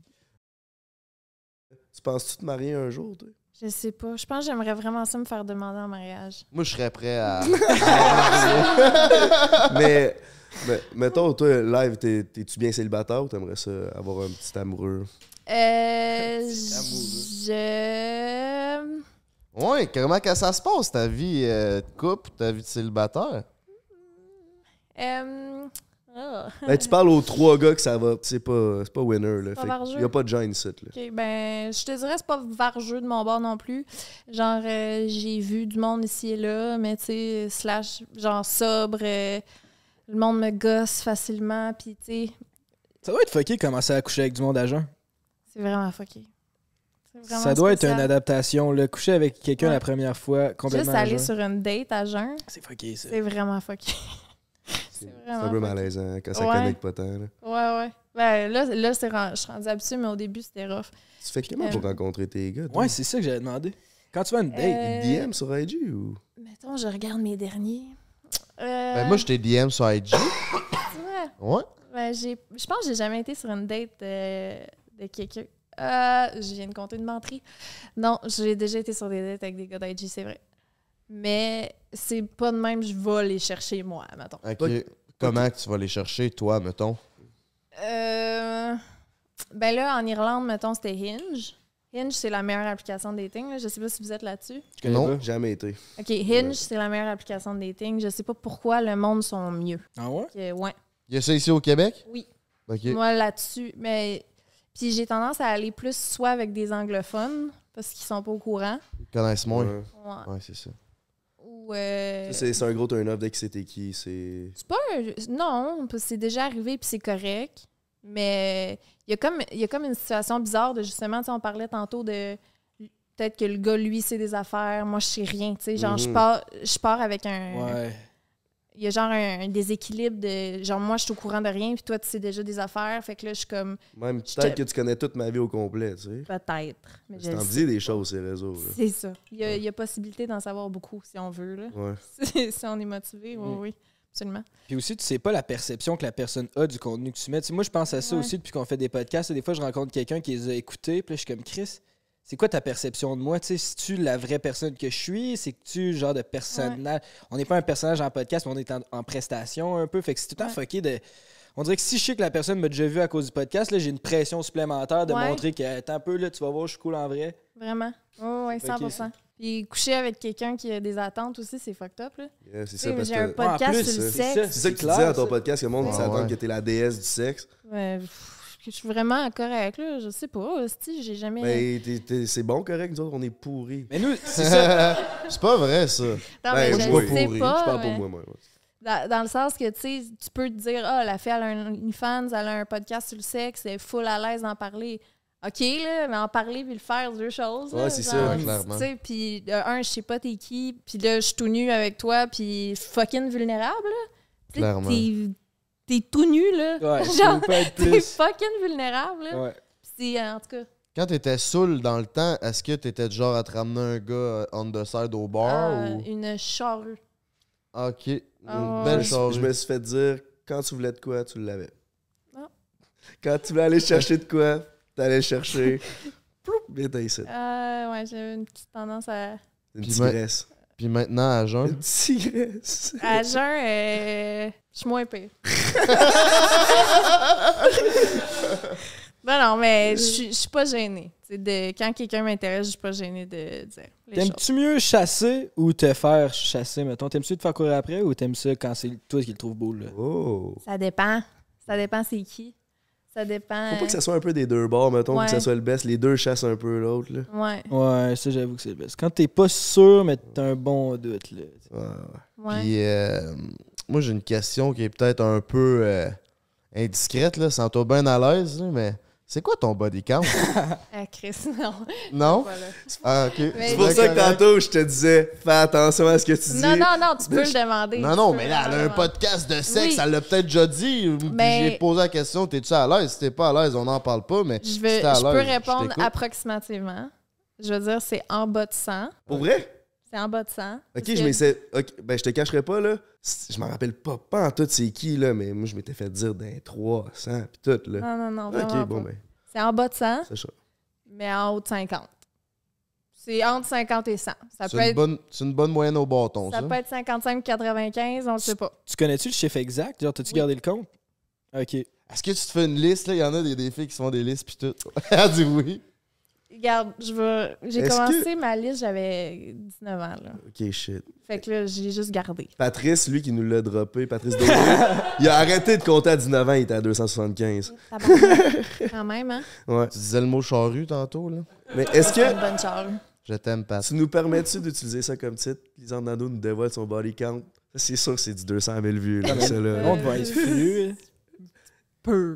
Tu penses-tu te marier un jour, toi? Je sais pas. Je pense que j'aimerais vraiment ça me faire demander en mariage. Moi, je serais prêt à... mais, mais, mettons, toi, live, t'es- t'es-tu bien célibataire ou t'aimerais ça avoir un petit amoureux? Euh. amoureux. Je. Ouais, comment que ça se passe, ta vie euh, de couple, ta vie de célibataire? Euh. ah. Ben, tu parles aux trois gars que ça va. C'est pas, c'est pas winner, là. Pas Fait vargeux. qu'il y a pas de gêne ici, là. Ok, ben, je te dirais, c'est pas vargeux de mon bord non plus. Genre, euh, j'ai vu du monde ici et là, mais tu sais, slash, genre sobre, euh, le monde me gosse facilement, puis tu sais, Ça doit être fucké commencer à coucher avec du monde à jeun. c'est vraiment fucké. C'est vraiment Ça doit être spécial. une adaptation. Là. Coucher avec quelqu'un Ouais. la première fois, complètement Juste à aller jeun. sur une date à jeun, C'est fucké, ça. c'est vraiment fucké. c'est C'est vraiment un peu fucké. malaisant quand ça Ouais. connecte pas tant, là. Ouais, ouais. Ben, là, là c'est ren- je suis rendue habituée, mais au début, c'était rough. Tu fais comment pour Euh, rencontrer tes gars, toi? Ouais, c'est ça que j'avais demandé. Quand tu vas à une date, Euh, D M sur I G ou? Mettons, je regarde mes derniers. Euh, Ben moi, je t'ai D M sur I G. ouais. Ouais. Ben, j'ai, je pense que j'ai jamais été sur une date euh, de quelqu'un. Euh, je viens de compter une menterie. Non, j'ai déjà été sur des dates avec des gars d'I G, c'est vrai. Mais c'est pas de même, je vais les chercher moi, mettons. OK. Ok. Comment que tu vas les chercher, toi, mettons? Euh, ben là, en Irlande, mettons, c'était Hinge. Hinge, c'est la meilleure application de dating. Là. Je sais pas si vous êtes là-dessus. je connais Non. pas. Jamais été. OK, Hinge, c'est la meilleure application de dating. Je sais pas pourquoi le monde sont mieux. Ah ouais? Que, ouais. Il y a ça ici au Québec? Oui. OK. Moi, là-dessus, mais... Puis j'ai tendance à aller plus soit avec des anglophones, parce qu'ils sont pas au courant, Ils connaissent moins. Ouais. ouais. Ouais, c'est ça. ou... euh, Ça, C'est c'est un gros turn-off dès que c'était qui. C'est. c'est pas un... Non, parce que c'est déjà arrivé, puis c'est correct. Mais il y, a comme- il y a comme une situation bizarre de, justement, tu sais, on parlait tantôt de... Peut-être que le gars, lui, c'est des affaires, moi, je sais rien, tu sais. Genre, je Mhm. pars, je pars avec un... Ouais. Il y a genre un, un déséquilibre de... Genre, moi, je suis au courant de rien, puis toi, tu sais déjà des affaires. Fait que là, je suis comme... Même Je peut-être te- que tu connais toute ma vie au complet, tu sais. Peut-être. Mais Tu je t'en le dis des choses, ces réseaux, là. C'est ça. Il y, a, il y a possibilité d'en savoir beaucoup si on veut. Là. Ouais. si si on est motivé, oui, Mm. oui, absolument. Puis aussi, tu sais pas la perception que la personne a du contenu que tu mets. Tu sais, moi, je pense à ça Ouais. aussi depuis qu'on fait des podcasts. Des fois, je rencontre quelqu'un qui les a écoutés, puis là, je suis comme Chris. C'est quoi ta perception de moi? Tu sais, si-tu la vraie personne que je suis? C'est que tu genre de personnage. On n'est pas un personnage en podcast, mais on est en, en prestation un peu. Fait que c'est tout le temps Ouais. fucké de. On dirait que si je sais que la personne m'a déjà vu à cause du podcast, là, j'ai une pression supplémentaire de Ouais. montrer que attends un peu, là, tu vas voir, je suis cool en vrai. Vraiment. Oui, oui, cent pour cent. Puis coucher avec quelqu'un qui a des attentes aussi, c'est fucked up. Là. Yeah, c'est Tu ça, sais, parce j'ai un que. podcast Ouais, en plus, sur le c'est sexe. ça. C'est ça que tu clair, disais dans ton ça. podcast, que le monde Ouais. s'attend Ouais. que t'es la déesse du sexe. Ouais, pff, je suis vraiment correct, là. Je sais pas. Si, j'ai jamais. Mais t'es- t'es- c'est bon, correct, nous autres, on est pourris. Mais nous, c'est ça. C'est pas vrai, ça. Non, Ben, mais moi, je je le suis sais pourri. pas. Je parle mais pour moi, moi. Dans, dans le sens que, tu sais, tu peux te dire, ah, la fille, elle a un OnlyFans, elle a un podcast sur le sexe, elle est full à l'aise d'en parler. OK, là, mais en parler puis le faire, c'est deux choses. Ouais, là, c'est genre, ça, ouais, clairement. Tu sais, puis de un, je sais pas t'es qui, puis là, je suis tout nu avec toi, puis fucking vulnérable, là. Tu sais, Clairement. T'es, t'es tout nu, là. Ouais, tu Genre, peux pas être t'es plus. fucking vulnérable, là. Ouais. Puis c'est, euh, en tout cas, Quand t'étais saoul dans le temps, est-ce que t'étais du genre à te ramener un gars euh, on the side au bar euh, ou... une charrue. OK. Une Ah, belle ouais. chose. Je me suis fait dire, quand tu voulais de quoi, tu l'avais. Ah. Quand tu voulais aller chercher de quoi, t'allais le chercher. Ploup, bien t'as ici. Euh, ouais, j'avais une petite tendance à... Une Puis tigresse. Puis maintenant, à jeun. Une tigresse. À jeun, euh, je suis moins pire. Non, non, mais je suis- je suis pas gênée. C'est de, quand quelqu'un m'intéresse, je suis pas gênée de dire les choses. T'aimes-tu mieux chasser ou te faire chasser, mettons? T'aimes-tu te faire courir après ou t'aimes ça quand c'est toi qui le trouves beau, là? Oh. Ça dépend. Ça dépend c'est qui. Ça dépend. Faut pas que ça soit un peu des deux bords, mettons, Ouais. que ça soit le best. Les deux chassent un peu l'autre, là. Ouais. Ouais, ça, j'avoue que c'est le best. Quand t'es pas sûr, mais t'as un bon doute, là. Ouais, ouais. Ouais. Puis, euh, moi, j'ai une question qui est peut-être un peu euh, indiscrète, là, sens-toi bien à l'aise, là, mais c'est quoi ton body count? Ah, Chris, non. Non? Voilà. Ah, ok. Mais- C'est pour ça que tantôt, je te disais, fais attention à ce que tu dis. Non, non, non, tu peux le demander. Non, Tu non, peux mais là, elle a un vraiment podcast de sexe, Oui. elle l'a peut-être déjà dit. Puis Mais- j'ai posé la question, t'es-tu à l'aise? Si t'es pas à l'aise, on n'en parle pas, mais Je, si veux, t'es à je peux l'aise, répondre t'écoute. approximativement. Je veux dire, c'est en bas de cent. Pour vrai? C'est en bas de cent. Ok, Parce je que- m'essaie. Ok, ben, je te cacherai pas, là. Je m'en rappelle pas, pas en tout c'est qui, là, mais moi, je m'étais fait dire d'un trois cents, pis tout, là. Non, non, non, Ok, vraiment bon, pas. ben, C'est en bas de cent, c'est ça. mais en haut de cinquante. C'est entre cinquante et cent. Ça C'est peut, une, être, bonne, c'est une bonne moyenne au bâton, ça. ça peut être cinquante-cinq ou quatre-vingt-quinze, on ne sait pas. Tu connais-tu le chiffre exact? Genre, t'as-tu Oui. gardé le compte? OK. Est-ce que tu te fais une liste, là? Il y en a des, des filles qui se font des listes, puis tout. Elle dit oui. Regarde, je veux... j'ai Est-ce commencé ma liste, j'avais dix-neuf ans. Là. Ok, shit. Fait que là, j'ai juste gardé. Patrice, lui qui nous l'a droppé, Patrice Daudet, il a arrêté de compter à dix-neuf ans, il était à deux cent soixante-quinze. Tabarnak. Quand même, hein? Ouais. Tu disais le mot charrue tantôt, là. Mais est-ce C'est une que bonne charge. Je t'aime, Pat. tu nous permets-tu d'utiliser ça comme titre? Lisande Nadeau nous dévoile son body count. Ça, c'est sûr que c'est du deux cent mille vues, là, ça, là. On va être furieux. Peu.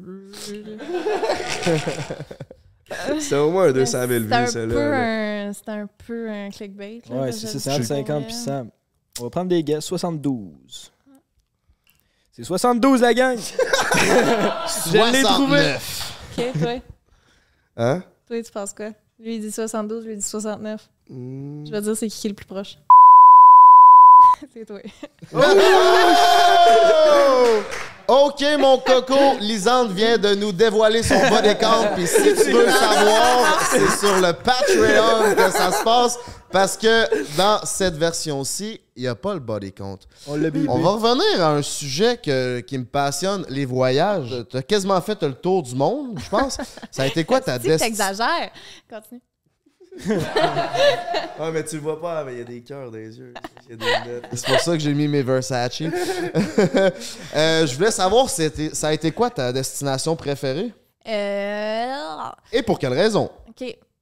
C'est au moins un deux cent mille C'est un vues, ça, peu là. un- C'est un peu un clickbait. là, Ouais, parce c'est que ça, je c'est entre sais pas cinquante vrai. puis cent. On va prendre des gars. soixante-douze. C'est soixante-douze, la gang! Je l'ai trouvé! OK, toi? Hein? Toi, tu penses quoi? Lui, il dit soixante-douze, lui, il dit soixante-neuf. Hmm. Je vais dire c'est qui qui est le plus proche. C'est toi. Oh! OK, mon coco, Lisande vient de nous dévoiler son body count. Puis si tu veux savoir, c'est sur le Patreon que ça se passe. Parce que dans cette version-ci, il n'y a pas le body count. On l'a bibé. On va revenir à un sujet que- qui me passionne, les voyages. Tu as quasiment fait le tour du monde, je pense. Ça a été quoi ta Tu sais, destination? t'exagères. Continue. Ah, mais tu le vois pas, mais il y a des cœurs dans les yeux. Il y a des lunettes. C'est pour ça que j'ai mis mes Versace. Euh, je voulais savoir, c'était- ça a été quoi ta destination préférée? Euh... Et pour quelle raison? OK.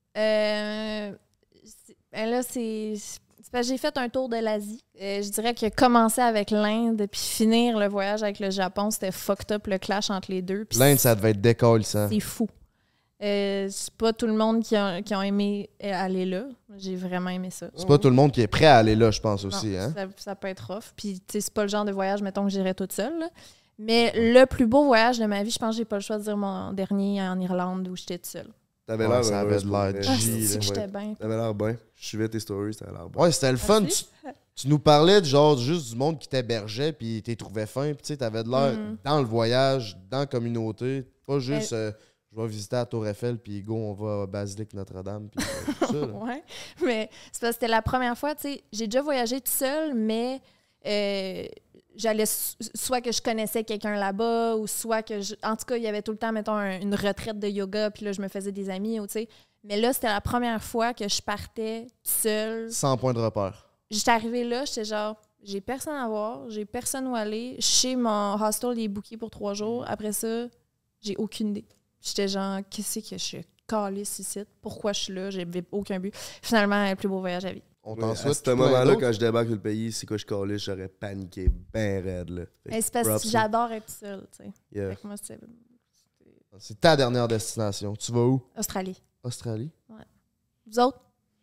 Euh... c'est- Ben là, c'est... c'est parce que j'ai fait un tour de l'Asie. Euh, je dirais que commencer avec l'Inde puis finir le voyage avec le Japon, c'était fucked up le clash entre les deux. Puis L'Inde, ça devait être décollissant. c'est fou. Euh, c'est pas tout le monde qui a, qui ont aimé aller là. J'ai vraiment aimé ça. C'est pas tout le monde qui est prêt à aller là, je pense aussi. Non, Hein? ça, ça peut être rough. Puis, tu sais, c'est pas le genre de voyage, mettons, que j'irais toute seule. là. Mais le plus beau voyage de ma vie, je pense que j'ai pas le choix de dire mon dernier en Irlande où j'étais toute seule. T'avais Ouais, l'air ça avait heureuse de pour l'air vrai. G, Ah, là. c'est que j'étais Ouais. bien. T'avais l'air bien. Je suivais tes stories, t'avais l'air bien. Ouais, c'était le fun. Tu, Merci. tu nous parlais de genre juste du monde qui t'hébergeait puis t'es trouvé fin. Puis tu sais, t'avais de l'air Mhm. dans le voyage, dans la communauté. Pas juste Ben- euh, je vais visiter la Tour Eiffel puis go, on va à Basilique Notre-Dame. Puis euh, tout ça. là. Ouais. Mais c'est parce que c'était la première fois, tu sais, j'ai déjà voyagé toute seule, mais euh, j'allais so- soit que je connaissais quelqu'un là-bas ou soit que je... En tout cas, il y avait tout le temps, mettons, un- une retraite de yoga, puis là, je me faisais des amis, ou tu sais. Mais là, c'était la première fois que je partais seule. Sans point de repère. J'étais arrivée là, j'étais genre, j'ai personne à voir, j'ai personne où aller. Chez mon hostel, il est booké pour trois jours. Après ça, j'ai aucune idée. J'étais genre, qu'est-ce que je suis calisse ici? Pourquoi je suis là? J'avais aucun but. Finalement, le plus beau voyage à vie. On Ouais, t'en à souhaite ce plein moment-là, d'autres. quand je débarque sur le pays, c'est quoi je calais, j'aurais paniqué ben raide, là. Fait que Et c'est parce props, que j'adore être seule, tu sais. yeah. Fait que moi, c'est C'est ta dernière destination. Tu vas où? Australie. Australie? Vous autres?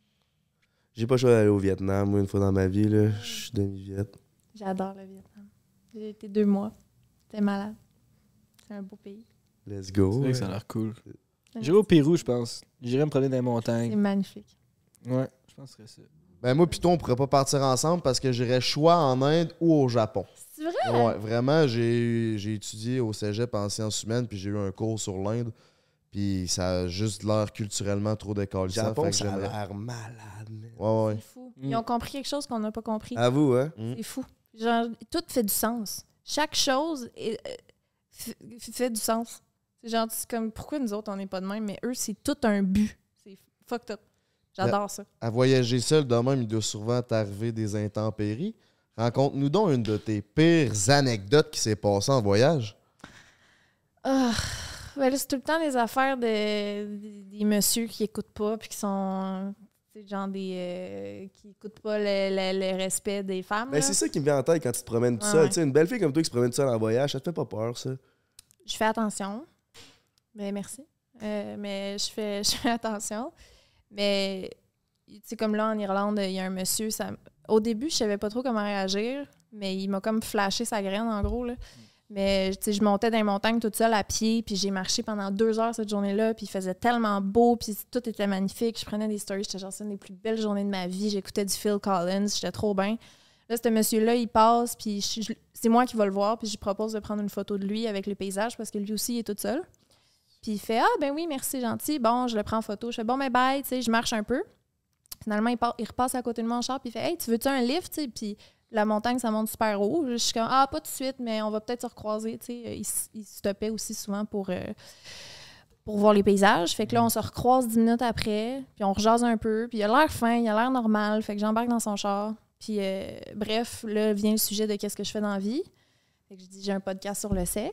J'ai pas le choix d'aller au Vietnam, moi, une fois dans ma vie, là. Je suis demi-viet. J'adore le Vietnam. J'ai été deux mois. C'était malade. C'est un beau pays. Let's go. C'est vrai que ça a l'air cool. J'irai au Pérou, je pense. J'irai me promener dans les C'est montagnes. magnifique. Ouais, je pense que c'est ça. Ben moi pis toi, on pourrait pas partir ensemble parce que j'irais choix en Inde ou au Japon. C'est vrai? Ouais, vraiment, j'ai j'ai étudié au cégep en sciences humaines puis j'ai eu un cours sur l'Inde. Puis ça a juste l'air culturellement trop décalissant. Japon, fait que ça a j'aimerais- l'air malade, man. Ouais, ouais. C'est fou. Ils ont compris quelque chose qu'on n'a pas compris. À vous, hein? Mm. C'est fou. Genre, tout fait du sens. Chaque chose est- euh, f- fait du sens. C'est genre, c'est comme, pourquoi nous autres, on n'est pas de même, mais eux, c'est tout un but. C'est fucked up. J'adore ça. À voyager seul de même, il doit souvent t'arriver des intempéries. Raconte-nous donc une de tes pires anecdotes qui s'est passée en voyage. Ah, ben là, c'est tout le temps des affaires de, des, des messieurs qui écoutent pas puis qui sont... C'est genre des... Euh, qui écoutent pas le, le, le respect des femmes. Ben, c'est ça qui me vient en tête quand tu te promènes tout Ah, seul. ouais. Tu sais, une belle fille comme toi qui se promène tout seul en voyage, ça te fait pas peur, ça? Je fais attention. Mais merci. Euh, mais je fais, je fais attention. Mais, tu sais, comme là, en Irlande, il y a un monsieur... Ça, au début, je savais pas trop comment réagir, mais il m'a comme flashé sa graine, en gros, là. Mais, tu sais, je montais dans les montagnes toute seule à pied, puis j'ai marché pendant deux heures cette journée-là, puis il faisait tellement beau, puis tout était magnifique. Je prenais des stories, j'étais genre, c'est une des plus belles journées de ma vie. J'écoutais du Phil Collins, j'étais trop bien. Là, ce monsieur-là, il passe, puis je, je, c'est moi qui vais le voir, puis je lui propose de prendre une photo de lui avec le paysage, parce que lui aussi, il est tout seul. Puis il fait « Ah, ben oui, merci, gentil. » Bon, je le prends en photo. Je fais « Bon, ben bye. » Tu sais, je marche un peu. Finalement, il, part, il repasse à côté de moi en char, puis il fait « Hey, tu veux-tu un lift? » Tu sais, puis la montagne, ça monte super haut. Je suis comme « Ah, pas tout de suite, mais on va peut-être se recroiser. » Tu sais, il, il stoppait aussi souvent pour, euh, pour voir les paysages. Fait que là, on se recroise dix minutes après, puis on rejase un peu. Puis il a l'air fin, il a l'air normal. Fait que j'embarque dans son char. Puis euh, bref, là vient le sujet de qu'est-ce que je fais dans la vie. Fait que je dis « J'ai un podcast sur le sexe. »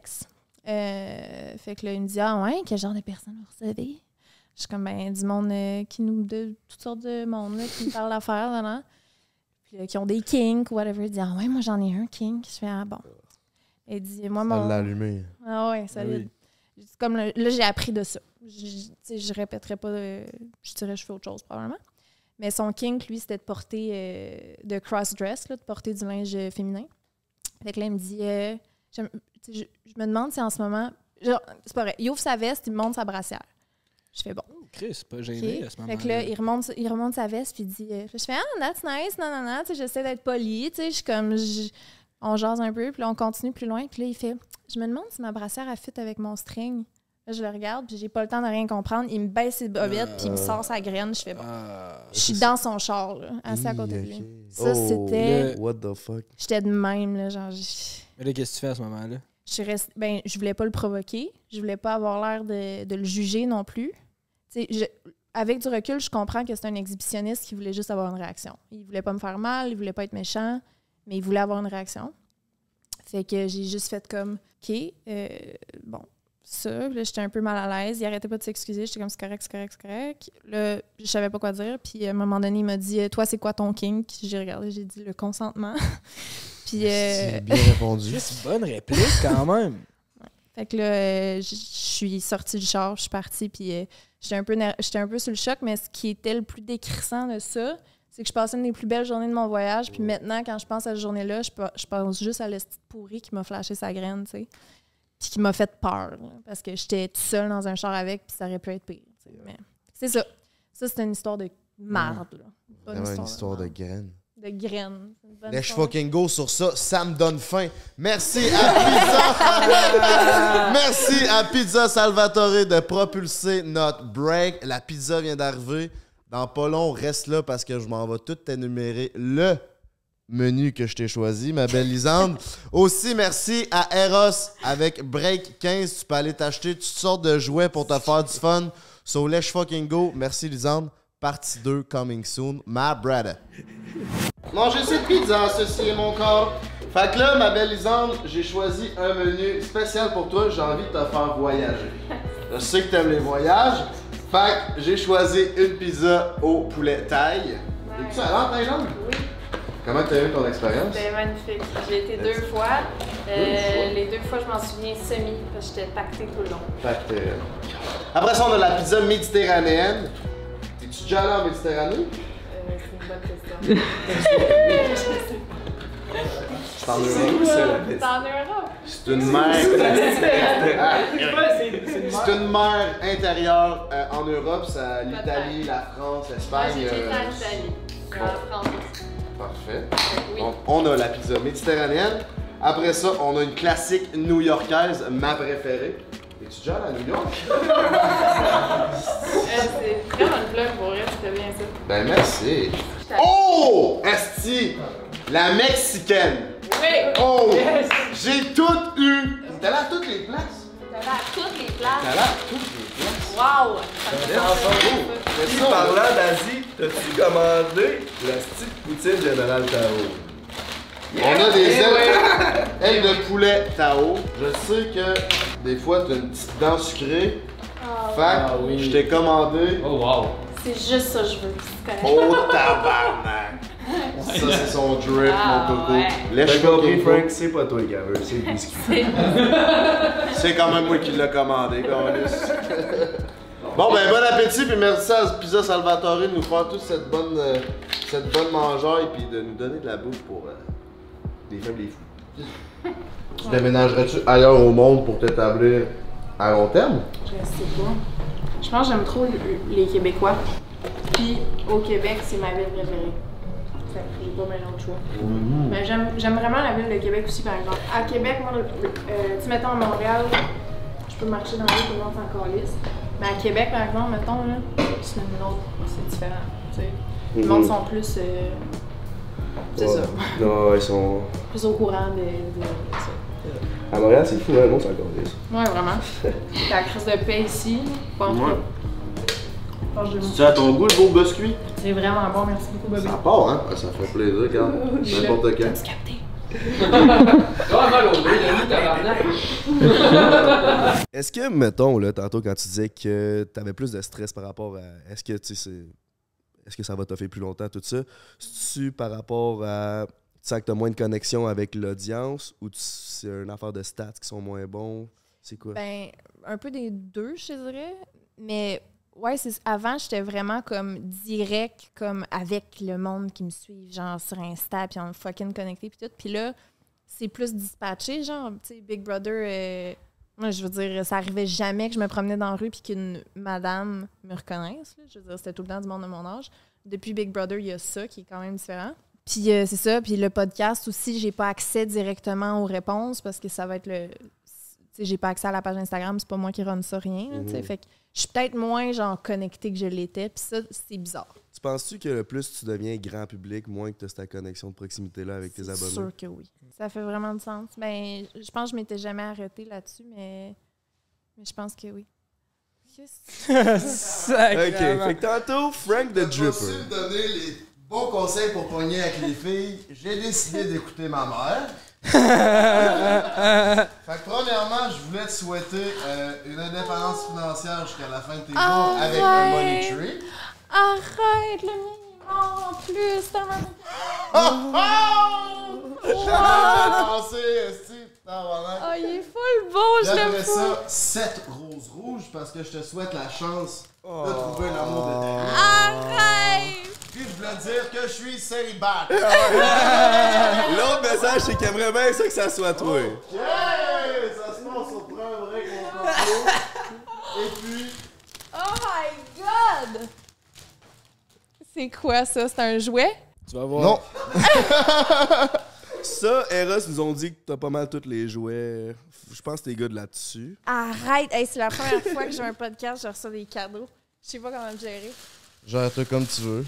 Euh, fait que là, il me dit « Ah ouais, quel genre de personnes vous recevez? » Je suis comme, ben, du monde euh, qui nous... de toutes sortes de monde, là, qui me parle d'affaires, là, là. Puis là, qui ont des kinks, whatever. Il dit « Ah ouais, moi, j'en ai un kink. » Je fais « Ah bon. » Il dit « Moi, Ça mon... » l'a allumé. Ah ouais, ça oui. Comme le- là, j'ai appris de ça. Je, je répéterais pas, de... je dirais je fais autre chose, probablement. Mais son kink, lui, c'était de porter, euh, de cross-dress, là, de porter du linge féminin. Fait que là, il me dit, euh, je, je, je me demande si en ce moment, genre, c'est pas vrai, il ouvre sa veste, il me montre sa brassière. Je fais bon. Chris, c'est pas gêné Okay. à ce moment-là. Fait que là, il remonte, il remonte sa veste, puis il dit, euh, je fais, ah, that's nice, non, non, non, tu sais, j'essaie d'être polie, tu sais, je suis comme, je- on jase un peu, puis là, on continue plus loin, puis là, il fait, je me demande si ma brassière a fit avec mon string. Là, je le regarde, puis j'ai pas le temps de rien comprendre. Il me baisse ses bobettes, puis il me sort sa graine. Je fais bon. Ah, Je suis dans son char, là, assis à côté de lui. Ça, Oh, c'était. What the fuck? J'étais de même, là. Genre, je mais là, qu'est-ce que tu fais à ce moment-là? je suis restée- ben, je voulais pas le provoquer. Je voulais pas avoir l'air de, de le juger non plus. Tu sais, je- avec du recul, je comprends que c'est un exhibitionniste qui voulait juste avoir une réaction. Il voulait pas me faire mal, il voulait pas être méchant, mais il voulait avoir une réaction. Fait que j'ai juste fait comme, OK, euh, bon. Ça, là, j'étais un peu mal à l'aise. Il arrêtait pas de s'excuser. J'étais comme, c'est correct, c'est correct, c'est correct. Là, je savais pas quoi dire. Puis à un moment donné, il m'a dit, toi, c'est quoi ton kink? J'ai regardé, j'ai dit, le consentement. Puis, euh, C'est bien répondu. Chris, bonne réplique quand même. fait que là, euh, je je suis sortie du char, je suis partie. Puis euh, j'étais un peu ner- j'étais un peu sur le choc. Mais ce qui était le plus décrissant de ça, c'est que je passais une des plus belles journées de mon voyage. Puis maintenant, quand je pense à cette journée-là, je, pe- je pense juste à l'esti pourri qui m'a flashé sa graine, tu sais. Puis qui m'a fait peur, là, parce que j'étais toute seule dans un char avec, puis ça aurait pu être pire. tu sais. Mais c'est ça. Ça, c'est une histoire de marde. Là. Bonne Vraiment une histoire de marde. graines. De graines. C'est une bonne Let's histoire. fucking go sur ça. Ça me donne faim. Merci à Pizza. Merci à Pizza Salvatore de propulser notre break. La pizza vient d'arriver. Dans pas long, reste là parce que je m'en vais tout t'énumérer le menu que je t'ai choisi, ma belle Lisande. Aussi, merci à Eros avec Break quinze. Tu peux aller t'acheter toutes sortes de jouets pour te faire du fun. So, let's fucking go. Merci, Lisande. Partie deux, coming soon. My brother. Manger cette pizza, ceci est mon corps. Fait que là, ma belle Lisande, j'ai choisi un menu spécial pour toi. J'ai envie de te faire voyager. Je sais que t'aimes les voyages. Fait que j'ai choisi une pizza au poulet taille. Ouais. Es-tu allé en Thaïlande? Oui, Comment t'as eu ton expérience? c'était magnifique. J'ai été deux fois. Euh, les deux fois, je m'en souviens semi, parce que j'étais pactée tout le long. Fait que, euh, Après ça, on a la pizza méditerranéenne. Es-tu déjà allé en Méditerranée? Euh, c'est une bonne question. C'est en Europe. C'est en Europe. C'est une mer. Ah, C'est une mer intérieure euh, en Europe, ça l'Italie, la France, Moi, l'Espagne. j'ai été euh, en Italie. En France aussi. Parfait. Oui. Donc, on a la pizza méditerranéenne. Après ça, on a une classique new-yorkaise, ma préférée. Es-tu déjà allé à New York? Euh, c'est vraiment une blague pour vrai, c'était bien ça. Ben merci. Oh! Esti! La mexicaine. Oui! Oh! J'ai tout eu. T'es allé à toutes les places? T'allais à toutes les T'es places. allé à toutes les places? Wow! Ça me fait penser. C'est Puis ça. parlant d'Asie, t'as-tu commandé la petite poutine Général Tao? On a des ailes. Aile de poulet Tao. Je sais que des fois, t'as une petite dent sucrée. Ah, Fait Ah que oui. je t'ai commandé. Oh wow! c'est juste ça que je veux. C'est correct. Oh tabarnak! Ça, c'est son drip, Ah, mon coco. ouais. Lèche T'as compris, coco. Frank, c'est pas toi qui a veut, c'est le biscuit. C'est quand même moi qui l'ai commandé, câlisse. Bon, ben, bon appétit, puis merci à Pizza Salvatore de nous faire toute cette bonne, euh, cette bonne mangeaille, puis de nous donner de la bouffe pour euh, des faibles et fous. Tu déménagerais-tu ailleurs au monde pour t'établir à long terme? Je sais pas. Je pense que j'aime trop les Québécois. Puis au Québec, c'est ma ville préférée. Fait que j'ai pas mal d'autres choix. Mais j'aime j'aime vraiment la ville de Québec aussi, par exemple. À Québec, moi, le- euh, tu mettons à Montréal, je peux marcher dans la rue, tout le monde s'en calisse. Mais à Québec, par exemple, mettons, là, c'est une autre, c'est différent. Tu sais. Les Mhm. monde sont plus. euh, c'est ça. Non, ils sont. Plus au courant de, de, de ça. À Montréal, c'est fou, hein, le monde s'en calisse. Ouais, vraiment. La crise de paix ici, pas en tout Ouais. cas. Je pense que je- Tu as ton goût, le beau biscuit? C'est vraiment bon, merci beaucoup, bébé. Ça part, hein? Ça fait plaisir, regarde. N'importe quand. T'as-tu capté? Ah, mal au nez, Denis, tabarnak! Est-ce que, mettons, là, tantôt, quand tu disais que t'avais plus de stress par rapport à. Est-ce que, tu sais, c'est- est-ce que ça va t'offrir plus longtemps, tout ça? C'est-tu par rapport à. Tu sens que t'as moins de connexion avec l'audience ou tu- c'est une affaire de stats qui sont moins bons? C'est quoi? Ben, un peu des deux, je te dirais. Mais, ouais, c'est, avant, j'étais vraiment comme direct, comme avec le monde qui me suit, genre sur Insta, puis on me fucking connecté, puis tout. Puis là, c'est plus dispatché, genre, tu sais, Big Brother, euh, moi, je veux dire, ça arrivait jamais que je me promenais dans la rue puis qu'une madame me reconnaisse. Là. Je veux dire, c'était tout le temps du monde de mon âge. Depuis Big Brother, il y a ça qui est quand même différent. Puis euh, c'est ça. Puis le podcast aussi, j'ai pas accès directement aux réponses parce que ça va être le... Tu sais, j'ai pas accès à la page Instagram, c'est pas moi qui run ça, rien. Là, tu sais. Mhm. Fait que je suis peut-être moins, genre, connectée que je l'étais. Puis ça, c'est bizarre. Tu penses-tu que le plus tu deviens grand public, moins que tu as cette connexion de proximité-là avec tes C'est abonnés? sûr que oui. Ça fait vraiment du sens. Ben, je pense que je m'étais jamais arrêtée là-dessus, mais... mais je pense que oui. Qu'est-ce que- Ok, fait que tantôt, Frank the Dripper. possible de donner les bons conseils pour pogner avec les filles. J'ai décidé d'écouter ma mère. Fait que premièrement, je voulais te souhaiter euh, une indépendance financière jusqu'à la fin de tes jours Arrête. avec le Money Tree. Arrête, le mien est mort en plus. tellement- Oh! Oh! Jamais pensé, esti. Tabarnak. Ah, il est full beau, je Puis l'aime après pas. ça, sept roses rouges parce que je te souhaite la chance de trouver l'amour de ta vie. Arrête! Puis je voulais dire que je suis célibataire. L'autre message, c'est qu'il aimerait bien ça que ça soit toi. Yeah! Ça se passe sur un vrai gros complot. Et puis, Oh my god! C'est quoi ça? C'est un jouet? Tu vas voir. non. Ça, Eros nous ont dit que t'as pas mal tous les jouets. Je pense que t'es good là-dessus. Arrête! Hey, c'est la première fois que j'ai un podcast, je reçois des cadeaux. Je sais pas comment le gérer. Gère-toi comme tu veux.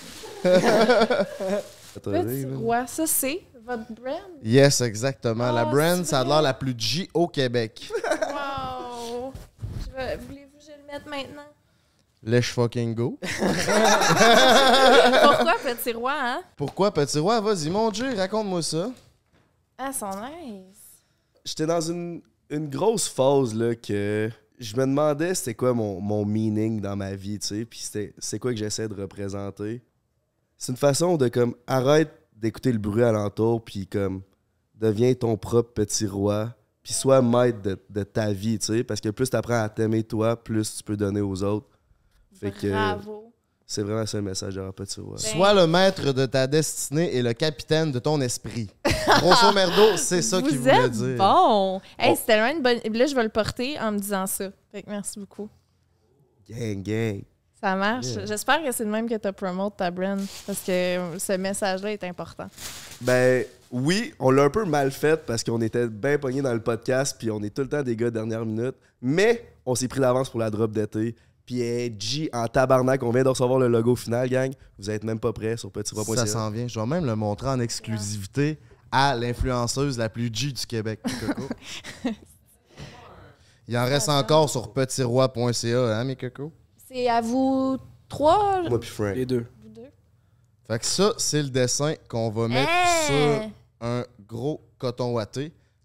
Petit roi, ça c'est votre brand? Yes, exactement. La Oh, brand, c'est ça a vrai? l'air la plus G au Québec. Wow! Je vais- Voulez-vous que je le mette maintenant? Let's fucking go. Pourquoi petit roi, hein? Pourquoi, petit roi? Vas-y, mon Dieu, raconte-moi ça. Ah, sont nice. J'étais dans une, une grosse phase là que je me demandais c'était quoi mon, mon meaning dans ma vie, tu sais, puis c'était c'est quoi que j'essaie de représenter. C'est une façon de comme arrête d'écouter le bruit alentour puis comme deviens ton propre petit roi, puis sois maître de, de ta vie, tu sais, parce que plus tu apprends à t'aimer toi, plus tu peux donner aux autres. Fait que Bravo. c'est vraiment ça le message de petit roi. Sois le maître de ta destinée et le capitaine de ton esprit. Grosso merdo, c'est ça qu'il Vous voulait êtes dire. bon! Hey, Oh. c'est tellement une bonne... Là, je vais le porter en me disant ça. Fait que merci beaucoup. Gang, gang. Ça marche. Yeah. J'espère que c'est le même que tu promote ta brand parce que ce message-là est important. Ben oui, on l'a un peu mal fait parce qu'on était bien pognés dans le podcast puis on est tout le temps des gars de dernière minute. Mais on s'est pris l'avance pour la drop d'été. Puis hey, G en tabarnak, on vient de recevoir le logo final, gang. Vous êtes même pas prêts sur petit roi point c a. Ça s'en vient. Je vais même le montrer en exclusivité à l'influenceuse la plus G du Québec, Coco. Il en reste encore sur petit roi point c a, hein, mes cocos? C'est à vous trois, Moi puis Frank. Les deux. vous deux? Fait que ça, c'est le dessin qu'on va mettre Hein? sur un gros coton ouaté.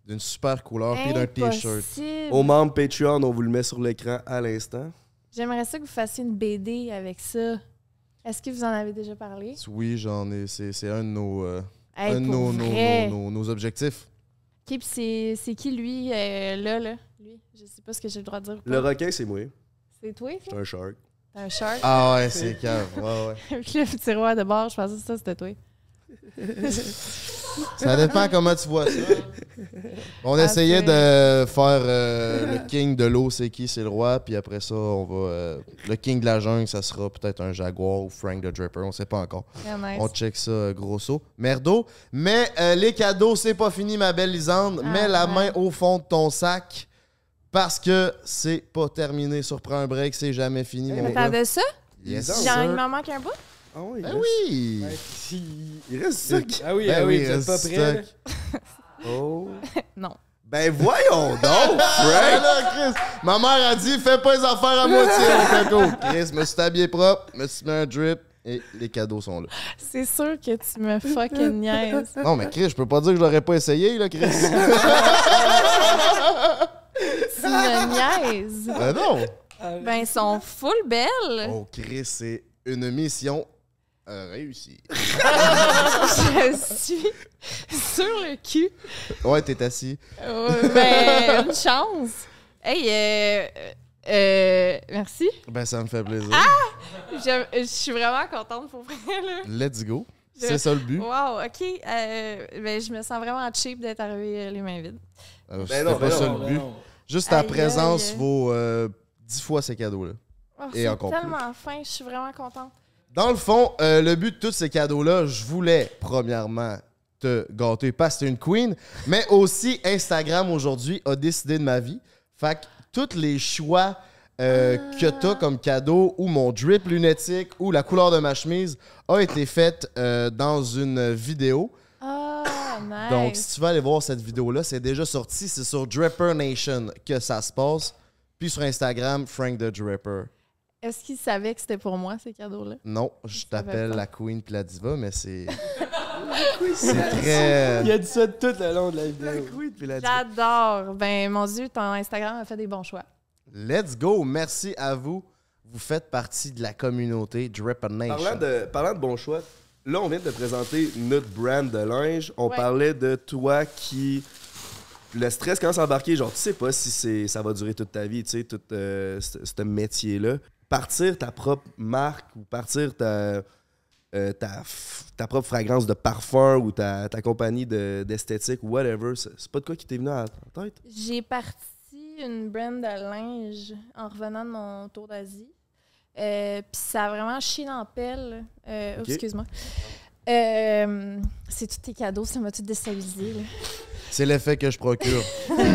d'une super couleur puis d'un t-shirt. Impossible. Aux membres Patreon, on vous le met sur l'écran à l'instant. J'aimerais ça que vous fassiez une B D avec ça. Est-ce que vous en avez déjà parlé? Oui, j'en ai. C'est c'est un de nos, euh, Hey, un de pour nos, nos, vrai. nos, nos, nos objectifs. OK, puis c'est, c'est qui lui, euh, là, là? Lui, je sais pas ce que j'ai le droit de dire. ou Le pas. requin, c'est moi. C'est toi, C'est ça? un shark. T'es un shark? Ah ouais, c'est cave. Ouais, ouais. Avec le petit roi de bord, je pensais que ça, c'était toi. Ça dépend comment tu vois ça. On Ah, essayait c'est- de faire euh, le king de l'eau, c'est qui, c'est le roi. Puis après ça, on va. euh, le king de la jungle, ça sera peut-être un jaguar ou Frank the Dripper. On sait pas encore. Très nice. On check ça, euh, grosso. Merdo. Mais euh, les cadeaux, c'est pas fini, ma belle Lisande. Ah, Mets la ouais. main au fond de ton sac. Parce que c'est pas terminé. Surprends un break, c'est jamais fini, mon gars. T'attendais ça? Yes, Lisande. Genre, sir. il m'en manque un bout? Ah oui, il Ben reste- oui! Ouais, si- il reste stock. Ah oui, Ben ah oui, oui, vous êtes pas reste prêts. là? stock. Oh. Non. Ben voyons donc, Ah Frank! là, Chris, ma mère a dit fais pas les affaires à moitié, mon coco. Chris, me suis habillé propre, me suis mis un drip et les cadeaux sont là. C'est sûr que tu me fucking niaises. Non, mais Chris, je peux pas dire que je l'aurais pas essayé, là, Chris. Tu me niaises. Ben non. Ben, ils sont full belles. Oh, Chris, c'est une mission euh, réussie. Je suis sur le cul. Ouais, t'es assis. Euh, ben, une chance. Hey, euh, euh, merci. Ben, ça me fait plaisir. Je, je suis vraiment contente pour vrai, là. Let's go. Je- C'est ça le but. Wow, OK. Euh, ben, je me sens vraiment cheap d'être arrivée euh, les mains vides. Euh, Ben C'était non, pas ben ça non, le ben but. non. Juste ta Aïe, présence aïe. vaut euh, dix fois ces cadeaux-là. Oh, Et c'est encore plus. tellement fin, je suis vraiment contente. Dans le fond, euh, le but de tous ces cadeaux-là, je voulais, premièrement, te gâter parce que t'es une queen, mais aussi Instagram aujourd'hui a décidé de ma vie. Fait que tous les choix euh, que t'as comme cadeau, ou mon drip lunatique, ou la couleur de ma chemise, a été fait euh, dans une vidéo. Ah, nice. Donc, si tu veux aller voir cette vidéo-là, c'est déjà sorti. C'est sur Dripper Nation que ça se passe. Puis sur Instagram, Frank the Dripper. Est-ce qu'ils savaient que c'était pour moi, ces cadeaux-là? Non, je t'appelle pas. la Queen puis la Diva, mais c'est. c'est très. Il a dit ça tout le long de la vidéo. Puis la J'adore. Ben, mon Dieu, ton Instagram a fait des bons choix. Let's go. Merci à vous. Vous faites partie de la communauté Dripper Nation. Parlant de, parlant de bon choix, là, on vient de te présenter notre brand de linge. On Ouais. parlait de toi qui... Le stress commence à embarquer. Genre, tu sais pas si c'est, ça va durer toute ta vie, tu sais, tout euh, ce ce métier-là. Partir ta propre marque ou partir ta, euh, ta, f- ta propre fragrance de parfum ou ta, ta compagnie de- d'esthétique ou whatever, c'est c'est pas de quoi qui t'est venu à la tête? J'ai parti une brand de linge en revenant de mon tour d'Asie. Euh, Puis ça a vraiment chié dans la pelle. Euh, oh, Ok. excuse-moi. Euh, c'est tous tes cadeaux, ça m'a tout déstabilisé. Là. C'est l'effet que je procure.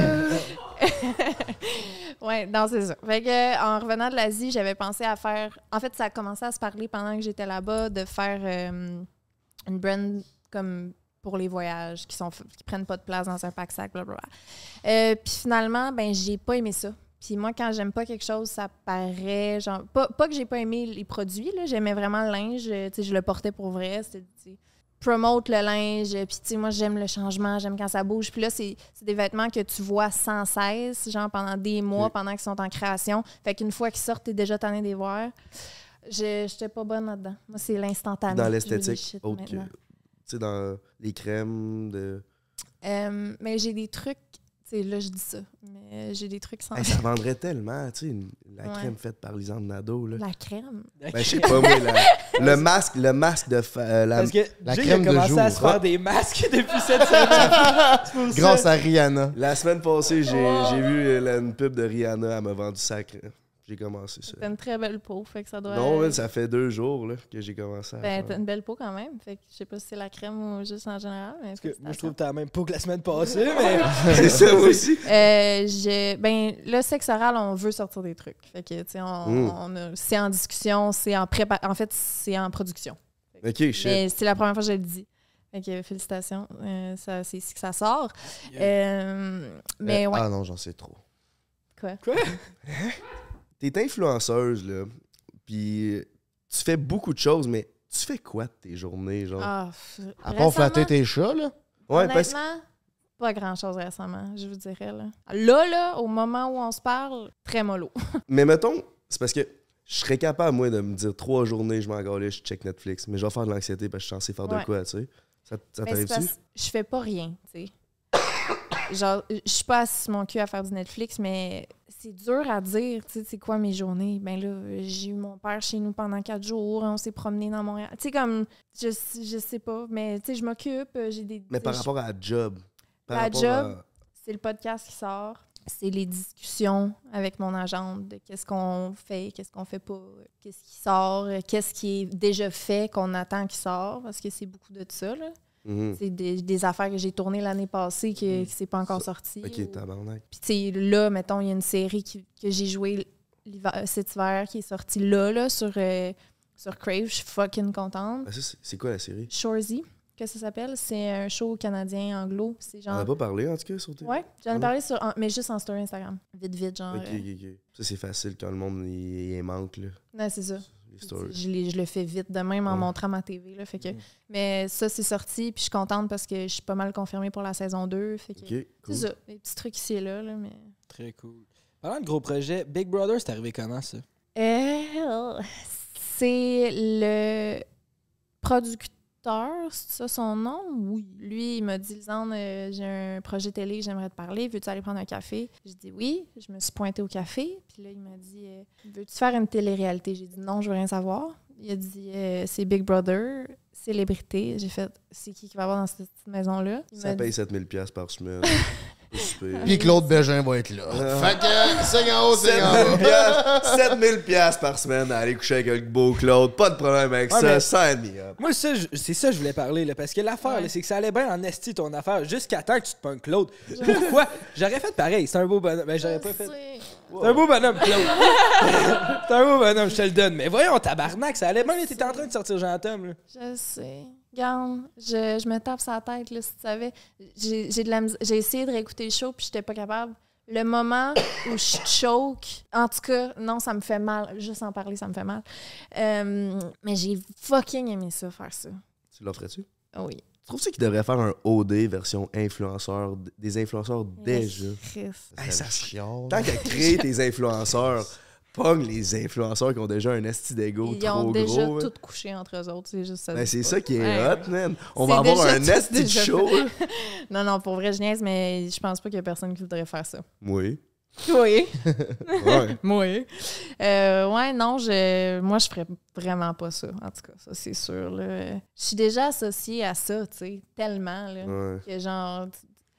Ouais, non, c'est ça. Fait que, euh, en revenant de l'Asie, j'avais pensé à faire. En fait, ça a commencé à se parler pendant que j'étais là-bas de faire euh, une brand comme pour les voyages qui sont qui prennent pas de place dans un pack-sac, blablabla. Euh, Puis finalement, ben j'ai pas aimé ça. Puis moi, quand j'aime pas quelque chose, ça paraît. Genre, pas, pas que j'ai pas aimé les produits, là, j'aimais vraiment le linge. euh, tu sais, je le portais pour vrai. C'était, tu sais, promote le linge. Puis, tu sais, moi, j'aime le changement, j'aime quand ça bouge. Puis là, c'est, c'est des vêtements que tu vois sans cesse, genre pendant des mois, Ok. pendant qu'ils sont en création. Fait qu'une fois qu'ils sortent, t'es déjà tanné de les voir. Je J'étais pas bonne là-dedans. Moi, c'est l'instantané. Dans Je veux des l'esthétique, shit autre que... Tu maintenant. sais, dans les crèmes de... Euh, mais j'ai des trucs. Tu sais, là, je dis ça. Mais j'ai des trucs sans. Hey, ça vendrait tellement, tu sais, une- la Ouais. crème faite par Lisande Nadeau, là. La crème. Ben, je sais pas, moi, la- le masque, le masque de... fa- euh, la- Parce que la Jay crème a de commencé à jour. se faire des masques depuis cette semaine. C'est pour ça. Grâce à Rihanna. La semaine passée, j'ai Wow. j'ai vu euh, la- une pub de Rihanna, elle m'a vendu ça. J'ai commencé ça. T'as une très belle peau, fait que ça doit. Non, man, ça fait deux jours là, que j'ai commencé à Ben, faire. t'as une belle peau quand même. Fait que je sais pas si c'est la crème ou juste en général. Mais Parce que moi, je félicitations. trouve que t'as la même peau que la semaine passée, mais. C'est ça, moi aussi. Euh, je- ben, le sexe oral, on veut sortir des trucs. Fait que, tu sais, on, Mm. on a- c'est en discussion, c'est en prépa... En fait, c'est en production. Ok, shit. Mais c'est la première fois que je le dis. Fait que, félicitations. Euh, ça, c'est ici que ça sort. Euh, mais Euh, ouais. Ah non, j'en sais trop. Quoi? T'es influenceuse, là, puis tu fais beaucoup de choses, mais tu fais quoi de tes journées, genre? Ah, f- À part flatter récemment, tes chats, là. ouais, parce que honnêtement, Pas grand-chose récemment, je vous dirais. Là, là, là au moment où on se parle, très mollo. Mais mettons, c'est parce que je serais capable, moi, de me dire trois journées, je m'en gale, je check Netflix, mais je vais faire de l'anxiété parce que je suis censé faire Ouais. de quoi, tu sais. Ça, ça Mais c'est t'arrive-tu? parce que je fais pas rien, tu sais. Genre, je suis pas assis sur mon cul à faire du Netflix, mais c'est dur à dire, tu sais, c'est quoi mes journées? Ben là, j'ai eu mon père chez nous pendant quatre jours, on s'est promené dans Montréal. Tu sais, comme, je, je sais pas, mais tu sais, je m'occupe, j'ai des... Mais par je- rapport à la job. Par La rapport job, à- c'est le podcast qui sort. C'est les discussions avec mon agente de qu'est-ce qu'on fait, qu'est-ce qu'on fait pas, qu'est-ce qui sort, qu'est-ce qui est déjà fait qu'on attend qu'il sort, parce que c'est beaucoup de ça, là. Mhm. C'est des, des affaires que j'ai tournées l'année passée qui ne s'est pas encore sorti. Ok, ou- tabarnak. Puis tu sais, là, mettons, il y a une série qui- que j'ai jouée l'hiver- euh, cet hiver qui est sortie là, là, sur, euh, sur Crave. Je suis fucking contente. Ah, ça, c'est- c'est quoi la série? Shoresy, que ça s'appelle. C'est un show canadien anglo. C'est On genre... n'a pas parlé, en tout cas, sur tes... Ouais, j'en ai Ah. parlé sur... en- mais juste en story Instagram. Vite, vite, genre... Ok, euh, ok, ok. Ça, c'est facile quand le monde, il, il manque, là, ouais, c'est ça. les stories. Je, l'ai- je le fais vite de même en Ouais. montrant ma T V. Là, fait que, Mm. Mais ça, c'est sorti. Puis je suis contente parce que je suis pas mal confirmée pour la saison deux. Fait que, Ok, cool. c'est ça. Des petits trucs ici et là. là mais... Très cool. Parlant de gros projets, Big Brother, c'est arrivé comment, ça? Euh, c'est le producteur, c'est ça son nom? Oui. Lui, il m'a dit, Lisanne, euh, j'ai un projet télé, j'aimerais te parler. Veux-tu aller prendre un café? J'ai dit oui. Je me suis pointée au café. Puis là, il m'a dit, euh, veux-tu faire une télé-réalité? J'ai dit non, je veux rien savoir. Il a dit, euh, c'est Big Brother, célébrité. J'ai fait, c'est qui qui va avoir dans cette petite maison-là? Il Ça m'a paye dit- sept mille dollars par semaine. Pas super. Puis Claude Bégin va être là. Ah. Fait que, c'est en haut, c'est en sept mille haut. piastres, sept mille piastres par semaine à aller coucher avec le beau Claude. Pas de problème avec Ouais, ça. mais- Sign me up. Moi, ça, je- c'est ça que je voulais parler, là, parce que l'affaire, Ouais. là, c'est que ça allait bien en esti ton affaire, jusqu'à temps que tu te pognes Claude. Pourquoi? J'aurais fait pareil, c'est un beau bonhomme. Ben, j'aurais pas Je fait. sais. C'est un beau bonhomme, Claude. C'est un beau bonhomme, je te le donne. Mais voyons, tabarnak, ça allait bien, t'étais en train de sortir Jean-Tom, là. Je sais. Garde, je, je me tape sa tête, là, si tu savais. J'ai j'ai de la mis- j'ai essayé de réécouter le show, puis j'étais pas capable. Le moment où je choke, en tout cas, non, ça me fait mal. Juste en parler, ça me fait mal. Euh, mais j'ai fucking aimé ça, faire ça. Tu l'offrais-tu? Oui. Trouves-tu qu'il devrait faire un O D version influenceur, des influenceurs déjà? Christ. Hey, ça serait- chiant. Tant qu'à créer tes influenceurs, pogne les influenceurs qui ont déjà un esti d'ego Ils trop ont déjà gros. hein. tout couché entre eux autres, c'est juste ça. Ben, c'est ça qui est Ouais, hot, man. On C'est va avoir déjà un tout esti de déjà show. fait. là. Non, non, pour vrai, je niaise, mais je pense pas qu'il y a personne qui voudrait faire ça. Oui. Oui. Ouais. Oui. Euh, ouais, non, je, moi, je ferais vraiment pas ça. En tout cas, ça, c'est sûr. Là. Je suis déjà associée à ça, tu sais, tellement. Là, Ouais. que genre,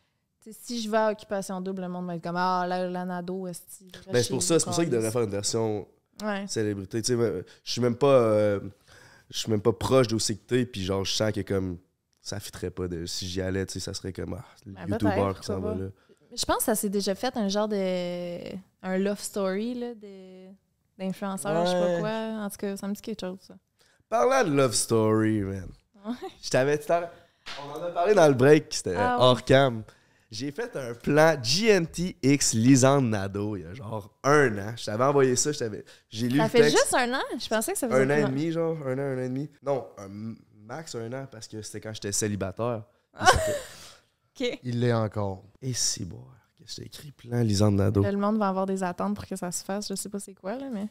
tu sais, si je vais à Occupation Double, le monde va être comme Ah, la, la Nado, est-ce que. Ben, c'est pour ça, c'est pour ça qu'il devrait faire une version Ouais. célébrité. Tu sais, moi, je suis même pas. euh, je suis même pas proche d'aussi que t'es, puis genre, je sens que comme. Ça fitterait pas. De, si j'y allais, tu sais, ça serait comme. Ah, le Ben, YouTuber peut-être, qui s'en pourquoi va pas. là. Je pense que ça s'est déjà fait un genre de. Un love story, là, de, d'influenceur, je sais Ouais. pas quoi. En tout cas, ça me dit quelque chose, ça. Parlant de Love Story, man. Ouais. Je t'avais. tu t'en- On en a parlé dans le break, c'était Ah ouais. hors cam. J'ai fait un plan G N T X Lisande Nadeau il y a genre un an. Je t'avais envoyé ça, je t'avais. J'ai lu Ça le fait texte. juste un an? Je pensais que ça faisait Un an plus et long. demi, genre. Un an, un an et demi. Non, un max un an parce que c'était quand j'étais célibataire. Puis ça fait- OK. Il l'est encore. Et si bon. Qu'est-ce que j'ai écrit? Plan Lisande Nadeau. Là, le monde va avoir des attentes pour que ça se fasse. Je sais pas c'est quoi, là, mais.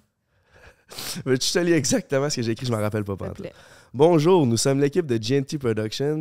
Veux-tu te lis exactement ce que j'ai écrit? Je me rappelle pas. S'il te pantoute. plaît. Bonjour, nous sommes l'équipe de G N T Productions.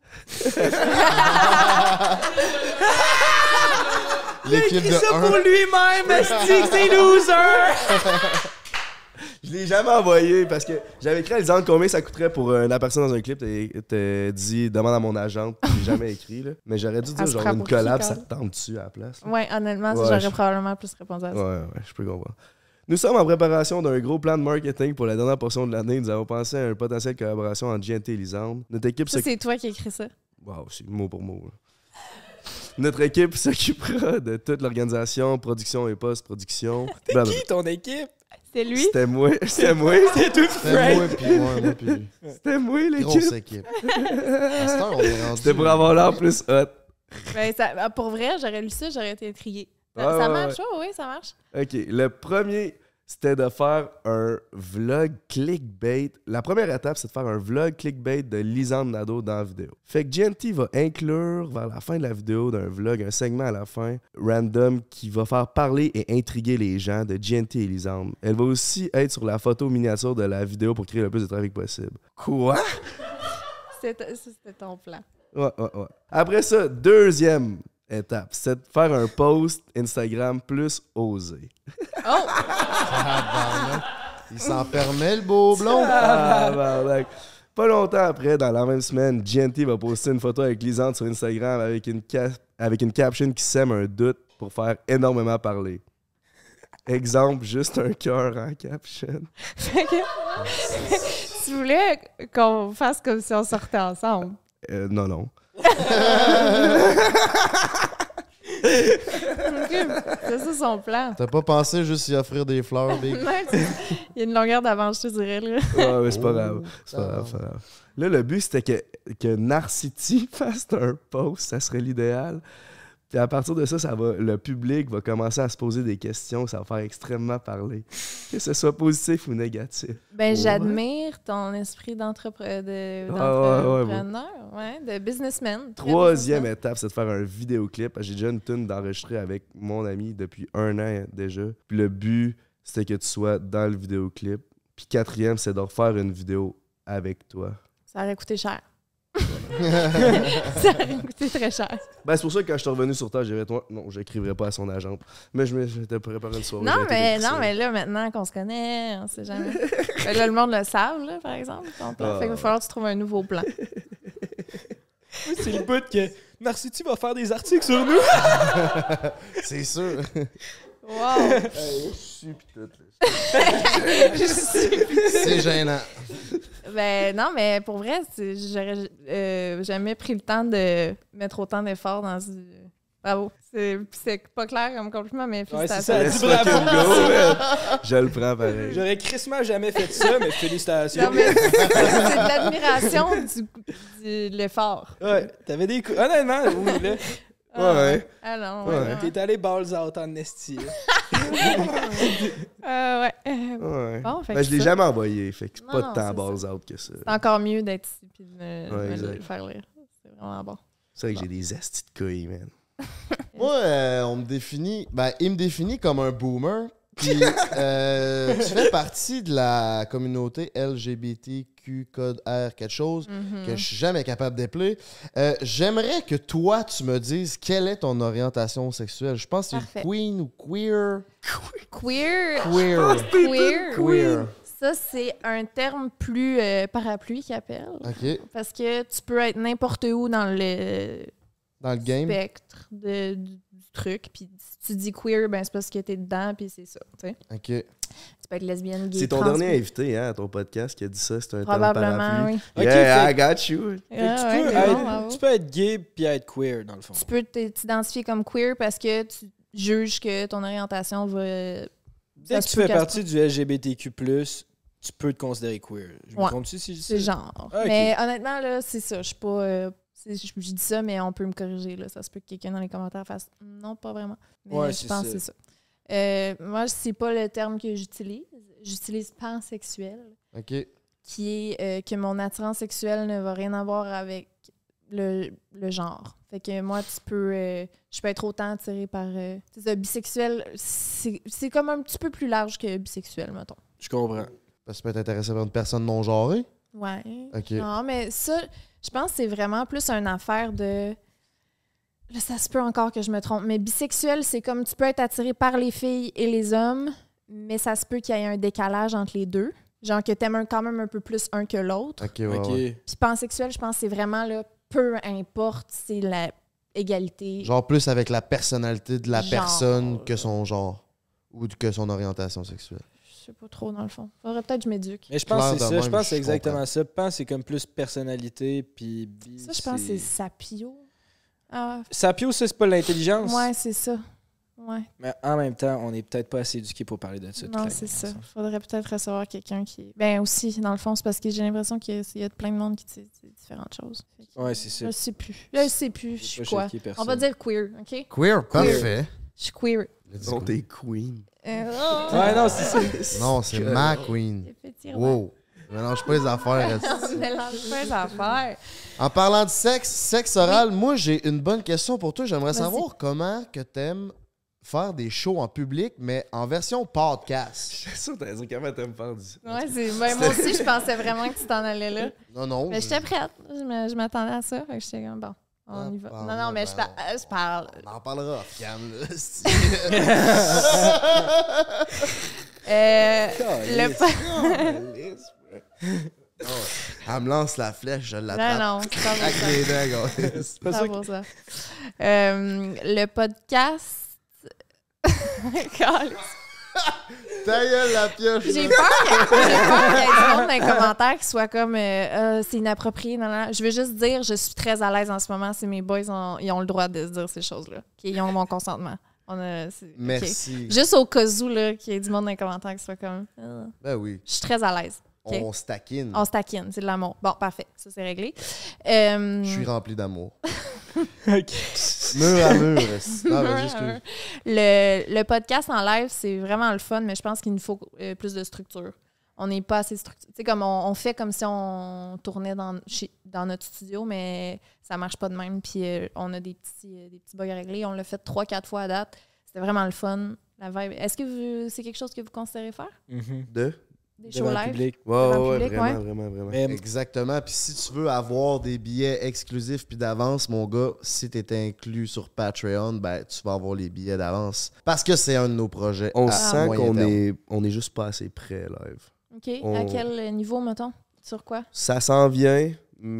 L'équipe Écrit ça de pour un. lui-même, esti, c'est loser! Je l'ai jamais envoyé parce que j'avais écrit à Lisande combien ça coûterait pour euh, la personne dans un clip. T'as t'as dit demande à mon agente. J'ai jamais écrit, là. Mais j'aurais dû dire Elle se genre prend une pour qui, collab, Carl? ça te tente dessus à la place. là. Ouais, honnêtement, Ouais, j'aurais je- probablement plus répondu à ça. Ouais, ouais, je peux comprendre. Nous sommes en préparation d'un gros plan de marketing pour la dernière portion de l'année. Nous avons pensé à une potentielle collaboration entre G N T et Lisande. Notre équipe Ça, se... c'est toi qui as écrit ça. Wow, c'est mot pour mot. là. Notre équipe s'occupera de toute l'organisation, production et post-production. Blablabla. Qui ton équipe? C'est lui? C'était moi, c'était moi, C'est tout C'était moi, Frank. puis ouais, moi, puis c'était moi grosse l'équipe. équipe. À cette heure, on est rendu. C'était pour avoir l'air plus hot. Ben, ça- ah, pour vrai, j'aurais lu ça, j'aurais été intriguée. Ça, Ouais, ça ouais, marche, ouais, oui, ça marche. OK, le premier c'était de faire un vlog clickbait. La première étape, c'est de faire un vlog clickbait de Lisanne Nadeau dans la vidéo. Fait que G N T va inclure vers la fin de la vidéo d'un vlog, un segment à la fin, random, qui va faire parler et intriguer les gens de G N T et Lisanne. Elle va aussi être sur la photo miniature de la vidéo pour créer le plus de trafic possible. Quoi? C'était, ça, c'était ton plan. Ouais, ouais, ouais. Après ça, deuxième étape, c'est de faire un post Instagram plus osé. Oh! Il s'en permet, le beau blond. Ah, bardac. Pas longtemps après, dans la même semaine, G N T va poster une photo avec Lisanne sur Instagram avec une, ca- avec une caption qui sème un doute pour faire énormément parler. Exemple, juste un cœur en caption. Fait que, tu voulais qu'on fasse comme si on sortait ensemble. Euh, non, non. Okay. C'est ça son plan. T'as pas pensé juste y offrir des fleurs, Big? Ouais, tu- Il y a une longueur d'avance, je te dirais. Là. Ouais, mais c'est pas grave. C'est pas ça grave, va. c'est pas grave. Là, le but, c'était que, que Narcity fasse un post, ça serait l'idéal. Puis à partir de ça, ça va, le public va commencer à se poser des questions, ça va faire extrêmement parler. Que ce soit positif ou négatif. Ben, Ouais. j'admire ton esprit d'entrepre- de- Ah, ouais, ouais, d'entrepreneur, ouais, de businessman. très Troisième businessman. étape, c'est de faire un vidéoclip. J'ai déjà une tune d'enregistrer avec mon ami depuis un an déjà. Puis le but, c'était que tu sois dans le vidéoclip. Puis quatrième, c'est de refaire une vidéo avec toi. Ça aurait coûté cher. Ça aurait coûté très cher. Ben, c'est pour ça que quand je suis revenu sur Terre, j'ai dit, toi, non, j'écriverai pas à son agente. Mais je m'étais préparé une soirée. Non, j'ai été mais, décrissé. non, mais là, maintenant qu'on se connaît, on sait jamais. Ben là, le monde le savent, là, par exemple. Ton plan. Ah. Fait qu'il va falloir que tu trouves un nouveau plan. Oui, c'est le bout que Narcity va faire des articles sur nous. C'est sûr. Wow! Hey, je suis pis tout, là. C'est gênant. Ben non, mais pour vrai, c'est- j'aurais euh, jamais pris le temps de mettre autant d'efforts dans ce... Bravo. C'est c'est pas clair comme compliment, mais Ouais, c'est félicitations. ça. Let's Dis bravo. fucking go, man. Je le prends pareil. J'aurais crissement jamais fait ça, mais félicitations. Non, mais c'est de l'admiration du, du l'effort. Ouais, t'avais des coups. Honnêtement, oui, là. Ah, Ouais. Ah non, Ouais. ouais. ouais. T'es allé balls out en esti. là. Euh, ouais. Euh, Ouais. Bon, fait Ben, que je l'ai ça, jamais envoyé, fait que c'est Non, pas non, tant c'est balls out que ça. c'est encore mieux d'être ici et de me, Ouais, me exact. le faire lire. C'est vraiment bon. C'est vrai que j'ai des astis de couilles, man. Moi, euh, on me définit... Ben, il me définit comme un boomer. Puis, euh, tu fais partie de la communauté L G B T Q code R quelque chose Mhm. que je suis jamais capable d'épeler. Euh, J'aimerais que toi, tu me dises quelle est ton orientation sexuelle. Je pense que c'est Parfait. queen ou queer. Queer. Queer. Queer. Queer. Ça, c'est un terme plus euh, parapluie qu'ils appellent. OK. Parce que tu peux être n'importe où dans le Dans le game. spectre de, du, du truc. Puis si tu dis queer, ben c'est parce que t'es dedans, puis c'est ça. Tu sais. OK. Tu peux être lesbienne, gay, C'est ton trans, dernier invité, hein, à ton podcast, qui a dit ça. C'est un terme Probablement, parapluie. oui. Ok, Yeah, fait- I got you. Fait que Ah, tu, ouais, peux c'est être, bon, bravo. tu peux être gay puis être queer, dans le fond. Tu peux t- t'identifier comme queer parce que tu juges que ton orientation va... Dès ça que se tu peut fais qu'elle partie du L G B T Q plus, tu peux te considérer queer. Je me Ouais. trompe-tu si je dis C'est ça? genre. Ah, ok. Mais honnêtement, là, c'est ça. Je suis pas... euh, c'est- je, je dis ça, mais on peut me corriger. Là. Ça se peut que quelqu'un dans les commentaires fasse « Non, pas vraiment. » Mais Ouais, je c'est pense ça. que c'est ça. Euh, moi, c'est pas le terme que j'utilise. J'utilise pansexuel, OK. qui est euh, que mon attirance sexuelle ne va rien avoir avec le, le genre. Fait que moi, tu peux... euh, je peux être autant attirée par... euh, c'est ça, bisexuel, c'est c'est comme un petit peu plus large que bisexuel, mettons. Je comprends. Parce que tu peux être intéressé par une personne non genrée. Ouais. OK. Non, mais ça, je pense que c'est vraiment plus une affaire de... Là, ça se peut encore que je me trompe, mais bisexuel, c'est comme tu peux être attiré par les filles et les hommes, mais ça se peut qu'il y ait un décalage entre les deux. Genre que t'aimes un- quand même un peu plus un que l'autre. OK, ouais, Ok. ouais. Puis pansexuel, je pense que c'est vraiment, là, peu importe, c'est la égalité. Genre plus avec la personnalité de la Genre. personne que son genre. Ou que son orientation sexuelle. Je sais pas trop, dans le fond. Faudrait peut-être que je m'éduque. Mais je pense que c'est Clair de ça. Je même, pense que c'est je exactement comprends. ça. Je pense que c'est comme plus personnalité. Puis bi, Ça, je pense que c'est sapio. Ah, Sapio, ça, c'est pas l'intelligence. ouais, c'est ça. Ouais. Mais en même temps, on n'est peut-être pas assez éduqué pour parler de ça. toute Non, la c'est gang, ça. ensemble. Faudrait peut-être recevoir quelqu'un qui. Ben aussi, dans le fond, c'est parce que j'ai l'impression qu'il y a, il y a plein de monde qui dit dit différentes choses. Fait que Ouais, c'est ça. Je sais plus. Je sais plus. Je Faut suis pas quoi. choquer On personne. va dire queer, OK? Queer, parfait. Je suis queer. Non, t'es queen. Euh, oh! Ouais, non, c'est ça. Non, c'est ma queen. Les petits rois. Wow. Je mélange pas les affaires. On mélange pas les affaires. En parlant de sexe, sexe oral, moi, j'ai une bonne question pour toi. J'aimerais Vas-y. savoir comment que t'aimes faire des shows en public, mais en version podcast. C'est sûr, t'as dit comment t'aimes faire du. Ouais, c'est... Ben, moi aussi, je pensais vraiment que tu t'en allais là. Non, non. Mais je- j'étais prête. Je me- je m'attendais à ça. Fait que j'étais comme, bon, on Ah, y va. pardon, Non, non, mais je, pardon. par- je parle. On en parlera off cam, là. c'est- Euh, le... Oh, elle me lance la flèche, je Non, l'attrape. non, c'est pas pour Avec ça. les dents, gars. C'est pas pour ça. Euh, le podcast... Calisse. Ta gueule, la pioche. J'ai là. peur qu'il y ait- j'ai peur qu'il y ait du monde dans les commentaires qui soit comme euh, Euh, c'est inapproprié. Non, non. Je veux juste dire, je suis très à l'aise en ce moment. C'est mes boys, ont, ils ont le droit de se dire ces choses-là. Ils ont mon consentement. On a, c'est- ok. Merci. Juste au cas où là, qu'il y ait du monde dans les commentaires qui soit comme Euh, Ben oui. je suis très à l'aise. Ok. On se taquine. On se taquine, c'est de l'amour. Bon, parfait. Ça, c'est réglé. Euh, Je suis rempli d'amour. Ok. Mur à mur. est-ce- Non, vas-y, excuse. le, le podcast en live, c'est vraiment le fun, mais je pense qu'il nous faut euh, plus de structure. On n'est pas assez structuré. Tu sais, comme on, on fait comme si on tournait dans, chez, dans notre studio, mais ça marche pas de même. Puis euh, on a des petits, euh, des petits bugs à régler. On l'a fait trois, quatre fois à date. C'était vraiment le fun. La vibe. Est-ce que vous- c'est quelque chose que vous considérez faire? Mhm. De? Des shows Devant le live? public. Ouais, Devant ouais, le ouais, public, vraiment, ouais. vraiment, vraiment. Mais Exactement. Puis si tu veux avoir des billets exclusifs puis d'avance, mon gars, si t'es inclus sur Patreon, ben tu vas avoir les billets d'avance. Parce que c'est un de nos projets. On à sent moyen qu'on terme. est, on est juste pas assez prêt live. OK. On- À quel niveau, mettons? Sur quoi? Ça s'en vient,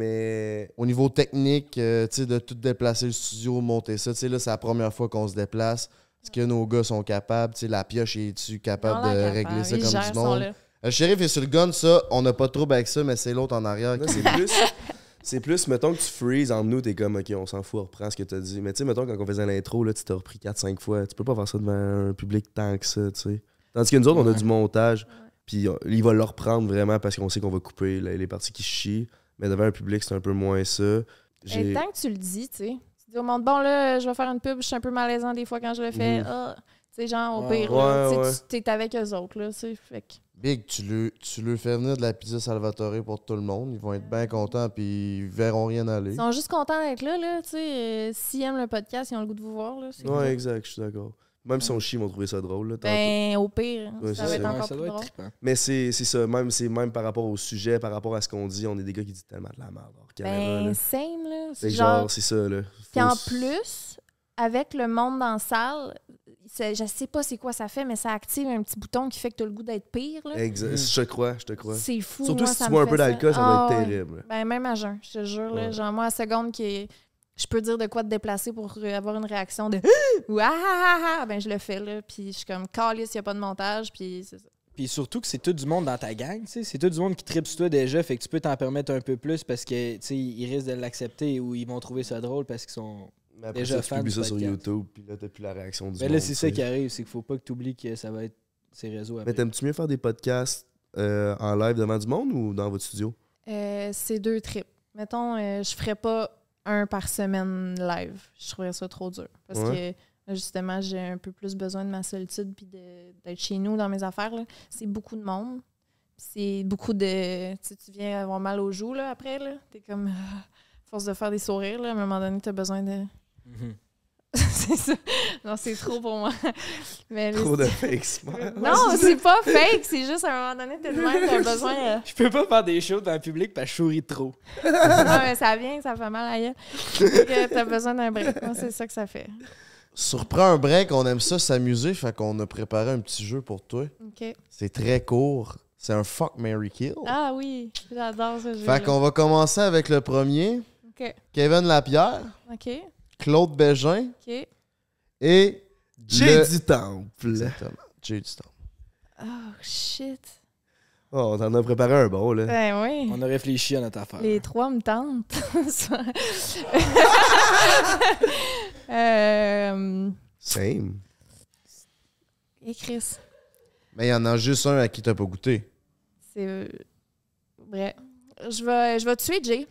mais Au niveau technique, euh, tu sais, de tout déplacer le studio, monter ça, tu sais, là, c'est la première fois qu'on se déplace. Est-ce que nos gars sont capables? Tu sais, la pioche, es-tu capable Ils ont de l'air régler capables. ça Ils comme gèrent, du sont monde? là. Le shérif est sur le gun, ça, on n'a pas de trouble avec ça, mais c'est l'autre en arrière. là, qui- c'est plus. C'est plus, mettons que tu freezes en nous, t'es comme, ok, on s'en fout, on reprend ce que t'as dit. Mais tu sais, mettons, quand on faisait l'intro, là, tu t'as repris quatre cinq fois. Tu peux pas faire ça devant un public tant que ça, tu sais. Tandis que nous autres, on a Ouais. du montage, puis euh, il va le reprendre vraiment parce qu'on sait qu'on va couper les, les parties qui chient. Mais devant un public, c'est un peu moins ça. Et J'ai- tant que tu le dis, tu sais. Tu dis au monde, bon, là, je vais faire une pub, je suis un peu malaisant des fois quand je le fais. Mhm. Ah, tu sais, genre, au Ouais. pire, là, Ouais, tu ouais. sais, tu- t'es avec eux autres, là, tu sais. Fait que- Big, tu le, tu le fais venir de la pizza Salvatore pour tout le monde. Ils vont être bien contents, puis ils verront rien aller. Ils sont juste contents d'être là, là, tu sais. euh, S'ils aiment le podcast, ils ont le goût de vous voir, là. c'est cool. Ouais, exact, je suis d'accord. Même si on chie, ils vont trouver ça drôle. Là, tantôt. Ben, au pire, Ouais, ça c'est va être ça. Ouais, encore ça plus doit être drôle. trippant. Mais c'est c'est ça, même, c'est même par rapport au sujet, par rapport à ce qu'on dit, on est des gars qui disent tellement de la merde hors caméra. Ben, là. same, là. Fait C'est que genre... genre, c'est ça, là. Puis en Faut s- plus, avec le monde dans la salle, c'est- je sais pas c'est quoi ça fait, mais ça active un petit bouton qui fait que tu as le goût d'être pire, là. Exact. Je te crois, je te crois. C'est fou. Surtout moi, si ça tu me bois un fait peu ça. d'alcool, ça Ah, va être ouais. terrible. Ben, même à jeun, je te jure. Là, Ouais. genre, moi, à seconde, qui je peux dire de quoi te déplacer pour euh, avoir une réaction de ou ah ah ah ah, ben je le fais, là. Puis je suis comme, calice, il n'y a pas de montage, puis c'est ça. Puis surtout que c'est tout du monde dans ta gang, tu sais. C'est tout du monde qui tripe sur toi déjà, fait que tu peux t'en permettre un peu plus parce que, tu sais, ils risquent de l'accepter ou ils vont trouver ça drôle parce qu'ils sont... Mais après Déjà ça, tu fan publies du ça sur podcast. YouTube, puis là, t'as plus la réaction du Mais monde. là, c'est ça tu qui sais. arrive, c'est qu'il faut pas que tu oublies que ça va être ces réseaux après. Mais t'aimes-tu mieux faire des podcasts euh, en live devant du monde ou dans votre studio? Euh, c'est deux trips. Mettons, euh, je ferais pas un par semaine live. Je trouverais ça trop dur. Parce Ouais. que, justement, j'ai un peu plus besoin de ma solitude puis de- d'être chez nous dans mes affaires, là. C'est beaucoup de monde. C'est beaucoup de... Tu sais, tu viens avoir mal aux joues, là, après, là. T'es comme... ah, à force de faire des sourires, là, à un moment donné, t'as besoin de... Mhm. c'est ça. Non, c'est trop pour moi. Mais Trop le- de fake smile. Non, c'est pas fake. C'est juste, à un moment donné, t'as de même, t'as besoin... euh, Je peux pas faire des shows dans le public parce que je souris trop. Ah, mais ça vient, ça fait mal à la gueule. Fait que t'as besoin d'un break. Moi, c'est ça que ça fait. Surprends un break, on aime ça s'amuser, fait qu'on a préparé un petit jeu pour toi. OK. C'est très court. C'est un fuck, marry, kill. Ah oui, j'adore ce jeu. Fait qu'on va commencer avec le premier. OK. Kevin Lapierre, OK. Claude Bégin OK. et... Jay le- du Temple. Exactement. Jay du Temple. Oh, shit. Oh, on t'en a préparé un bon, là. Ben oui. On a réfléchi à notre affaire. Les trois me tentent. euh, Same. et Chris, Mais il y en a juste un à qui t'as pas goûté. c'est euh, vrai. Je vais, je vais tuer Jay.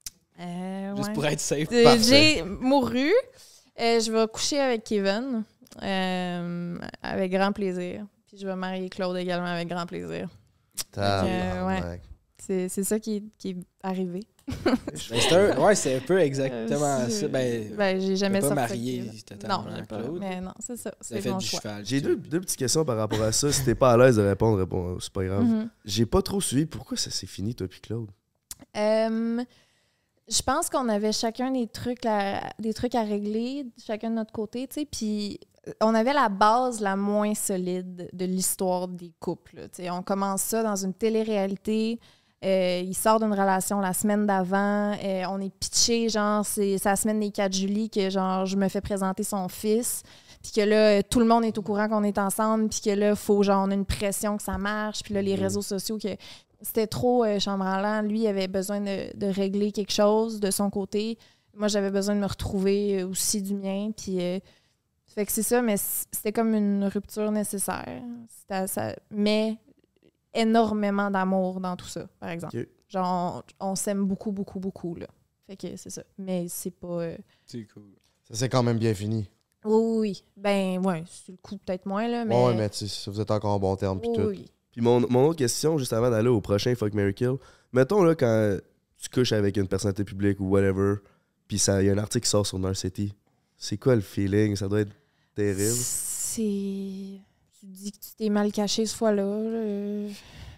Euh, Juste ouais. pour être safe. Euh, Parfait. Jay mourut. Euh, je vais coucher avec Kevin. Euh, avec grand plaisir. Puis je vais marier Claude également avec grand plaisir. Tabarnak. ouais. C'est, c'est ça qui est, qui est arrivé. Ben, c'est un, ouais, c'est un peu exactement Euh, ça. Ben, ben, j'ai jamais t'es pas sorti. marié totalement Non, j'ai à pas. Claude. Mais non, c'est ça. T'as C'est fait mon du choix. cheval. J'ai tu- deux, deux petites questions par rapport à ça. Si t'es pas à l'aise de répondre, réponds, c'est pas grave. Mhm. J'ai pas trop suivi. Pourquoi ça s'est fini, toi puis Claude? Euh, je pense qu'on avait chacun des trucs à, des trucs à régler, chacun de notre côté, tu sais, puis on avait la base la moins solide de l'histoire des couples. Tu sais. On commence ça dans une télé-réalité. Euh, il sort d'une relation la semaine d'avant. Euh, on est pitché, genre, c'est, c'est la semaine des quatre juillet que, genre, je me fais présenter son fils. Puis que là, tout le monde est au courant qu'on est ensemble. Puis que là, il faut, genre, on a une pression que ça marche. Puis là, les réseaux sociaux, que c'était trop euh, chambranlant. Lui, il avait besoin de, de régler quelque chose de son côté. Moi, j'avais besoin de me retrouver aussi du mien. Puis, euh, fait que c'est ça, mais c'était comme une rupture nécessaire. C'était, ça, mais énormément d'amour dans tout ça, par exemple. Okay. Genre, on, on s'aime beaucoup, beaucoup, beaucoup, là. Fait que c'est ça. Mais c'est pas... euh... C'est cool. Ça s'est quand même bien fini. Oui, oui, oui. Ben, ouais, c'est le coup peut-être moins, là, mais... Ouais, mais tu sais, vous êtes encore en bon terme pis oui, tout. oui. Puis mon, mon autre question, juste avant d'aller au prochain Fuck, Marry, Kill. Mettons, là, quand tu couches avec une personnalité publique ou whatever, puis il y a un article qui sort sur Narcity, c'est quoi le feeling? Ça doit être terrible. C'est... Tu dis que tu t'es mal caché ce fois-là. là.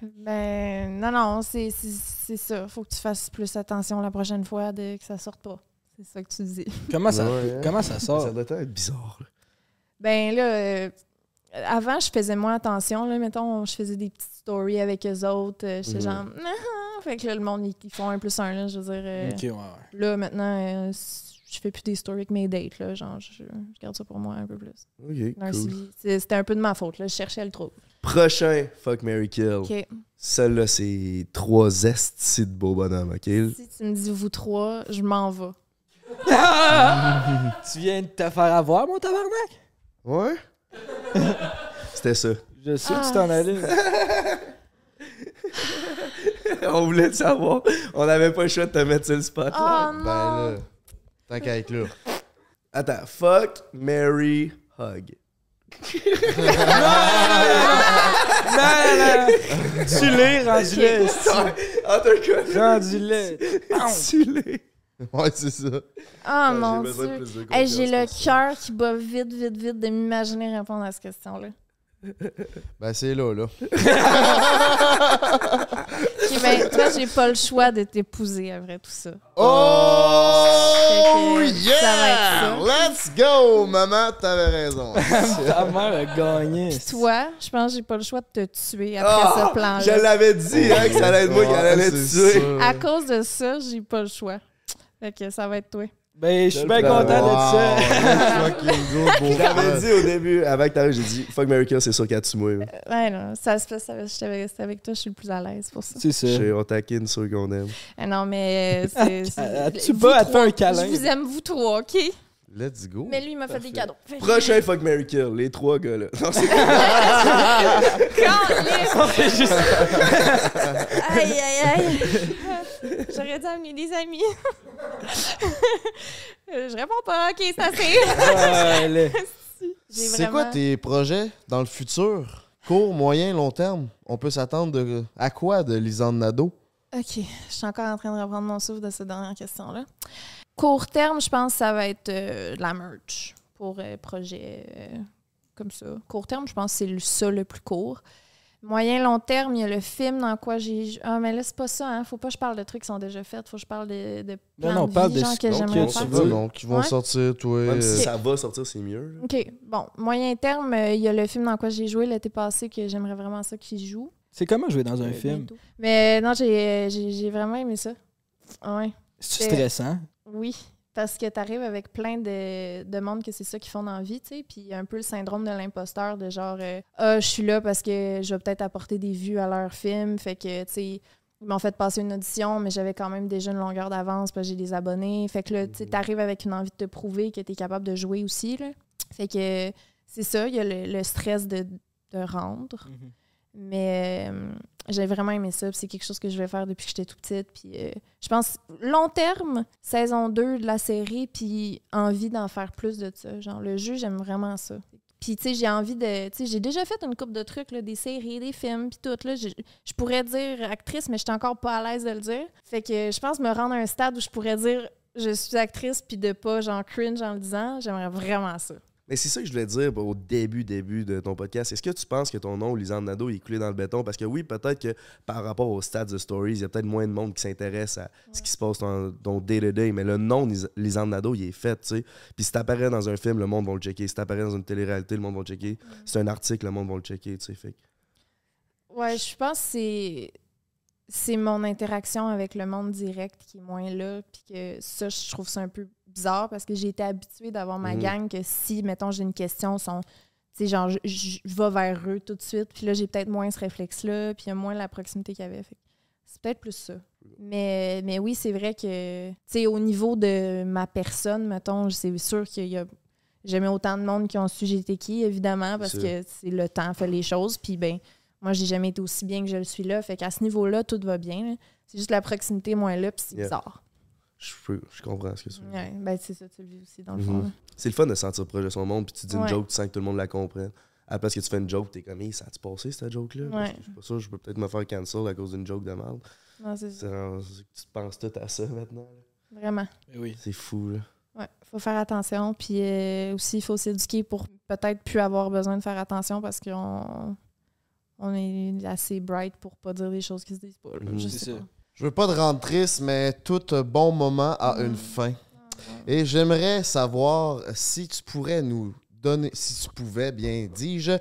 Ben, non, non, c'est, c'est, c'est ça. Faut que tu fasses plus attention la prochaine fois de que ça sorte pas. C'est ça que tu dis. Comment ça, Ouais, hein? comment ça sort? Ça doit être bizarre. là. Ben là, euh, avant, je faisais moins attention. Là, mettons, je faisais des petites stories avec eux autres. Euh, J'étais Mhm. genre... Ah! Fait que là, le monde, ils, ils font un plus un. Là, je veux dire, euh, Ok, ouais, ouais. là, maintenant, euh, je fais plus des stories avec mes dates. Là, genre, je, je garde ça pour moi un peu plus. Ok, Non, cool. c'est- c'est- C'était un peu de ma faute. Là, je cherchais le trou. Prochain Fuck, Marry, Kill. OK. Celle-là, c'est trois estis de beaux bonhommes, OK? Si tu me dis vous trois, je m'en vais. Tu viens de te faire avoir, mon tabarnak? Ouais? C'était ça. Je sais que Ah, tu t'en allais. On voulait te savoir. On n'avait pas le choix de te mettre sur le spot. Oh Ben non! là, tant qu'à être là. Attends. Fuck, Marry, Hug. Non, non, non. Tu l'es, rendu là. En tout cas, Rendu là. tu l'es. Ouais, c'est ça. Oh mon J'ai besoin de Dieu! plus de Hey, j'ai le confiance pour ça. cœur qui bat vite, vite, vite de m'imaginer répondre à cette question-là. Ben c'est là, là. Ok, ben, toi, j'ai pas le choix de t'épouser après tout ça. Oh! Fait que ça va Yeah! être Let's go! Maman, t'avais raison. Ta mère a gagné. Toi, je pense que j'ai pas le choix de te tuer après Ah, ce plan-là. je l'avais dit hein, que ça allait être moi qui allait te Ouais, c'est tuer. sûr. À cause de ça, j'ai pas le choix. Fait que ça va être toi. Ben, je suis bien Wow. content de ça. Wow, fucking good, beau J'avais frère. dit au début, avant que t'arrives, j'ai dit Fuck, Marry, Kill, c'est sûr qu'elle tue moi. Ouais, non, ça se fait, ça, je t'avais resté avec toi, je suis le plus à l'aise pour ça. C'est ça. Je on taquine ceux qu'on aime. Ah non, mais euh, c'est. c'est- Elle- elle tue vous pas, elle te fait trois. un câlin. Je vous aime, vous trois, OK? Let's go. Mais lui, il m'a fait des cadeaux. Fait que- Prochain Fuck, Marry, Kill, les trois gars là. Non, c'est Caliste! Aïe, aïe, aïe. J'aurais dû amener des amis. Je réponds pas. OK, c'est assez. Ouais, là. J'ai C'est vraiment- quoi tes projets dans le futur? Court, moyen, long terme? On peut s'attendre de... à quoi de Lisanne Nadeau? OK, je suis encore en train de reprendre mon souffle de cette dernière question-là. Court terme, je pense que ça va être euh, de la merch pour euh, projet euh, comme ça. Court terme, je pense que c'est le- ça le plus court. Moyen, long terme, il y a le film dans quoi j'ai... Ah, mais là, c'est pas ça, hein. Faut pas que je parle de trucs qui sont déjà faits. Faut que je parle de, de plans non, de parle vie, de genre, ce- que donc, j'aimerais que faire. tu Tu veux. veux, non, qui vont Ouais. sortir, toi... Même si euh, ça va sortir, c'est mieux. là. OK, bon. Moyen terme, euh, il y a le film dans quoi j'ai joué l'été passé que j'aimerais vraiment ça qu'il joue. C'est comment jouer dans un Euh, film? bientôt. Mais non, j'ai, j'ai, j'ai vraiment aimé ça. Ouais. C'est Euh, stressant. Oui, parce que tu arrives avec plein de, de monde que c'est ça qu'ils font dans la vie, tu sais, puis il y a un peu le syndrome de l'imposteur, de genre, euh, ah, je suis là parce que je vais peut-être apporter des vues à leur film, fait que, tu sais, ils m'ont fait passer une audition, mais j'avais quand même déjà une longueur d'avance parce que j'ai des abonnés, fait que là, tu sais, t'arrives avec une envie de te prouver que tu es capable de jouer aussi, là. Fait que c'est ça, il y a le, le stress de, de rendre. Mhm. Mais euh, j'ai vraiment aimé ça. Puis c'est quelque chose que je vais faire depuis que j'étais toute petite. Puis euh, je pense, long terme, saison deux de la série, puis envie d'en faire plus de ça. Genre, le jeu, j'aime vraiment ça. Puis, tu sais, j'ai envie de... Tu sais, j'ai déjà fait une couple de trucs, là, des séries, des films, puis tout, là. Je, je pourrais dire actrice, mais je suis encore pas à l'aise de le dire. Fait que je pense me rendre à un stade où je pourrais dire je suis actrice, puis de pas, genre, cringe en le disant. J'aimerais vraiment ça. Mais c'est ça que je voulais dire au début, début de ton podcast. Est-ce que tu penses que ton nom, Lisanne Nadeau, est coulé dans le béton? Parce que oui, peut-être que par rapport aux stats de Stories, il y a peut-être moins de monde qui s'intéresse à ouais. ce qui se passe dans ton day-to-day, mais le nom Lisanne Nadeau, il est fait, tu sais. Puis si t'apparais dans un film, le monde va le checker. Si t'apparais dans une télé-réalité, le monde va le checker. Mm. Si c'est un article, le monde va le checker, tu sais. Fait. Ouais, je pense que c'est... c'est mon interaction avec le monde direct qui est moins là. Puis que ça, je trouve ça un peu bizarre parce que j'ai été habituée d'avoir ma mmh. gang que si, mettons, j'ai une question, sont, tu sais, genre, je, je vais vers eux tout de suite. Puis là, j'ai peut-être moins ce réflexe-là. Puis il y a moins la proximité qu'il y avait. Fait. C'est peut-être plus ça. Mais, mais oui, c'est vrai que, tu sais, au niveau de ma personne, mettons, c'est sûr qu'il y a jamais autant de monde qui ont su j'étais qui, évidemment, parce c'est... que c'est le temps fait les choses. Puis, ben moi, j'ai jamais été aussi bien que je le suis là. Fait qu'à ce niveau-là, tout va bien. Là. C'est juste la proximité moins là, puis c'est yeah. bizarre. Je, peux, je comprends ce que tu veux dire. Ouais, ben c'est ça, tu le vis aussi, dans le mm-hmm. fond. Là. C'est le fun de se sentir proche de son monde, puis tu dis une ouais. joke, tu sens que tout le monde la comprenne. Après, parce que tu fais une joke, t'es comme, hey, ça a-tu passé, cette joke-là? Ouais. Je suis pas sûr, je peux peut-être me faire cancel à cause d'une joke de merde. Non, c'est ça. Tu penses tout à ça maintenant. Là. Vraiment. Oui. C'est fou, là. Ouais, faut faire attention. Puis euh, aussi, il faut s'éduquer pour peut-être plus avoir besoin de faire attention parce qu'on on est assez bright pour pas dire des choses qui se disent pas. Là. Mmh. Je sais sais pas. pas. Je veux pas te rendre triste, mais tout bon moment a mmh. une fin. Et j'aimerais savoir si tu pourrais nous donner, si tu pouvais, bien dis-je.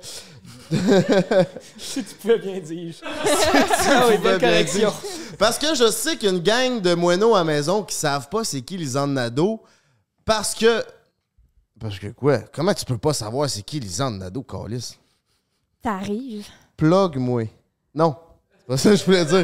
si tu pouvais, bien dis-je. ah oui, belle correction. Parce que je sais qu'il y a une gang de moineaux à la maison qui savent pas c'est qui Lisanne Nadeau. Parce que. Parce que quoi? Comment tu peux pas savoir c'est qui Lisanne Nadeau, câlisse? T'arrives. Plug-moi. Non. C'est pas ça que je voulais dire.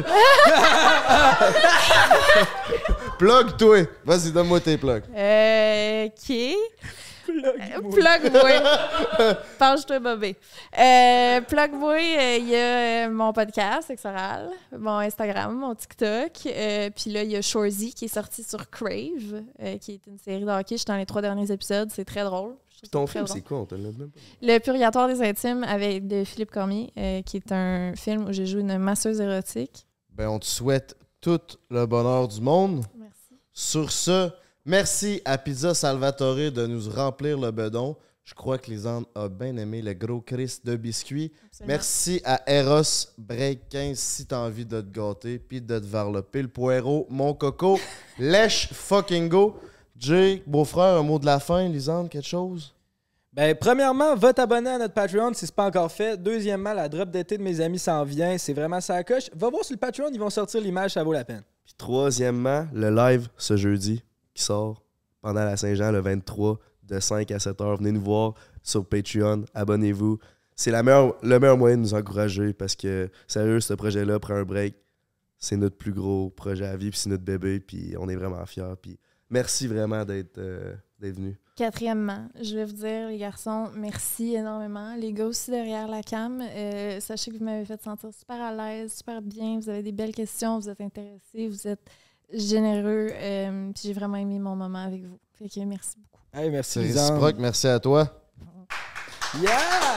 Plug-toi. Vas-y, donne-moi tes plugs. Euh, OK. Plug-moi. Plug-moi. Penche-toi, Bobé. Euh, Plug-moi, il euh, y a euh, mon podcast, Sexoral, mon Instagram, mon TikTok. Euh, Puis là, il y a Shorzy qui est sorti sur Crave, euh, qui est une série de hockey. Je suis dans les trois derniers épisodes. C'est très drôle. Ton film, c'est quoi? On te l'a même pas. Le Purgatoire des intimes avec de Philippe Cormier, euh, qui est un film où j'ai joué une masseuse érotique. Ben, on te souhaite tout le bonheur du monde. Merci. Sur ce, merci à Pizza Salvatore de nous remplir le bedon. Je crois que Lisanne a bien aimé le gros Chris de biscuits. Absolument. Merci à Eros Break quinze si t'as envie de te gâter puis de te varloper le poireau, mon coco. Lèche fucking go. Jay, beau-frère, un mot de la fin, Lisanne, quelque chose? Ben, premièrement, va t'abonner à notre Patreon si c'est pas encore fait. Deuxièmement, la drop d'été de mes amis s'en vient. C'est vraiment ça à coche. Va voir sur le Patreon, ils vont sortir l'image, ça vaut la peine. Puis troisièmement, le live ce jeudi qui sort pendant la Saint-Jean le vingt-trois de cinq à sept heures. Venez nous voir sur Patreon, abonnez-vous. C'est la meilleure, le meilleur moyen de nous encourager parce que, sérieux, ce projet-là prend un break. C'est notre plus gros projet à vie, puis c'est notre bébé, puis on est vraiment fiers. Puis merci vraiment d'être euh, d'être venus. Quatrièmement, je vais vous dire, les garçons, merci énormément. Les gars aussi derrière la cam, euh, sachez que vous m'avez fait sentir super à l'aise, super bien. Vous avez des belles questions, vous êtes intéressés, vous êtes généreux. Euh, puis j'ai vraiment aimé mon moment avec vous. Fait que merci beaucoup. Hey, merci, C'est Lisanne. réciproque, merci à toi. Yeah!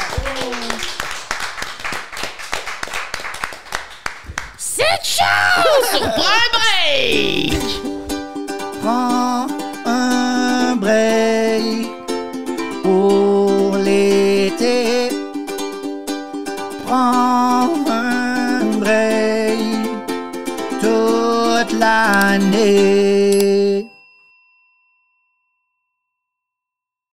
Cette chance sur Prends Break! Prends un break pour l'été. Prends un break toute l'année.